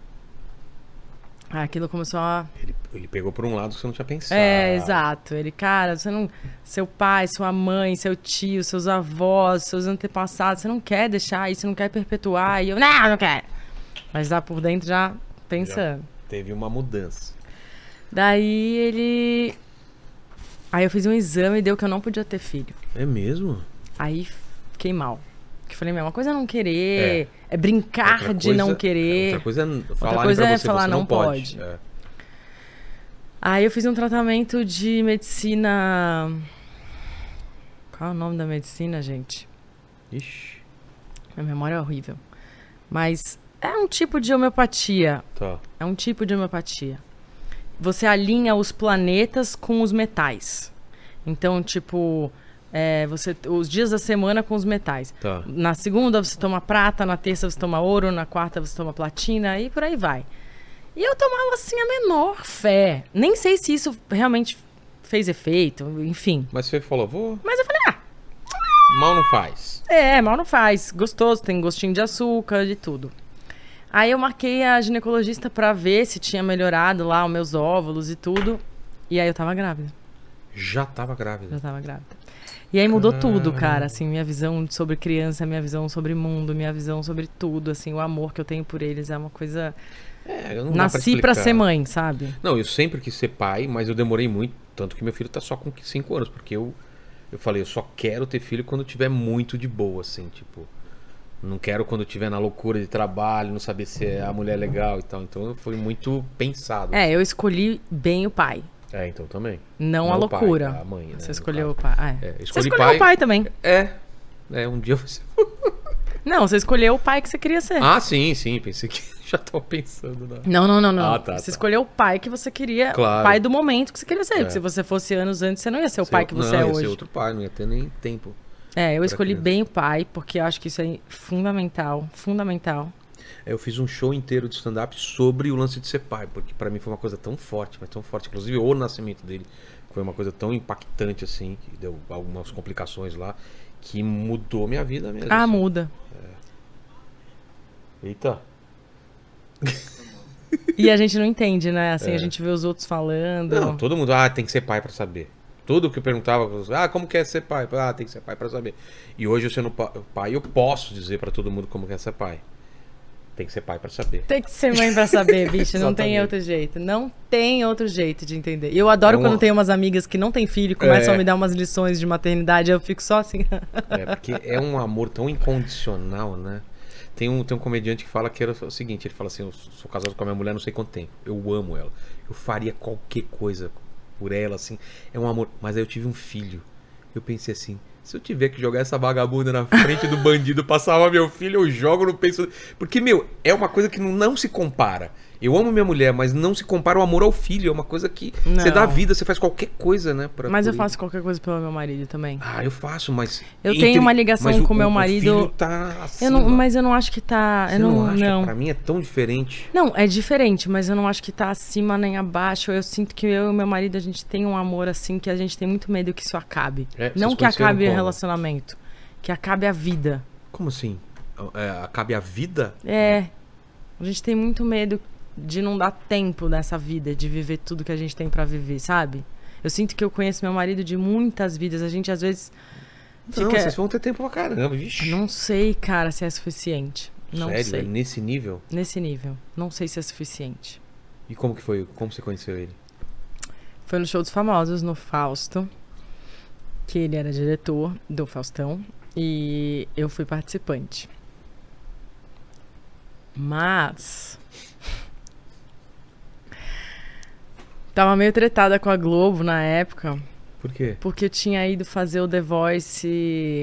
Aí aquilo começou a. Ele, ele pegou por um lado que você não tinha pensado. É, exato. Ele, cara, você não. Seu pai, sua mãe, seu tio, seus avós, seus antepassados, você não quer deixar isso, você não quer perpetuar. E eu, não, não quero. Mas lá por dentro já pensando. Teve uma mudança. Daí ele. Aí eu fiz um exame e deu que eu não podia ter filho. É mesmo? Aí fiquei mal. Que eu falei: meu, uma coisa é não querer, é, brincar Outra de coisa- não querer. Outra coisa é falar coisa pra é você, falar você não, não pode. pode. É. Aí eu fiz um tratamento de medicina. Qual é o nome da medicina, gente? Ixi, Minha memória é horrível. Mas é um tipo de homeopatia. tá. É um tipo de homeopatia. Você alinha os planetas com os metais. Então, tipo, é, você, os dias da semana com os metais. Tá. Na segunda você toma prata, na terça você toma ouro, na quarta você toma platina e por aí vai. E eu tomava assim a menor fé. Nem sei se isso realmente fez efeito, enfim. Mas você falou, vou. Mas eu falei: ah, Mal não faz. é, mal não faz. Gostoso, tem gostinho de açúcar, de tudo. Aí eu marquei a ginecologista pra ver se tinha melhorado lá os meus óvulos e tudo. E aí eu tava grávida. Já tava grávida. Já tava grávida. E aí mudou tudo, cara. Assim, minha visão sobre criança, minha visão sobre mundo, minha visão sobre tudo. Assim, o amor que eu tenho por eles é uma coisa. É, não dá Nasci pra explicar. ser mãe, sabe? Não, eu sempre quis ser pai, mas eu demorei muito. Tanto que meu filho tá só com cinco anos. Porque eu, eu falei, eu só quero ter filho quando tiver muito de boa, assim, tipo. Não quero quando tiver na loucura de trabalho, não saber se é a mulher legal e tal. Então foi muito pensado. É, eu escolhi bem o pai. É, então também. Não, Não a o pai, loucura. a mãe, né, Você no escolheu caso. o pai. Ah, é. É, Você escolhi escolheu pai- o pai também. É. É, um dia você. Não, você escolheu o pai que você queria ser. Ah, sim, sim. Pensei que já tava pensando na. Não, não, não, não. Ah, tá, você tá. escolheu o pai que você queria, Claro. o pai do momento que você queria ser. É. Porque se você fosse anos antes, você não ia ser o pai que você não, é ia hoje. ser outro pai, não ia ter nem tempo. É, eu pra escolhi criança. bem o pai, porque eu acho que isso é fundamental, fundamental. É, eu fiz um show inteiro de stand-up sobre o lance de ser pai, porque pra mim foi uma coisa tão forte, mas tão forte. Inclusive o nascimento dele foi uma coisa tão impactante assim, que deu algumas complicações lá, que mudou minha vida mesmo. Ah, assim. muda. Eita. E a gente não entende, né? Assim, É. a gente vê os outros falando. Não, todo mundo, ah, tem que ser pai pra saber. Tudo que eu perguntava, ah, como que é ser pai? Ah, tem que ser pai pra saber. E hoje eu sendo pa- pai, eu posso dizer pra todo mundo como que é ser pai. Tem que ser pai pra saber. Tem que ser mãe pra saber, bicho. Não tem Exatamente. outro jeito. Não tem outro jeito de entender. E eu adoro É uma- quando tem umas amigas que não têm filho e começam É. a me dar umas lições de maternidade. Eu fico só assim. É, porque é um amor tão incondicional, né? Tem um, tem um comediante que fala que era o seguinte, ele fala assim, eu sou casado com a minha mulher não sei quanto tempo, eu amo ela, eu faria qualquer coisa por ela, assim, é um amor. Mas aí eu tive um filho, eu pensei assim, Se eu tiver que jogar essa vagabunda na frente do bandido, passava meu filho, eu jogo no peito. Porque, meu, é uma coisa que não, não se compara. Eu amo minha mulher, mas não se compara o amor ao filho. É uma coisa que Não. você dá vida, você faz qualquer coisa, né? pra- Mas eu por- faço qualquer coisa pelo meu marido também. Ah, eu faço, mas... Eu entre- tenho uma ligação mas o- com meu o- marido- O filho tá Eu acima. não, mas eu não acho que tá. Você Eu não, não acha? não. Pra mim é tão diferente. Não, é diferente, mas eu não acho que tá acima nem abaixo. Eu sinto que eu e meu marido, a gente tem um amor assim que a gente tem muito medo que isso acabe. É, não vocês que acabe conheceram o como? relacionamento, que acabe a vida. Como assim? É, acabe a vida? É. A gente tem muito medo de não dar tempo nessa vida, de viver tudo que a gente tem pra viver, sabe? Eu sinto que eu conheço meu marido de muitas vidas. A gente às vezes Não, fica... vocês vão ter tempo pra caramba, vixe. Não sei, cara, se é suficiente. Não Sério? sei. É nesse nível? Nesse nível. Não sei se é suficiente. E como que foi? Como você conheceu ele? Foi no Show dos Famosos, no Fausto, que ele era diretor do Faustão, e eu fui participante. Mas... Tava meio tretada com a Globo na época, Por quê? porque eu tinha ido fazer o The Voice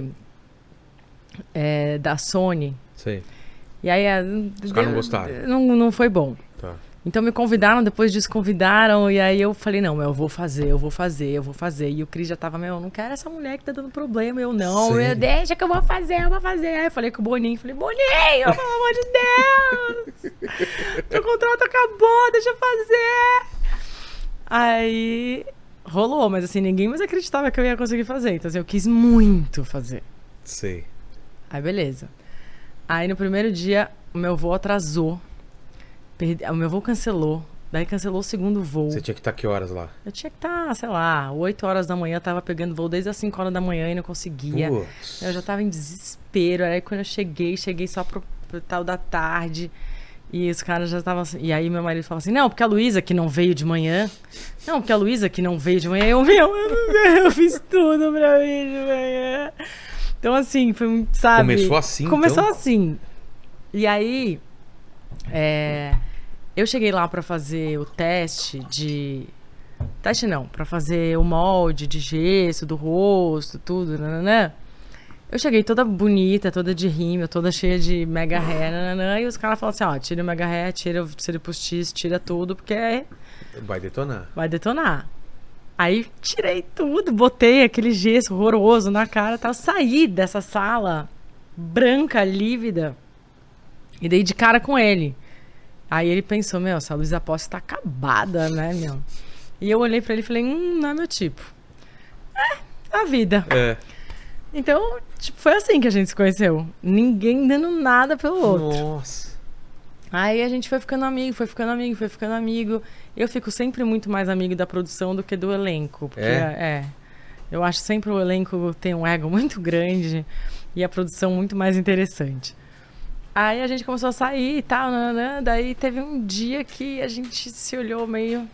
é, da Sony. Sei. E aí... a- Os caras não gostaram. Não, não foi bom. Tá. Então me convidaram, depois desconvidaram, e aí eu falei, não, eu vou fazer, eu vou fazer, eu vou fazer. E o Cris já tava, meu, eu não quero essa mulher que tá dando problema. Eu, não, Sério? eu, deixa que eu vou fazer, eu vou fazer. Aí eu falei com o Boninho, falei, Boninho, pelo amor de Deus, meu contrato acabou, deixa eu fazer. Aí rolou, mas assim, ninguém mais acreditava que eu ia conseguir fazer. Então assim, eu quis muito fazer. Sei. Aí beleza. Aí no primeiro dia, o meu voo atrasou. Perdi- O meu voo cancelou. Daí cancelou o segundo voo. Você tinha que estar que horas lá? Eu tinha que estar, sei lá, oito horas da manhã. Eu tava pegando voo desde as cinco horas da manhã e não conseguia. Putz. Eu já tava em desespero. Aí quando eu cheguei, cheguei só pro, pro tal da tarde. E os caras já estavam assim. E aí meu marido falou assim: não, porque a Luísa que não veio de manhã. Não, porque a Luísa que não veio de manhã. Eu, meu, eu, não- eu fiz tudo pra vir de manhã. Então, assim, foi muito, sabe? Começou assim, Começou então? assim. E aí. É, eu cheguei lá pra fazer o teste de. Teste não, pra fazer o molde de gesso do rosto, tudo, nananã. Eu cheguei toda bonita, toda de rímel, toda cheia de mega hair, nananã, e os caras falaram assim, ó, tira o mega hair, tira o cílio postiço, tira tudo, porque Vai detonar. vai detonar. Aí tirei tudo, botei aquele gesso horroroso na cara, tal, saí dessa sala branca, lívida, e dei de cara com ele. Aí ele pensou, meu, essa Luísa Posse tá acabada, né, meu? E eu olhei pra ele e falei, hum, não é meu tipo. É, a vida. É. Então, tipo, foi assim que a gente se conheceu. Ninguém dando nada pelo outro. Nossa. Aí a gente foi ficando amigo, foi ficando amigo, foi ficando amigo. Eu fico sempre muito mais amigo da produção do que do elenco. Porque, É? é, eu acho sempre o elenco tem um ego muito grande e a produção muito mais interessante. Aí a gente começou a sair e tal, nananã, daí teve um dia que a gente se olhou meio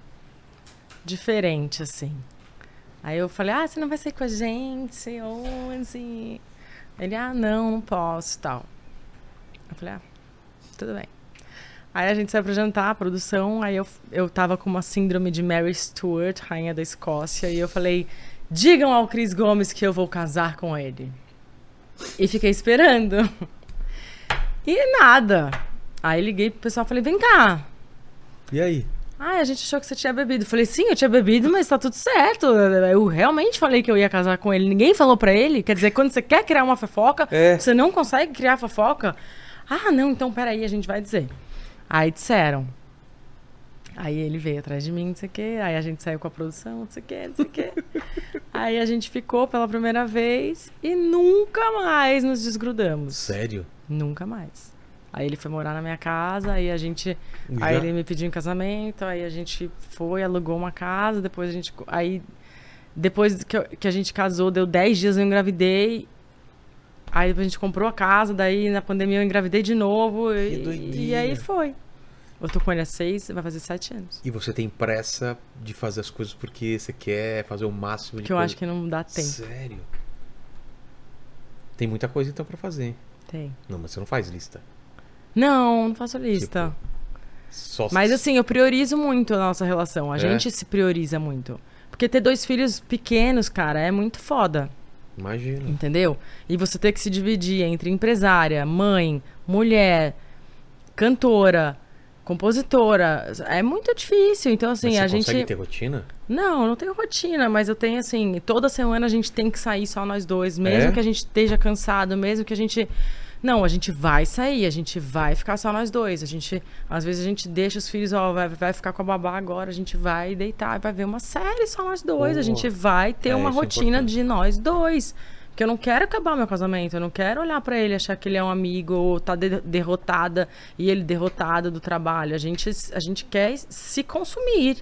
diferente, assim. Aí eu falei, ah, você não vai sair com a gente? Ou assim... Ele, ah, não, não posso, tal. Eu falei, ah, tudo bem. Aí a gente saiu pra jantar, a produção, aí eu, eu tava com uma síndrome de Mary Stuart, rainha da Escócia, e eu falei, digam ao Cris Gomes que eu vou casar com ele. E fiquei esperando. E nada. Aí liguei pro pessoal e falei, vem cá. E aí? Ah, a gente achou que você tinha bebido. Falei, sim, eu tinha bebido, mas tá tudo certo. Eu realmente falei que eu ia casar com ele. Ninguém falou pra ele. Quer dizer, quando você quer criar uma fofoca, É. você não consegue criar fofoca. Ah, não, então peraí, a gente vai dizer. Aí disseram. Aí ele veio atrás de mim, não sei o quê. Aí a gente saiu com a produção, não sei o quê, não sei o quê. Aí a gente ficou pela primeira vez e nunca mais nos desgrudamos. Sério? Nunca mais. Aí ele foi morar na minha casa, aí a gente... Já? Aí ele me pediu em casamento, aí a gente foi, alugou uma casa, depois a gente... Aí, depois que, eu- que a gente casou, deu dez dias eu engravidei. Aí depois a gente comprou a casa, daí na pandemia eu engravidei de novo. Que E, doideira. e aí foi. Eu tô com ele há seis, vai fazer sete anos. E você tem pressa de fazer as coisas porque você quer fazer o máximo de Que eu coisa. acho que não dá tempo. Sério? Tem muita coisa então pra fazer. Tem. Não, mas você não faz lista. Não, não faço lista. Só Mas assim, eu priorizo muito a nossa relação. A É? gente se prioriza muito. Porque ter dois filhos pequenos, cara, é muito foda. Imagina. Entendeu? E você ter que se dividir entre empresária, mãe, mulher, cantora, compositora, é muito difícil. Então, assim, Mas você a gente... consegue ter rotina? Não, não tenho rotina, mas eu tenho, assim, toda semana a gente tem que sair só nós dois, mesmo É? que a gente esteja cansado, mesmo que a gente... Não, a gente vai sair, a gente vai ficar só nós dois. A gente, às vezes a gente deixa os filhos, ó, vai, vai ficar com a babá agora, a gente vai deitar, vai ver uma série só nós dois. Boa. A gente vai ter É, uma isso é rotina importante. de nós dois. Porque eu não quero acabar meu casamento, eu não quero olhar pra ele, achar que ele é um amigo, ou tá de- derrotada e ele derrotado do trabalho. A gente, a gente quer se consumir,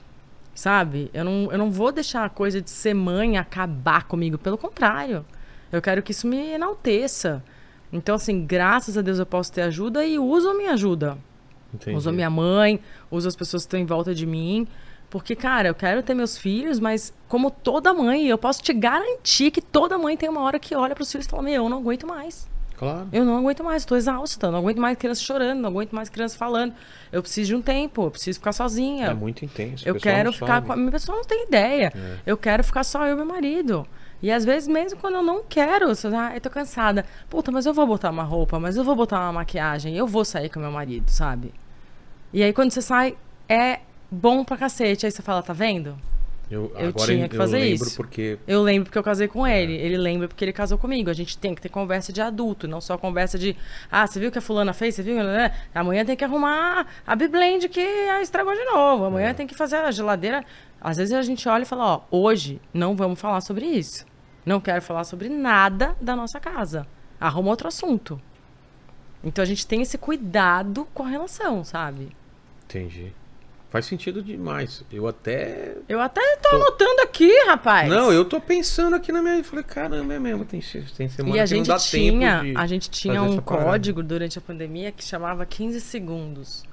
sabe? Eu não, eu não vou deixar a coisa de ser mãe acabar comigo, pelo contrário. Eu quero que isso me enalteça. Então, assim, graças a Deus eu posso ter ajuda e uso a minha ajuda. Entendi. Uso a minha mãe, uso as pessoas que estão em volta de mim. Porque, cara, eu quero ter meus filhos, mas como toda mãe, eu posso te garantir que toda mãe tem uma hora que olha pros filhos e fala, meu, eu não aguento mais. Claro. Eu não aguento mais, estou exausta. Não aguento mais criança chorando, não aguento mais criança falando. Eu preciso de um tempo, eu preciso ficar sozinha. É muito intenso. o Eu pessoal quero não ficar sabe. com a minha pessoa não tem ideia. É. Eu quero ficar só eu e meu marido. E às vezes, mesmo quando eu não quero, eu, ah, eu tô cansada. Puta, mas eu vou botar uma roupa, mas eu vou botar uma maquiagem, eu vou sair com meu marido, sabe? E aí quando você sai, é bom pra cacete. Aí você fala, tá vendo? Eu, Eu agora tinha eu, que fazer eu lembro isso. porque... Eu lembro porque eu casei com É. ele. Ele lembra porque ele casou comigo. A gente tem que ter conversa de adulto, não só conversa de ah, você viu o que a fulana fez? Você viu? Amanhã tem que arrumar a Biblend que estragou de novo. Amanhã É. tem que fazer a geladeira. Às vezes a gente olha e fala, ó, hoje não vamos falar sobre isso. Não quero falar sobre nada da nossa casa. Arruma outro assunto. Então a gente tem esse cuidado com a relação, sabe? Entendi. Faz sentido demais. Eu até... Eu até tô anotando aqui, rapaz. Não, eu tô pensando aqui na minha... Eu falei, caramba, é mesmo. Tem, tem semana E a que gente não dá tinha, tempo de a gente tinha fazer um essa parada. código durante a pandemia que chamava quinze segundos.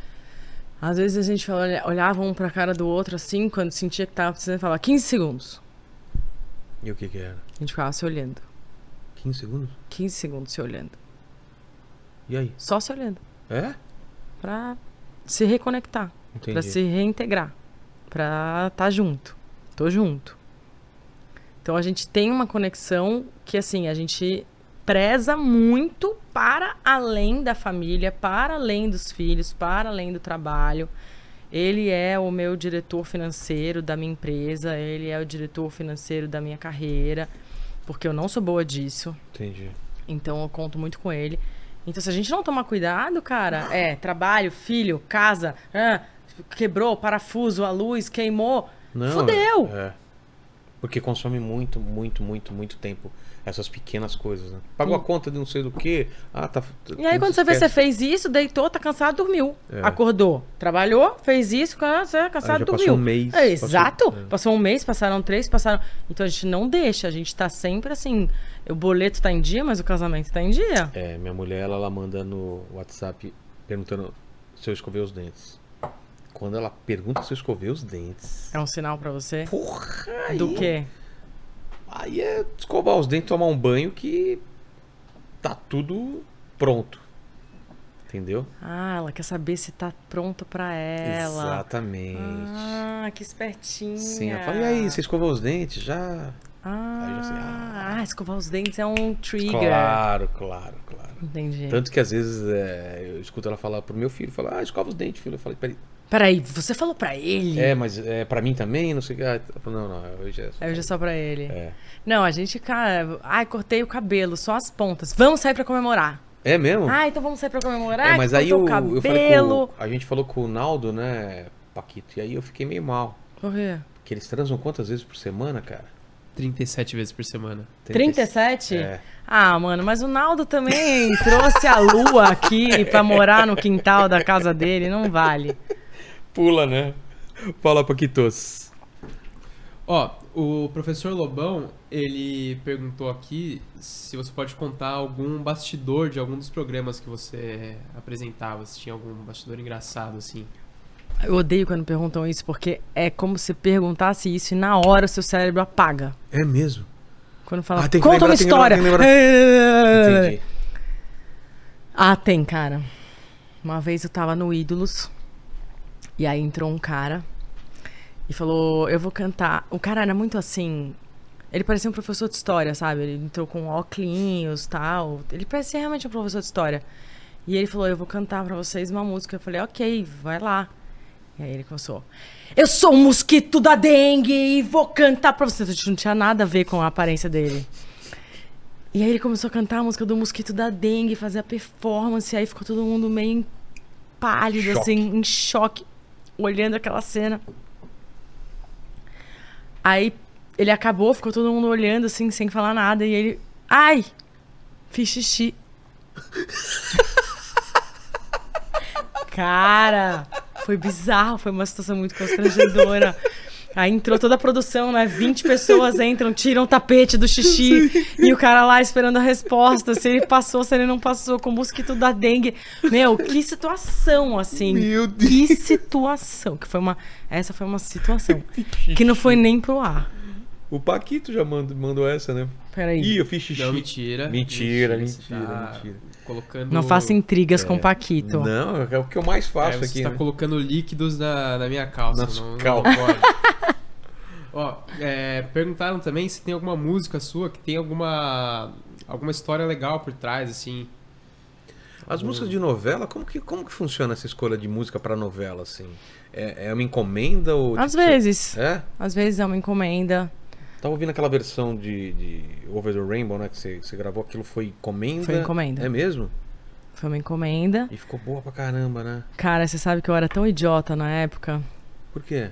Às vezes a gente olha- olhava um pra cara do outro assim, quando sentia que tava precisando, falava quinze segundos. E o que que era? A gente ficava se olhando. quinze segundos? quinze segundos se olhando. E aí? Só se olhando. É? Pra se reconectar. Entendi. Pra se reintegrar. Pra estar junto. Tô junto. Então a gente tem uma conexão que, assim, a gente preza muito para além da família, para além dos filhos, para além do trabalho. Ele é o meu diretor financeiro da minha empresa, ele é o diretor financeiro da minha carreira, porque eu não sou boa disso, Entendi. então eu conto muito com ele. Então, se a gente não tomar cuidado, cara, é trabalho, filho, casa, ah, quebrou, parafuso, a luz, queimou, Não, fudeu! É. Porque consome muito, muito, muito, muito tempo essas pequenas coisas, né? Pagou a conta de não sei do que. Ah, tá. E aí, quando você vê, você fez isso, deitou, tá cansado, dormiu. É. Acordou, trabalhou, fez isso, cansa- cansado, Aí já dormiu. passou um mês, É, exato. passou- é. Passou um mês, passaram três, passaram... Então, a gente não deixa. A gente tá sempre assim... O boleto tá em dia, mas o casamento tá em dia. É, minha mulher, ela, ela manda no WhatsApp perguntando se eu escovei os dentes. Quando ela pergunta se eu escovei os dentes. É um sinal pra você? Porra! Aí, Do quê? Aí é escovar os dentes, tomar um banho que tá tudo pronto. Entendeu? Ah, ela quer saber se tá pronto pra ela. Exatamente. Ah, que espertinha. Sim, eu falei, e aí, você escovou os dentes? Já? Ah, Aí eu assim, ah. ah, escovar os dentes é um trigger. Claro, claro, claro. Entendi. Tanto que às vezes é, eu escuto ela falar pro meu filho, falar, ah, escova os dentes, filho. Eu falei, peraí. Peraí, você falou pra ele? É, mas é pra mim também, não sei o que. Ah, eu falei, não, não, hoje é só. É hoje é só pra ele. É. Não, a gente, cara... Ai, cortei o cabelo, só as pontas. Vamos sair pra comemorar. É mesmo? Ah, então vamos sair pra comemorar? é, mas que aí cortou eu, o eu falei cabelo. com, a gente falou com o Naldo, né, Paquito, e aí eu fiquei meio mal. Por quê? Porque eles transam quantas vezes por semana, cara? trinta e sete vezes por semana. trinta e sete? É. Ah, mano, mas o Naldo também trouxe a lua aqui pra morar no quintal da casa dele. Não vale. Pula, né? Fala, Paquitos. Ó, o professor Lobão, ele perguntou aqui se você pode contar algum bastidor de algum dos programas que você apresentava, se tinha algum bastidor engraçado, assim. Eu odeio quando perguntam isso, porque é como se perguntasse isso e na hora o seu cérebro apaga. É mesmo? Quando fala, Ah, tem que conta lembrar, uma tem que lembrar, história. tem que lembrar. Entendi. Ah, tem, cara. Uma vez eu tava no Ídolos e aí entrou um cara e falou, eu vou cantar. O cara era muito assim... Ele parecia um professor de história, sabe? Ele entrou com óculos e tal. Ele parecia realmente um professor de história. E ele falou, eu vou cantar pra vocês uma música. Eu falei, ok, vai lá. E aí ele começou, eu sou um mosquito da dengue e vou cantar pra vocês. Não tinha nada a ver com a aparência dele. E aí ele começou a cantar a música do mosquito da dengue, fazer a performance. E aí ficou todo mundo meio pálido, Choque. assim, em choque, olhando aquela cena. Aí ele acabou, ficou todo mundo olhando, assim, sem falar nada. E ele, ai, fiz xixi. Cara, foi bizarro, foi uma situação muito constrangedora. Aí entrou toda a produção, né? vinte pessoas entram, tiram o tapete do xixi. E o cara lá esperando a resposta. Se ele passou, se ele não passou, com o mosquito da dengue. Meu, que situação, assim. Meu Deus. Que situação. Que foi uma, essa foi uma situação. Que não foi nem pro ar. O Paquito já mandou, mandou essa, né? Peraí. Ih, eu fiz xixi. Não, mentira. Mentira, Você mentira, tá mentira. Colocando... Não faça intrigas com o Paquito. Não, é o que eu mais É, faço você aqui, está né? colocando líquidos na, na minha calça. Nas não, não calças. pode. Ó, é, perguntaram também se tem alguma música sua que tem alguma, alguma história legal por trás, assim. As músicas de novela, como que, como que funciona essa escolha de música pra novela, assim? É, é uma encomenda ou... Às tipo, vezes. você- É? Às vezes é uma encomenda. Tava ouvindo aquela versão de, de Over the Rainbow, né? Que você, você gravou, aquilo foi encomenda? Foi encomenda. É mesmo? Foi uma encomenda. E ficou boa pra caramba, né? Cara, você sabe que eu era tão idiota na época. Por quê?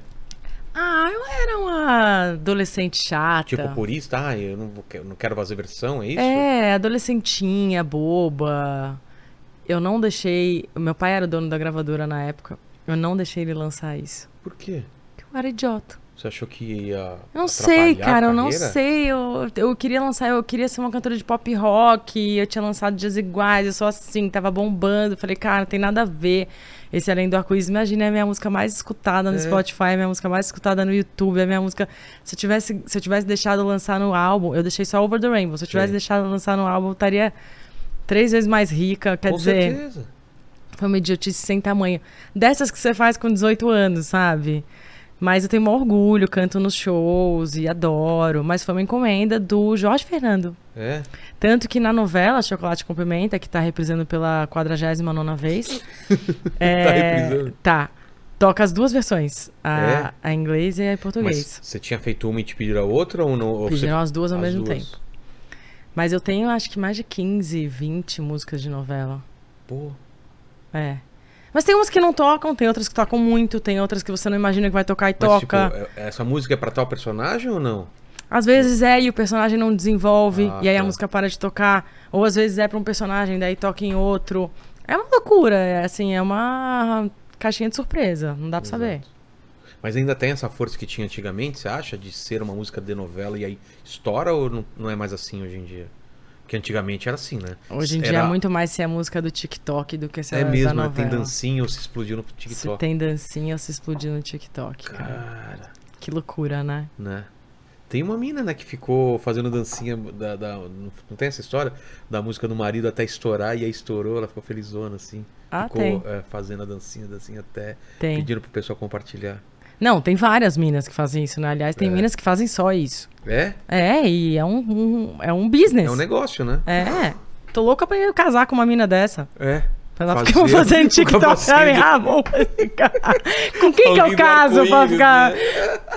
Ah, eu era uma adolescente chata. Tipo, purista? Ah, eu não, vou, eu não quero fazer versão, é isso? É, adolescentinha, boba. Eu não deixei... O meu pai era o dono da gravadora na época. Eu não deixei ele lançar isso. Por quê? Porque eu era idiota. Você achou que ia Eu não sei, atrapalhar a cara, eu não carreira? sei. Eu, eu queria lançar, eu queria ser uma cantora de pop rock. Eu tinha lançado Dias Iguais, eu sou assim, tava bombando. Eu falei, cara, não tem nada a ver. Esse Além do Arco-Íris, imagina, é a minha música mais escutada no É. Spotify, é a minha música mais escutada no YouTube, é a minha música... Se eu tivesse, se eu tivesse deixado lançar no álbum, eu deixei só Over the Rainbow. Se eu tivesse Sim. deixado lançar no álbum, eu estaria três vezes mais rica. Quer Com dizer, certeza. foi uma idiotice sem tamanho. Dessas que você faz com dezoito anos, sabe? Mas eu tenho maior orgulho, canto nos shows e adoro. Mas foi uma encomenda do Jorge Fernando. É? Tanto que na novela Chocolate com Pimenta, que tá reprisando pela quadragésima nona vez... é, Tá reprisando? Tá. Toca as duas versões. A, É? a inglês e a em português. Mas você tinha feito uma e te pediram a outra ou não? Ou você- Pediram as duas ao as mesmo duas? tempo. Mas eu tenho, acho que mais de quinze, vinte músicas de novela. Pô, É. Mas tem umas que não tocam, tem outras que tocam muito, tem outras que você não imagina que vai tocar e mas toca. tipo, é- essa música é pra tal personagem ou não? Às vezes é e o personagem não desenvolve, Ah, e aí a tá. música para de tocar. Ou às vezes é pra um personagem, daí toca em outro. É uma loucura, é assim, é uma caixinha de surpresa, não dá pra saber. Exato. Mas ainda tem essa força que tinha antigamente, você acha? De ser uma música de novela e aí estoura ou não, não é mais assim hoje em dia? Porque antigamente era assim, né? Hoje em Era- dia é muito mais ser a música do TikTok do que ser É a da mesmo, né? novela. Tem dancinha ou se explodiu no Se TikTok. tem dancinha ou se explodir no TikTok, cara. Cara, Que loucura, né? né? Tem uma mina, né, que ficou fazendo dancinha da, da- não não tem essa história? Da música do marido até estourar e aí estourou, ela ficou felizona, assim. Ah, ficou tem. é, fazendo a dancinha, dancinha até Tem. pedindo pro pessoal compartilhar. Não, tem várias minas que fazem isso, né? Aliás, tem É. minas que fazem só isso. É? É, e é um, um- é um business. É um negócio, né? É. Tô louca pra eu casar com uma mina dessa. É. Pra ela Fazer- ficar fazendo ficar TikTok pra fazendo- mim. Ah, bom, vai ficar. Com quem que eu Alguém do caso pra arco-íris, ficar... né?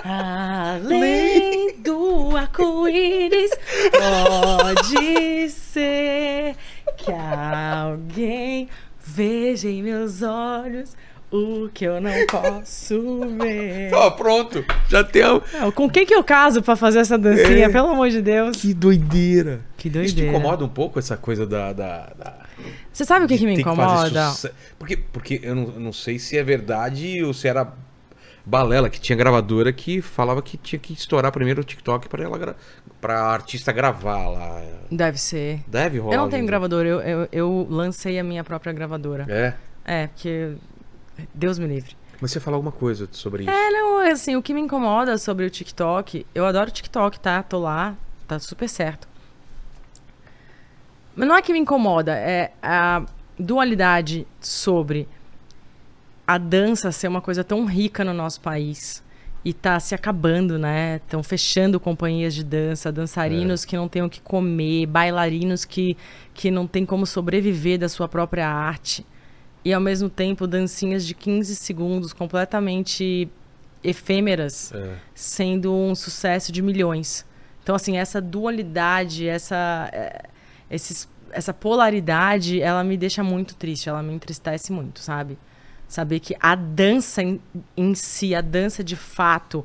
Além do arco-íris, pode ser que alguém veja em meus olhos o que eu não posso ver. Ó, pronto. Já tem a... Não, com quem que eu caso pra fazer essa dancinha? É. Pelo amor de Deus. Que doideira. Que Isso te doideira. incomoda um pouco, essa coisa da... da, da- Você sabe o que, de que me ter fazer incomoda? suce- Porque, porque eu não, eu não sei se é verdade ou se era balela, que tinha gravadora que falava que tinha que estourar primeiro o TikTok pra ela gra... pra artista gravar lá. Deve ser. Deve rolar. Eu não hoje em tenho dia. gravadora, eu, eu, eu lancei a minha própria gravadora. É. É, porque... Deus me livre. Mas você falou alguma coisa sobre isso? É, não, assim, o que me incomoda sobre o TikTok... Eu adoro o TikTok, tá? Tô lá, tá super certo. Mas não é que me incomoda, é a dualidade sobre a dança ser uma coisa tão rica no nosso país e tá se acabando, né? Estão fechando companhias de dança, dançarinos é. que não têm o que comer, bailarinos que, que não têm como sobreviver da sua própria arte. E, ao mesmo tempo, dancinhas de quinze segundos completamente efêmeras, é. sendo um sucesso de milhões. Então, assim, essa dualidade, essa, é, esses, essa polaridade, ela me deixa muito triste, ela me entristece muito, sabe? Saber que a dança em, em si, a dança de fato,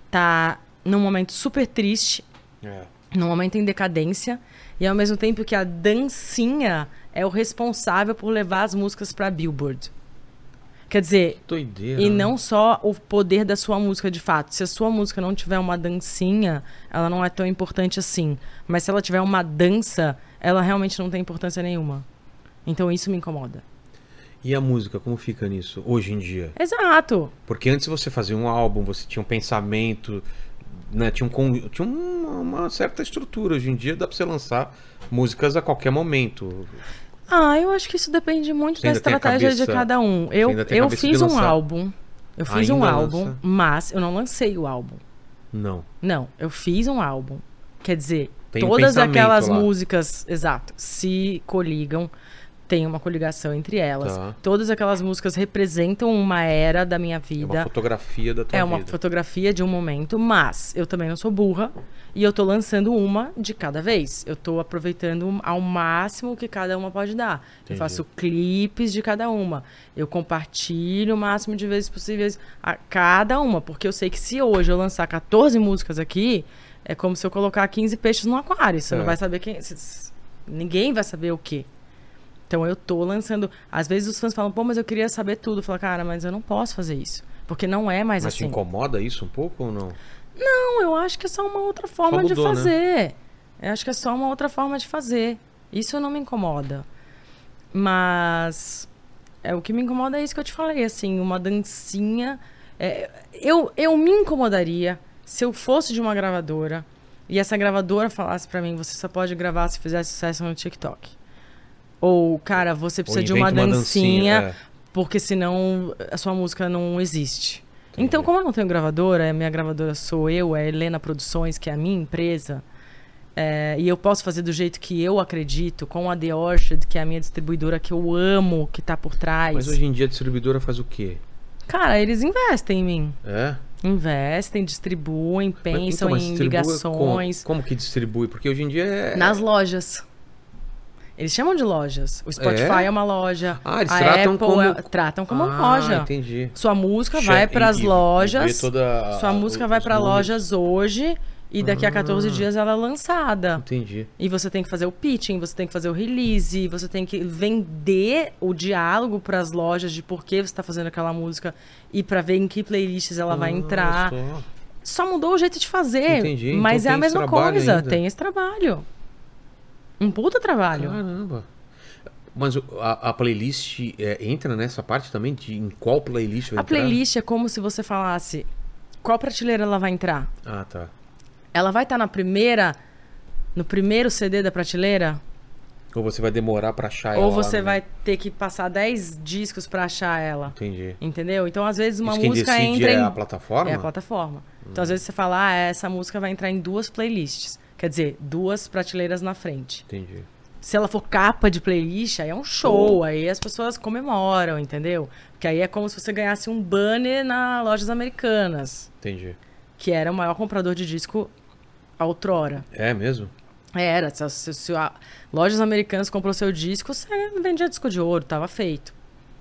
tá num momento super triste, é. num momento em decadência, e ao mesmo tempo que a dancinha é o responsável por levar as músicas pra Billboard. Quer dizer, doideira, e né? não só o poder da sua música de fato. Se a sua música não tiver uma dancinha, ela não é tão importante assim. Mas se ela tiver uma dança, ela realmente não tem importância nenhuma. Então isso me incomoda. E a música, como fica nisso, hoje em dia? Exato. Porque antes você fazia um álbum, você tinha um pensamento, né? Tinha, um, tinha uma, uma certa estrutura. Hoje em dia dá pra você lançar músicas a qualquer momento. Ah, eu acho que isso depende muito da estratégia cabeça, de cada um. Eu, eu fiz um álbum. Eu fiz Ainda um álbum, lança? Mas eu não lancei o álbum. Não. Não, eu fiz um álbum. Quer dizer, Tem todas um aquelas lá. músicas, exato, se coligam. Tem uma coligação entre elas. Tá. Todas aquelas músicas representam uma era da minha vida. É uma fotografia da tua vida. É uma vida. fotografia de um momento, mas eu também não sou burra e eu tô lançando uma de cada vez. Eu tô aproveitando ao máximo que cada uma pode dar. Entendi. Eu faço clipes de cada uma. Eu compartilho o máximo de vezes possíveis a cada uma, porque eu sei que se hoje eu lançar quatorze músicas aqui, é como se eu colocar quinze peixes no aquário. Você é. não vai saber quem... Ninguém vai saber o quê. Então eu tô lançando... Às vezes os fãs falam, pô, mas eu queria saber tudo. Eu falo, cara, mas eu não posso fazer isso. Porque não é mais mas assim. Mas te incomoda isso um pouco ou não? Não, eu acho que é só uma outra forma mudou, de fazer. Né? Eu acho que é só uma outra forma de fazer. Isso não me incomoda. Mas... É, o que me incomoda é isso que eu te falei, assim, uma dancinha... É, eu, eu me incomodaria se eu fosse de uma gravadora e essa gravadora falasse pra mim, você só pode gravar se fizer sucesso no TikTok. Ou, cara, você precisa de uma dancinha, uma dancinha é. porque senão a sua música não existe. Entendi. Então, como eu não tenho gravadora, a minha gravadora sou eu, é a Helena Produções, que é a minha empresa, é, e eu posso fazer do jeito que eu acredito, com a The Orchard, que é a minha distribuidora que eu amo, que tá por trás. Mas hoje em dia a distribuidora faz o quê? Cara, eles investem em mim. É? Investem, distribuem, pensam mas, então, em ligações. Como, como que distribui? Porque hoje em dia é... Nas lojas. Eles chamam de lojas. O Spotify é, é uma loja. Ah, eles a tratam Apple como... É, tratam como ah, loja. Entendi. Sua música vai para as lojas. Toda sua a, música vai para lojas hoje e daqui ah, a quatorze dias ela é lançada. Entendi. E você tem que fazer o pitching, você tem que fazer o release, você tem que vender o diálogo para as lojas de por que você está fazendo aquela música e para ver em que playlists ela ah, vai entrar. Só. só mudou o jeito de fazer. Entendi. Mas então é a mesma coisa. Ainda. Tem esse trabalho. Um puta trabalho. Caramba. Mas a, a playlist é, entra nessa parte também? De em qual playlist vai a entrar? A playlist é como se você falasse qual prateleira ela vai entrar. Ah, tá. Ela vai estar na primeira, no primeiro C D da prateleira? Ou você vai demorar pra achar ela? Ou você lá, vai né? ter que passar dez discos pra achar ela. Entendi. Entendeu? Então, às vezes, uma Isso quem música decide entra é em... a plataforma? É a plataforma. Hum. Então, às vezes, você fala, ah, essa música vai entrar em duas playlists. Quer dizer, duas prateleiras na frente. Entendi. Se ela for capa de playlist, aí é um show. Aí as pessoas comemoram, entendeu? Porque aí é como se você ganhasse um banner nas lojas americanas. Entendi. Que era o maior comprador de disco outrora. É mesmo? Era. Se, se, se a lojas americanas comprou seu disco, você vendia disco de ouro, tava feito.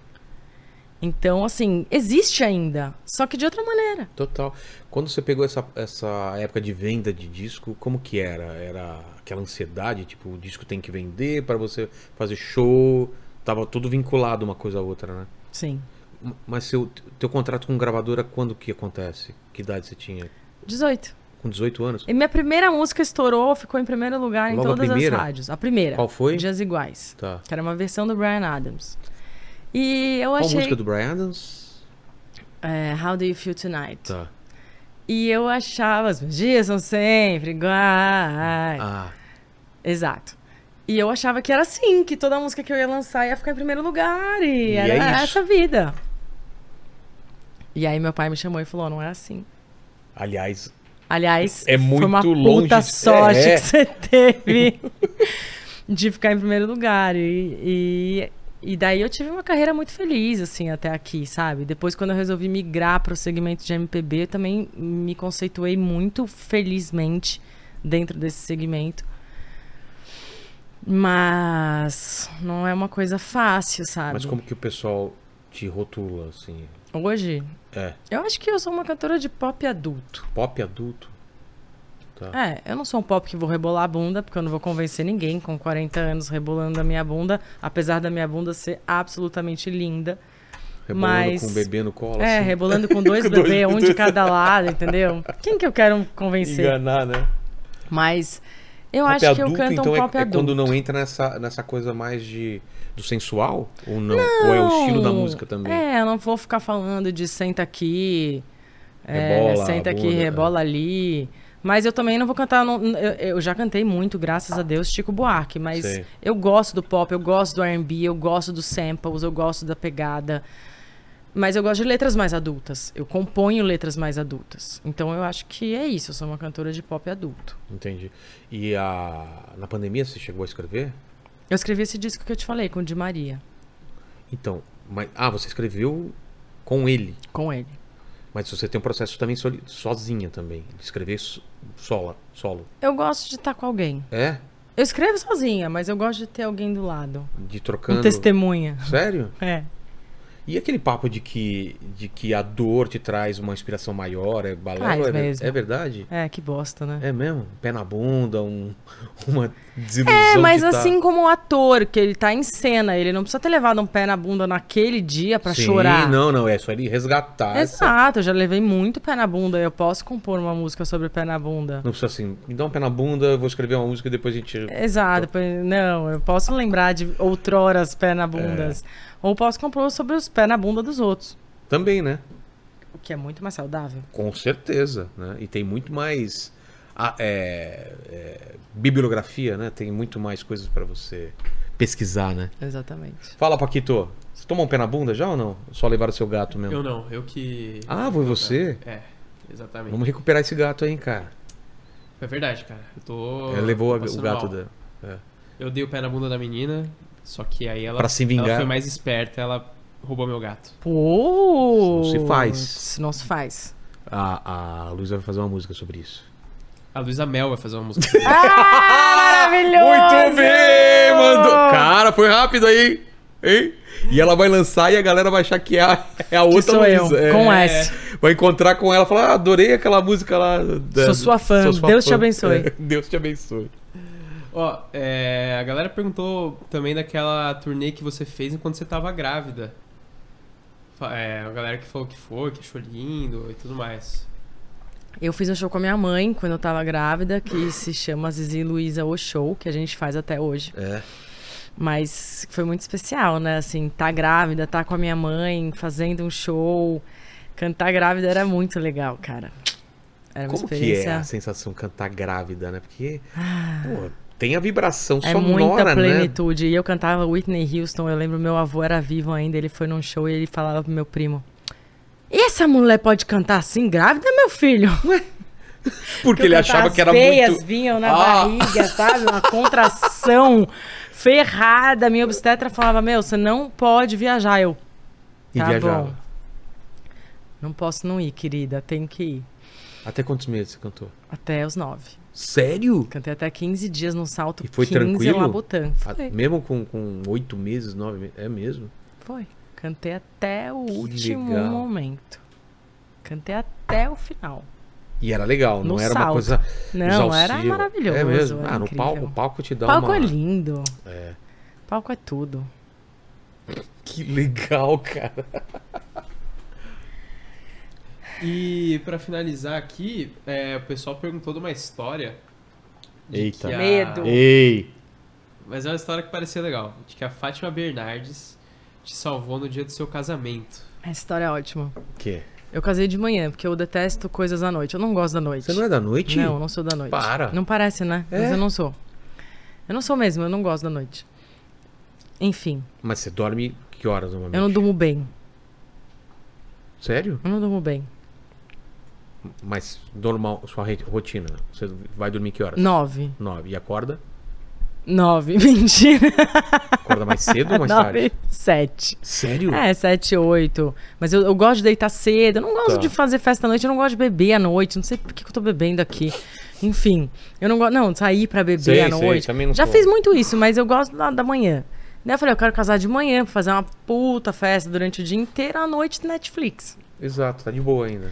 Então, assim, existe ainda, só que de outra maneira. Total. Quando você pegou essa, essa época de venda de disco, como que era? Era aquela ansiedade, tipo, o disco tem que vender para você fazer show, tava tudo vinculado uma coisa a outra, né? Sim. Mas seu teu contrato com gravadora, quando que acontece? Que idade você tinha? dezoito. Com dezoito anos? E minha primeira música estourou, ficou em primeiro lugar Logo em todas a as rádios. A primeira. Qual foi? Dias Iguais. Tá. Que era uma versão do Bryan Adams. E eu Qual achei... música do Bryan Adams? É, How Do You Feel Tonight? Tá. E eu achava, os meus dias são sempre iguais. Ah. Exato. E eu achava que era assim, que toda música que eu ia lançar ia ficar em primeiro lugar. E, e era é essa vida. E aí meu pai me chamou e falou, não é assim. Aliás, Aliás, É muito foi uma longe puta de- sorte é. que você teve de ficar em primeiro lugar. E, e, e daí eu tive uma carreira muito feliz, assim, até aqui, sabe? Depois, quando eu resolvi migrar para o segmento de M P B, eu também me conceituei muito felizmente dentro desse segmento. Mas não é uma coisa fácil, sabe? mas como que o pessoal te rotula, assim? Hoje, É, eu acho que eu sou uma cantora de pop adulto. pop adulto? Tá. É, eu não sou um pop que vou rebolar a bunda, porque eu não vou convencer ninguém com quarenta anos rebolando a minha bunda, apesar da minha bunda ser absolutamente linda. Rebolando mas- com um bebê no colo, É, assim. rebolando com dois Com dois bebês, um de bebês. cada lado, entendeu? Quem que eu quero convencer? Enganar, né? Mas eu Pop acho que eu adulto, canto então um é, pop é adulto. quando não entra nessa, nessa coisa mais de do sensual? Ou não? Ou é o estilo da música também? É, eu não vou ficar falando de senta aqui, é, Rebola a senta aqui, bunda, é. rebola ali. Mas eu também não vou cantar. não- eu, eu já cantei muito, graças a Deus, Chico Buarque. Mas Sei. eu gosto do pop, eu gosto do R and B, eu gosto dos samples, eu gosto da pegada. Mas eu gosto de letras mais adultas. Eu componho letras mais adultas. Então eu acho que é isso. Eu sou uma cantora de pop adulto. Entendi. E a, na pandemia você chegou a escrever? Eu escrevi esse disco que eu te falei, com o Di Maria, Então, mas, ah, você escreveu com ele. com ele. Mas você tem um processo também soli- sozinha também. De escrever so- sola, solo. Eu gosto de estar com alguém. É? Eu escrevo sozinha, mas eu gosto de ter alguém do lado. De Um trocando. testemunha. Sério? É. E aquele papo de que, de que a dor te traz uma inspiração maior, é balela? Traz é, ver- mesmo. é verdade? É, que bosta, né? É mesmo? Pé na bunda, um, uma desilusão. É, mas de tá- assim como o ator, que ele tá em cena, ele não precisa ter levado um pé na bunda naquele dia pra Sim, chorar. não, não, é só ele resgatar. essa- Exato, eu já levei muito pé na bunda. Eu posso compor uma música sobre pé na bunda. Não precisa assim, me dá um pé na bunda, eu vou escrever uma música e depois a gente. Exato, depois- não, eu posso lembrar de outroras pé na bundas. É. Ou posso compor sobre os pé na bunda dos outros. Também, né? O que é muito mais saudável. Com certeza, né? E tem muito mais ah, é, é, bibliografia, né? Tem muito mais coisas pra você pesquisar, né? Exatamente. Fala, Paquito. Você tomou um pé na bunda já ou não? Só levar o seu gato mesmo? Eu não, eu que. Ah, foi você? É, exatamente. Vamos recuperar esse gato aí, hein, cara. É verdade, cara. Eu tô. Ele levou tô a- o passando gato mal. da. É. Eu dei o pé na bunda da menina, só que aí ela. Pra se vingar. Ela foi mais esperta, ela roubou meu gato. Pô! Não se faz. Não se faz. A, a Luísa vai fazer uma música sobre isso. A Luísa Mel vai fazer uma música. Ah, maravilhoso! Muito bem, mandou. Cara, foi rápido aí, hein? E ela vai lançar e a galera vai achar que é a, é a outra sou eu, Luísa. É. com S. Vai encontrar com ela e falar: ah, adorei aquela música lá. da- Sou sua fã, sou sua Deus te fã." abençoe. É, Deus te abençoe. Ó, é, a galera perguntou também daquela turnê que você fez enquanto você tava grávida. Fa- É, a galera que falou que foi, que achou lindo e tudo mais. Eu fiz um show com a minha mãe quando eu tava grávida, que se chama Zizi Luiza O Show, que a gente faz até hoje. É. Mas foi muito especial, né? Assim, tá grávida, tá com a minha mãe, fazendo um show. Cantar grávida era muito legal, cara. Era uma Como que é experiência. a sensação cantar grávida, né? Porque pô, tem a vibração É sonora, muita né? plenitude. E eu cantava Whitney Houston. Eu lembro, meu avô era vivo ainda. Ele foi num show e ele falava pro meu primo: "E essa mulher pode cantar assim grávida, meu filho?" Porque ele achava que era As veias muito. vinham na Ah. barriga, sabe? Uma contração ferrada. Minha obstetra falava: "Meu, você não pode viajar." Eu, E tá viajava. bom. Não posso não ir, querida. Tem que ir. Até quantos meses você cantou? Até os nove. Sério? Cantei até quinze dias no salto E foi quinze tranquilo? em Labutã. Ah, Foi, Mesmo com, com oito meses, nove meses? É mesmo? foi. Cantei até o último legal. momento. Cantei até o final. E era legal, não No era uma salto. coisa Não, era exaustiva. maravilhoso. É mesmo? era Ah, no incrível. palco, o palco te dá Palco uma... é lindo. É. Palco é tudo. Que legal, cara. E pra finalizar aqui, é, o pessoal perguntou de uma história. de Eita. que a- Medo. Ei! Mas é uma história que parecia legal. De que a Fátima Bernardes te salvou no dia do seu casamento. Essa história é ótima. O quê? Eu casei de manhã, porque eu detesto coisas à noite. Eu não gosto da noite. Você não é da noite? Não, eu não sou da noite. Para. Não parece, né? É? Mas eu não sou. Eu não sou mesmo, eu não gosto da noite. Enfim, Mas você dorme que horas normalmente? eu não durmo bem. Sério? Eu não durmo bem. Mas normal, sua re- rotina. Você vai dormir que horas? Nove. Nove. E acorda? Nove. Mentira. Acorda mais cedo ou mais Nove. tarde? Sete. Sério? É, sete, oito. Mas eu, eu gosto de deitar cedo. Eu não gosto Tá. de fazer festa à noite. Eu não gosto de beber à noite. Não sei por que, que eu tô bebendo aqui. Enfim. Eu não gosto. Não, sair pra beber Sei, à sei, noite. também não Já sou. fiz muito isso, mas eu gosto da, da manhã. Daí eu falei, eu quero casar de manhã pra fazer uma puta festa durante o dia inteiro, à noite Netflix. Exato, tá de boa ainda.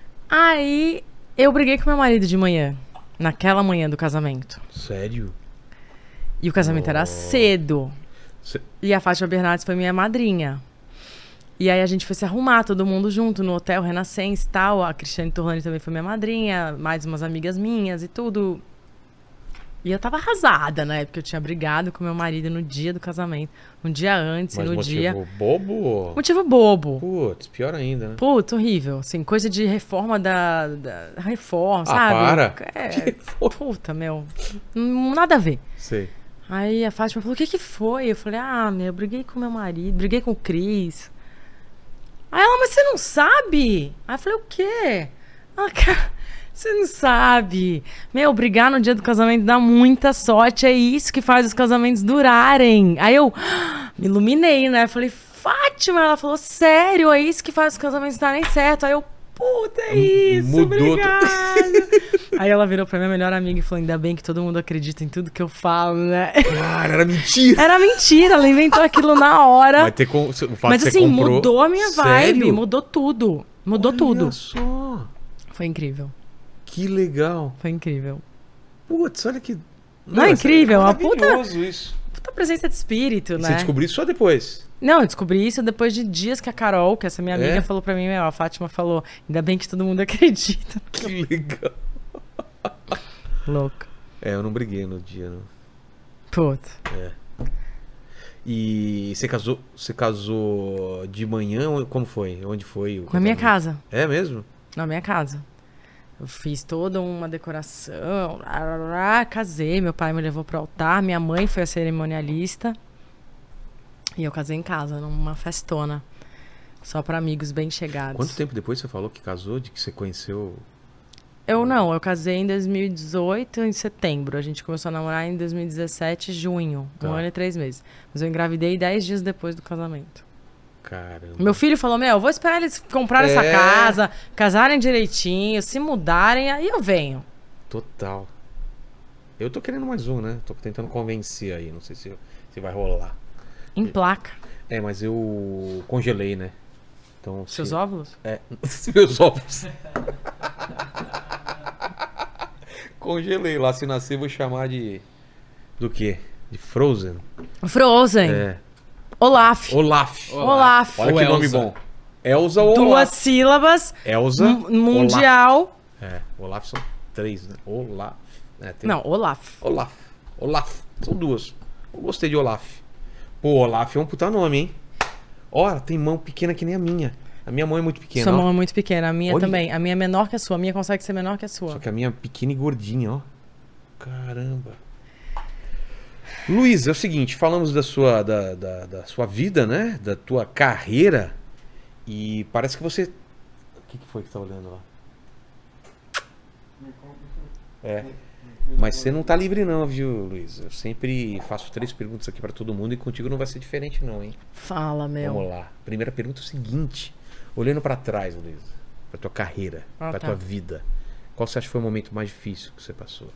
Aí eu briguei com meu marido de manhã. Naquela manhã do casamento. Sério? E o casamento era cedo. Cê- E a Fátima Bernardes foi minha madrinha. E aí a gente foi se arrumar, todo mundo junto, no Hotel Renascença e tal. A Cristiane Torlani também foi minha madrinha, mais umas amigas minhas e tudo. E eu tava arrasada, né? Porque eu tinha brigado com meu marido no dia do casamento. Um dia antes Mas e no motivo dia... bobo? ou- Motivo bobo. Putz, pior ainda, né? Puta, horrível. Assim, coisa de reforma da... da reforma, Ah, sabe? para. É, Que foi? puta, meu. Não- Nada a ver. Sei. Aí a Fátima falou, o que que foi? Eu falei, ah, meu, eu briguei com meu marido, briguei com o Cris. Aí ela, mas você não sabe? Aí eu falei, o quê? Ela, cara, você não sabe. Meu, brigar no dia do casamento dá muita sorte, é isso que faz os casamentos durarem. Aí eu me iluminei, né? Eu falei, Fátima, ela falou, sério, é isso que faz os casamentos darem certo. Aí eu, puta, é isso, Mudou obrigado. Aí ela virou pra minha melhor amiga e falou, ainda bem que todo mundo acredita em tudo que eu falo, né? Cara, era mentira. Era mentira, ela inventou aquilo na hora. Vai ter com... o fato Mas de você assim, comprou... mudou a minha vibe, Sério? mudou tudo. Mudou Olha tudo. só. Foi incrível, Que legal. foi incrível. Putz, olha que... Não é incrível? Uma puta- maravilhoso isso. Puta presença de espírito, E né? você descobriu isso só depois. Não, eu descobri isso depois de dias que a Carol, que essa minha amiga, É? falou pra mim, meu, a Fátima falou, ainda bem que todo mundo acredita. Que legal. Louco. É, eu não briguei no dia, não. Puta. E você casou, você casou de manhã? ou Como foi? Onde foi? o Com a minha casamento? casa. É mesmo? Na minha casa. Eu fiz toda uma decoração, lá, lá, lá, casei, meu pai me levou pro altar, minha mãe foi a cerimonialista. E eu casei em casa, numa festona. Só pra amigos bem chegados. Quanto tempo depois você falou que casou, de que você conheceu? Eu não, eu casei em dois mil e dezoito, em setembro. A gente começou a namorar em dois mil e dezessete, junho. Tá. Um ano e três meses. Mas eu engravidei dez dias depois do casamento. Caramba. Meu filho falou, meu, eu vou esperar eles comprarem essa É. casa, casarem direitinho, se mudarem, aí eu venho. Total. Eu tô querendo mais um, né? Tô tentando convencer aí, não sei se, se vai rolar. Em placa. É, mas eu congelei, né? Então, Seus se... óvulos? É, meus ovos. Congelei lá, se nascer vou chamar de... Do quê? De Frozen? Frozen. É. Olaf. Olaf. Olaf. Olha Ou que nome Elsa. bom. Elsa ou Duas Olaf? sílabas. Elsa. mu- Mundial. Olaf. É, Olaf são três, né? Olaf. É, tem- Não, Olaf. Olaf. Olaf. São duas. Eu gostei de Olaf. Pô, Olaf é um puta nome, hein? Ora, tem mão pequena que nem a minha. A minha mão é muito pequena, Sua ó. mão é muito pequena, a minha Olha. também. A minha é menor que a sua. A minha consegue ser menor que a sua. Só que a minha é pequena e gordinha, ó. Caramba. Luiz, é o seguinte, falamos da sua, da, da, da sua vida, né? Da tua carreira. E parece que você... O que, que foi que você tá olhando lá? É. Mas você não tá livre não, viu, Luiz? Eu sempre faço três perguntas aqui pra todo mundo e contigo não vai ser diferente não, hein? Fala, meu. Vamos lá. Primeira pergunta é o seguinte. Olhando pra trás, Luiz, pra tua carreira, Ah, pra tá. tua vida, qual você acha que foi o momento mais difícil que você passou?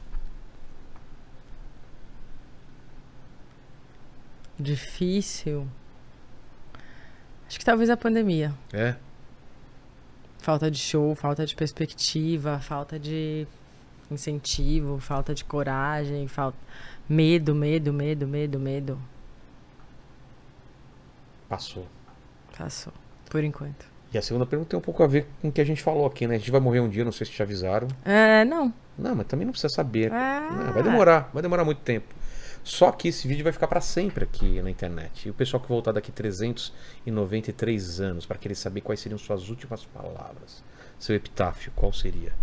Difícil. Acho que talvez a pandemia. É? Falta de show, falta de perspectiva, falta de incentivo, falta de coragem, falta... medo, medo, medo, medo, medo. Passou. Passou, por enquanto. E a segunda pergunta tem um pouco a ver com o que a gente falou aqui, né? A gente vai morrer um dia, não sei se te avisaram. É, não. Não, mas também não precisa saber. É. Não, vai demorar, vai demorar muito tempo. Só que esse vídeo vai ficar pra sempre aqui na internet. E o pessoal que voltar daqui trezentos e noventa e três anos para querer saber quais seriam suas últimas palavras, seu epitáfio, qual seria?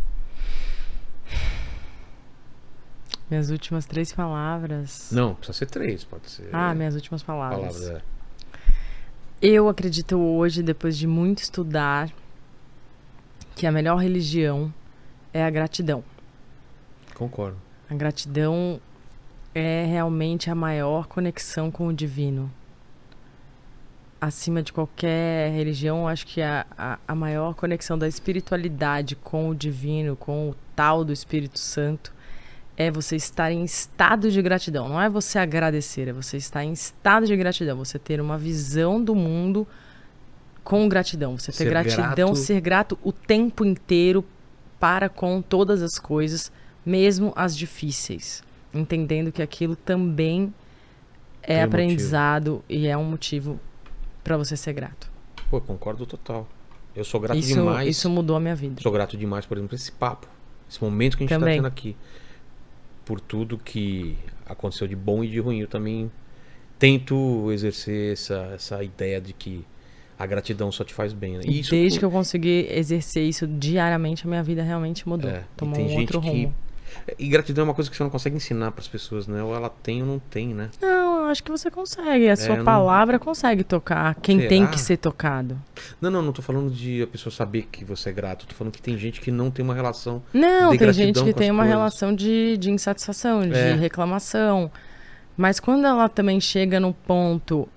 Minhas últimas três palavras. Não, precisa ser três, pode ser. Ah, minhas últimas palavras. palavras. É. Eu acredito hoje, depois de muito estudar, que a melhor religião é a gratidão. Concordo. A gratidão é realmente a maior conexão com o divino. Acima de qualquer religião, acho que a, a, a maior conexão da espiritualidade com o divino, com o tal do Espírito Santo, é você estar em estado de gratidão. Não é você agradecer, é você estar em estado de gratidão. Você ter uma visão do mundo com gratidão. Você ter Ser gratidão, grato. ser grato o tempo inteiro para com todas as coisas, mesmo as difíceis. Entendendo que aquilo também é Tem um aprendizado e é um motivo para você ser grato. Pô, concordo total. Eu sou grato Isso, demais. isso mudou a minha vida. Sou grato demais, por exemplo, por esse papo. Esse momento que a gente está Também. tendo aqui. Por tudo que aconteceu de bom e de ruim. Eu também tento exercer essa, essa ideia de que a gratidão só te faz bem. Né? E isso Desde por- que eu consegui exercer isso diariamente, a minha vida realmente mudou. É, e Tomou tem um gente outro que... rumo. E gratidão é uma coisa que você não consegue ensinar para as pessoas, né? Ou ela tem ou não tem, né? Não, eu acho que você consegue. A sua não- palavra consegue tocar quem Será? tem que ser tocado. Não, não, não tô falando de a pessoa saber que você é grato. Tô falando que tem gente que não tem uma relação Não, de tem gratidão gente que com tem as uma coisas. relação de, de insatisfação, de É. reclamação. Mas quando ela também chega no ponto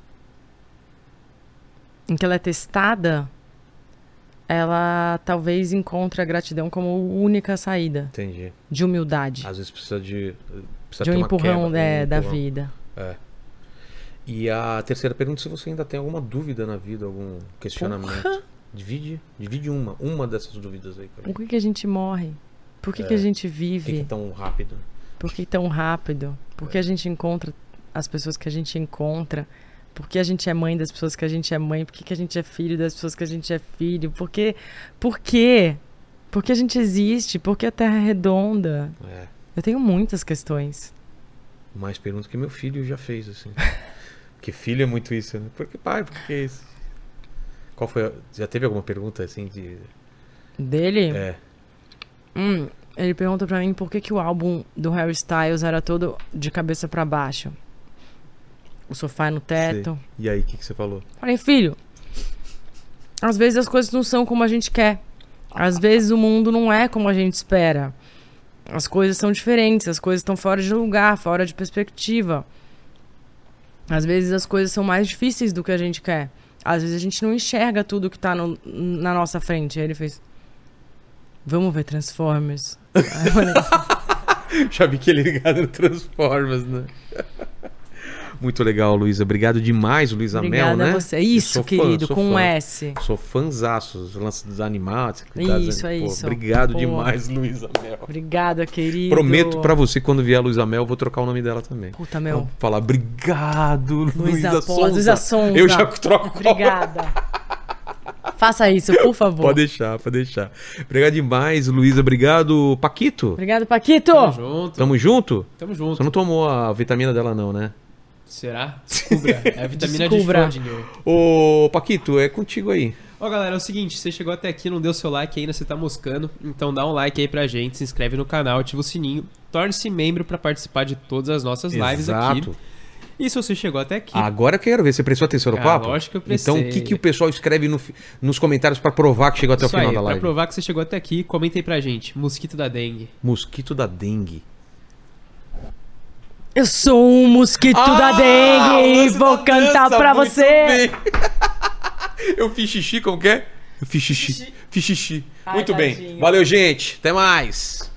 em que ela é testada, ela talvez encontre a gratidão como única saída Entendi. de humildade, Às vezes precisa de... Precisa de ter um uma empurrão quebra, é, um da empurrão. vida. É. E a terceira pergunta, se você ainda tem alguma dúvida na vida, algum questionamento. Divide, divide uma, uma dessas dúvidas aí pra mim. Por que, que a gente morre? Por que, que a gente Por que que vive? é tão rápido? Por que tão rápido? Por que a gente encontra as pessoas que a gente encontra? Por que a gente é mãe das pessoas que a gente é mãe? Por que, que a gente é filho das pessoas que a gente é filho? Por que? Por quê? Por que a gente existe? Por que a Terra é redonda? É. Eu tenho muitas questões. Mais perguntas que meu filho já fez, assim. Porque filho é muito isso, né? Por que pai? Por que isso? Qual foi a... Já teve alguma pergunta, assim, de... Dele? É. Hum, ele pergunta pra mim por que, que o álbum do Harry Styles era todo de cabeça pra baixo. O sofá no teto. Sei. E aí, o que, que você falou? Falei, filho, às vezes as coisas não são como a gente quer. Às vezes o mundo não é como a gente espera. As coisas são diferentes, as coisas estão fora de lugar, fora de perspectiva. Às vezes as coisas são mais difíceis do que a gente quer. Às vezes a gente não enxerga tudo que tá no- na nossa frente. Aí ele fez, vamos ver Transformers. Aí eu falei, Já vi que ele é ligado no Transformers, né? Muito legal, Luísa. Obrigado demais, Luísa Mel, obrigada né? a você. Eu Isso, sou fã, querido, sou com um fã. S. Sou fãzaço, os lances dos animados. Isso, é isso. Obrigado Pô. demais, Luísa Mel. Obrigada, querido. Prometo pra você, quando vier a Luísa Mel, eu vou trocar o nome dela também. Puta, meu. Vou falar, obrigado, Luísa Luísa Pons, Sonza. Luísa Sonza. Eu já troco. Obrigada. Faça isso, por favor. Pode deixar, pode deixar. Obrigado demais, Luísa. Obrigado, Paquito. Obrigado, Paquito. Tamo junto. Tamo junto? Tamo Você junto. não tomou a vitamina dela, não, né? Será? Descubra. É a vitamina Descubra. de Schrödinger. Ô, Paquito, é contigo aí. Ó, galera, é o seguinte, você chegou até aqui, não deu seu like ainda, você tá moscando, então dá um like aí pra gente, se inscreve no canal, ativa o sininho, torne-se membro pra participar de todas as nossas lives aqui. Exato. E se você chegou até aqui, Agora eu quero ver. Você prestou atenção no Ah, papo? lógico que eu prestei. Então, o que, que o pessoal escreve no fi- nos comentários pra provar que chegou até isso o final aí, da pra live? provar que você chegou até aqui, comenta aí pra gente, mosquito da dengue. Mosquito da dengue. Eu sou um mosquito da Ah, o dengue e lance vou da cantar dança, pra muito você. bem. Eu fiz xixi, como que é? Eu fiz xixi. Fiz xixi. Ai, Muito bem. tadinho. Valeu, gente. Até mais.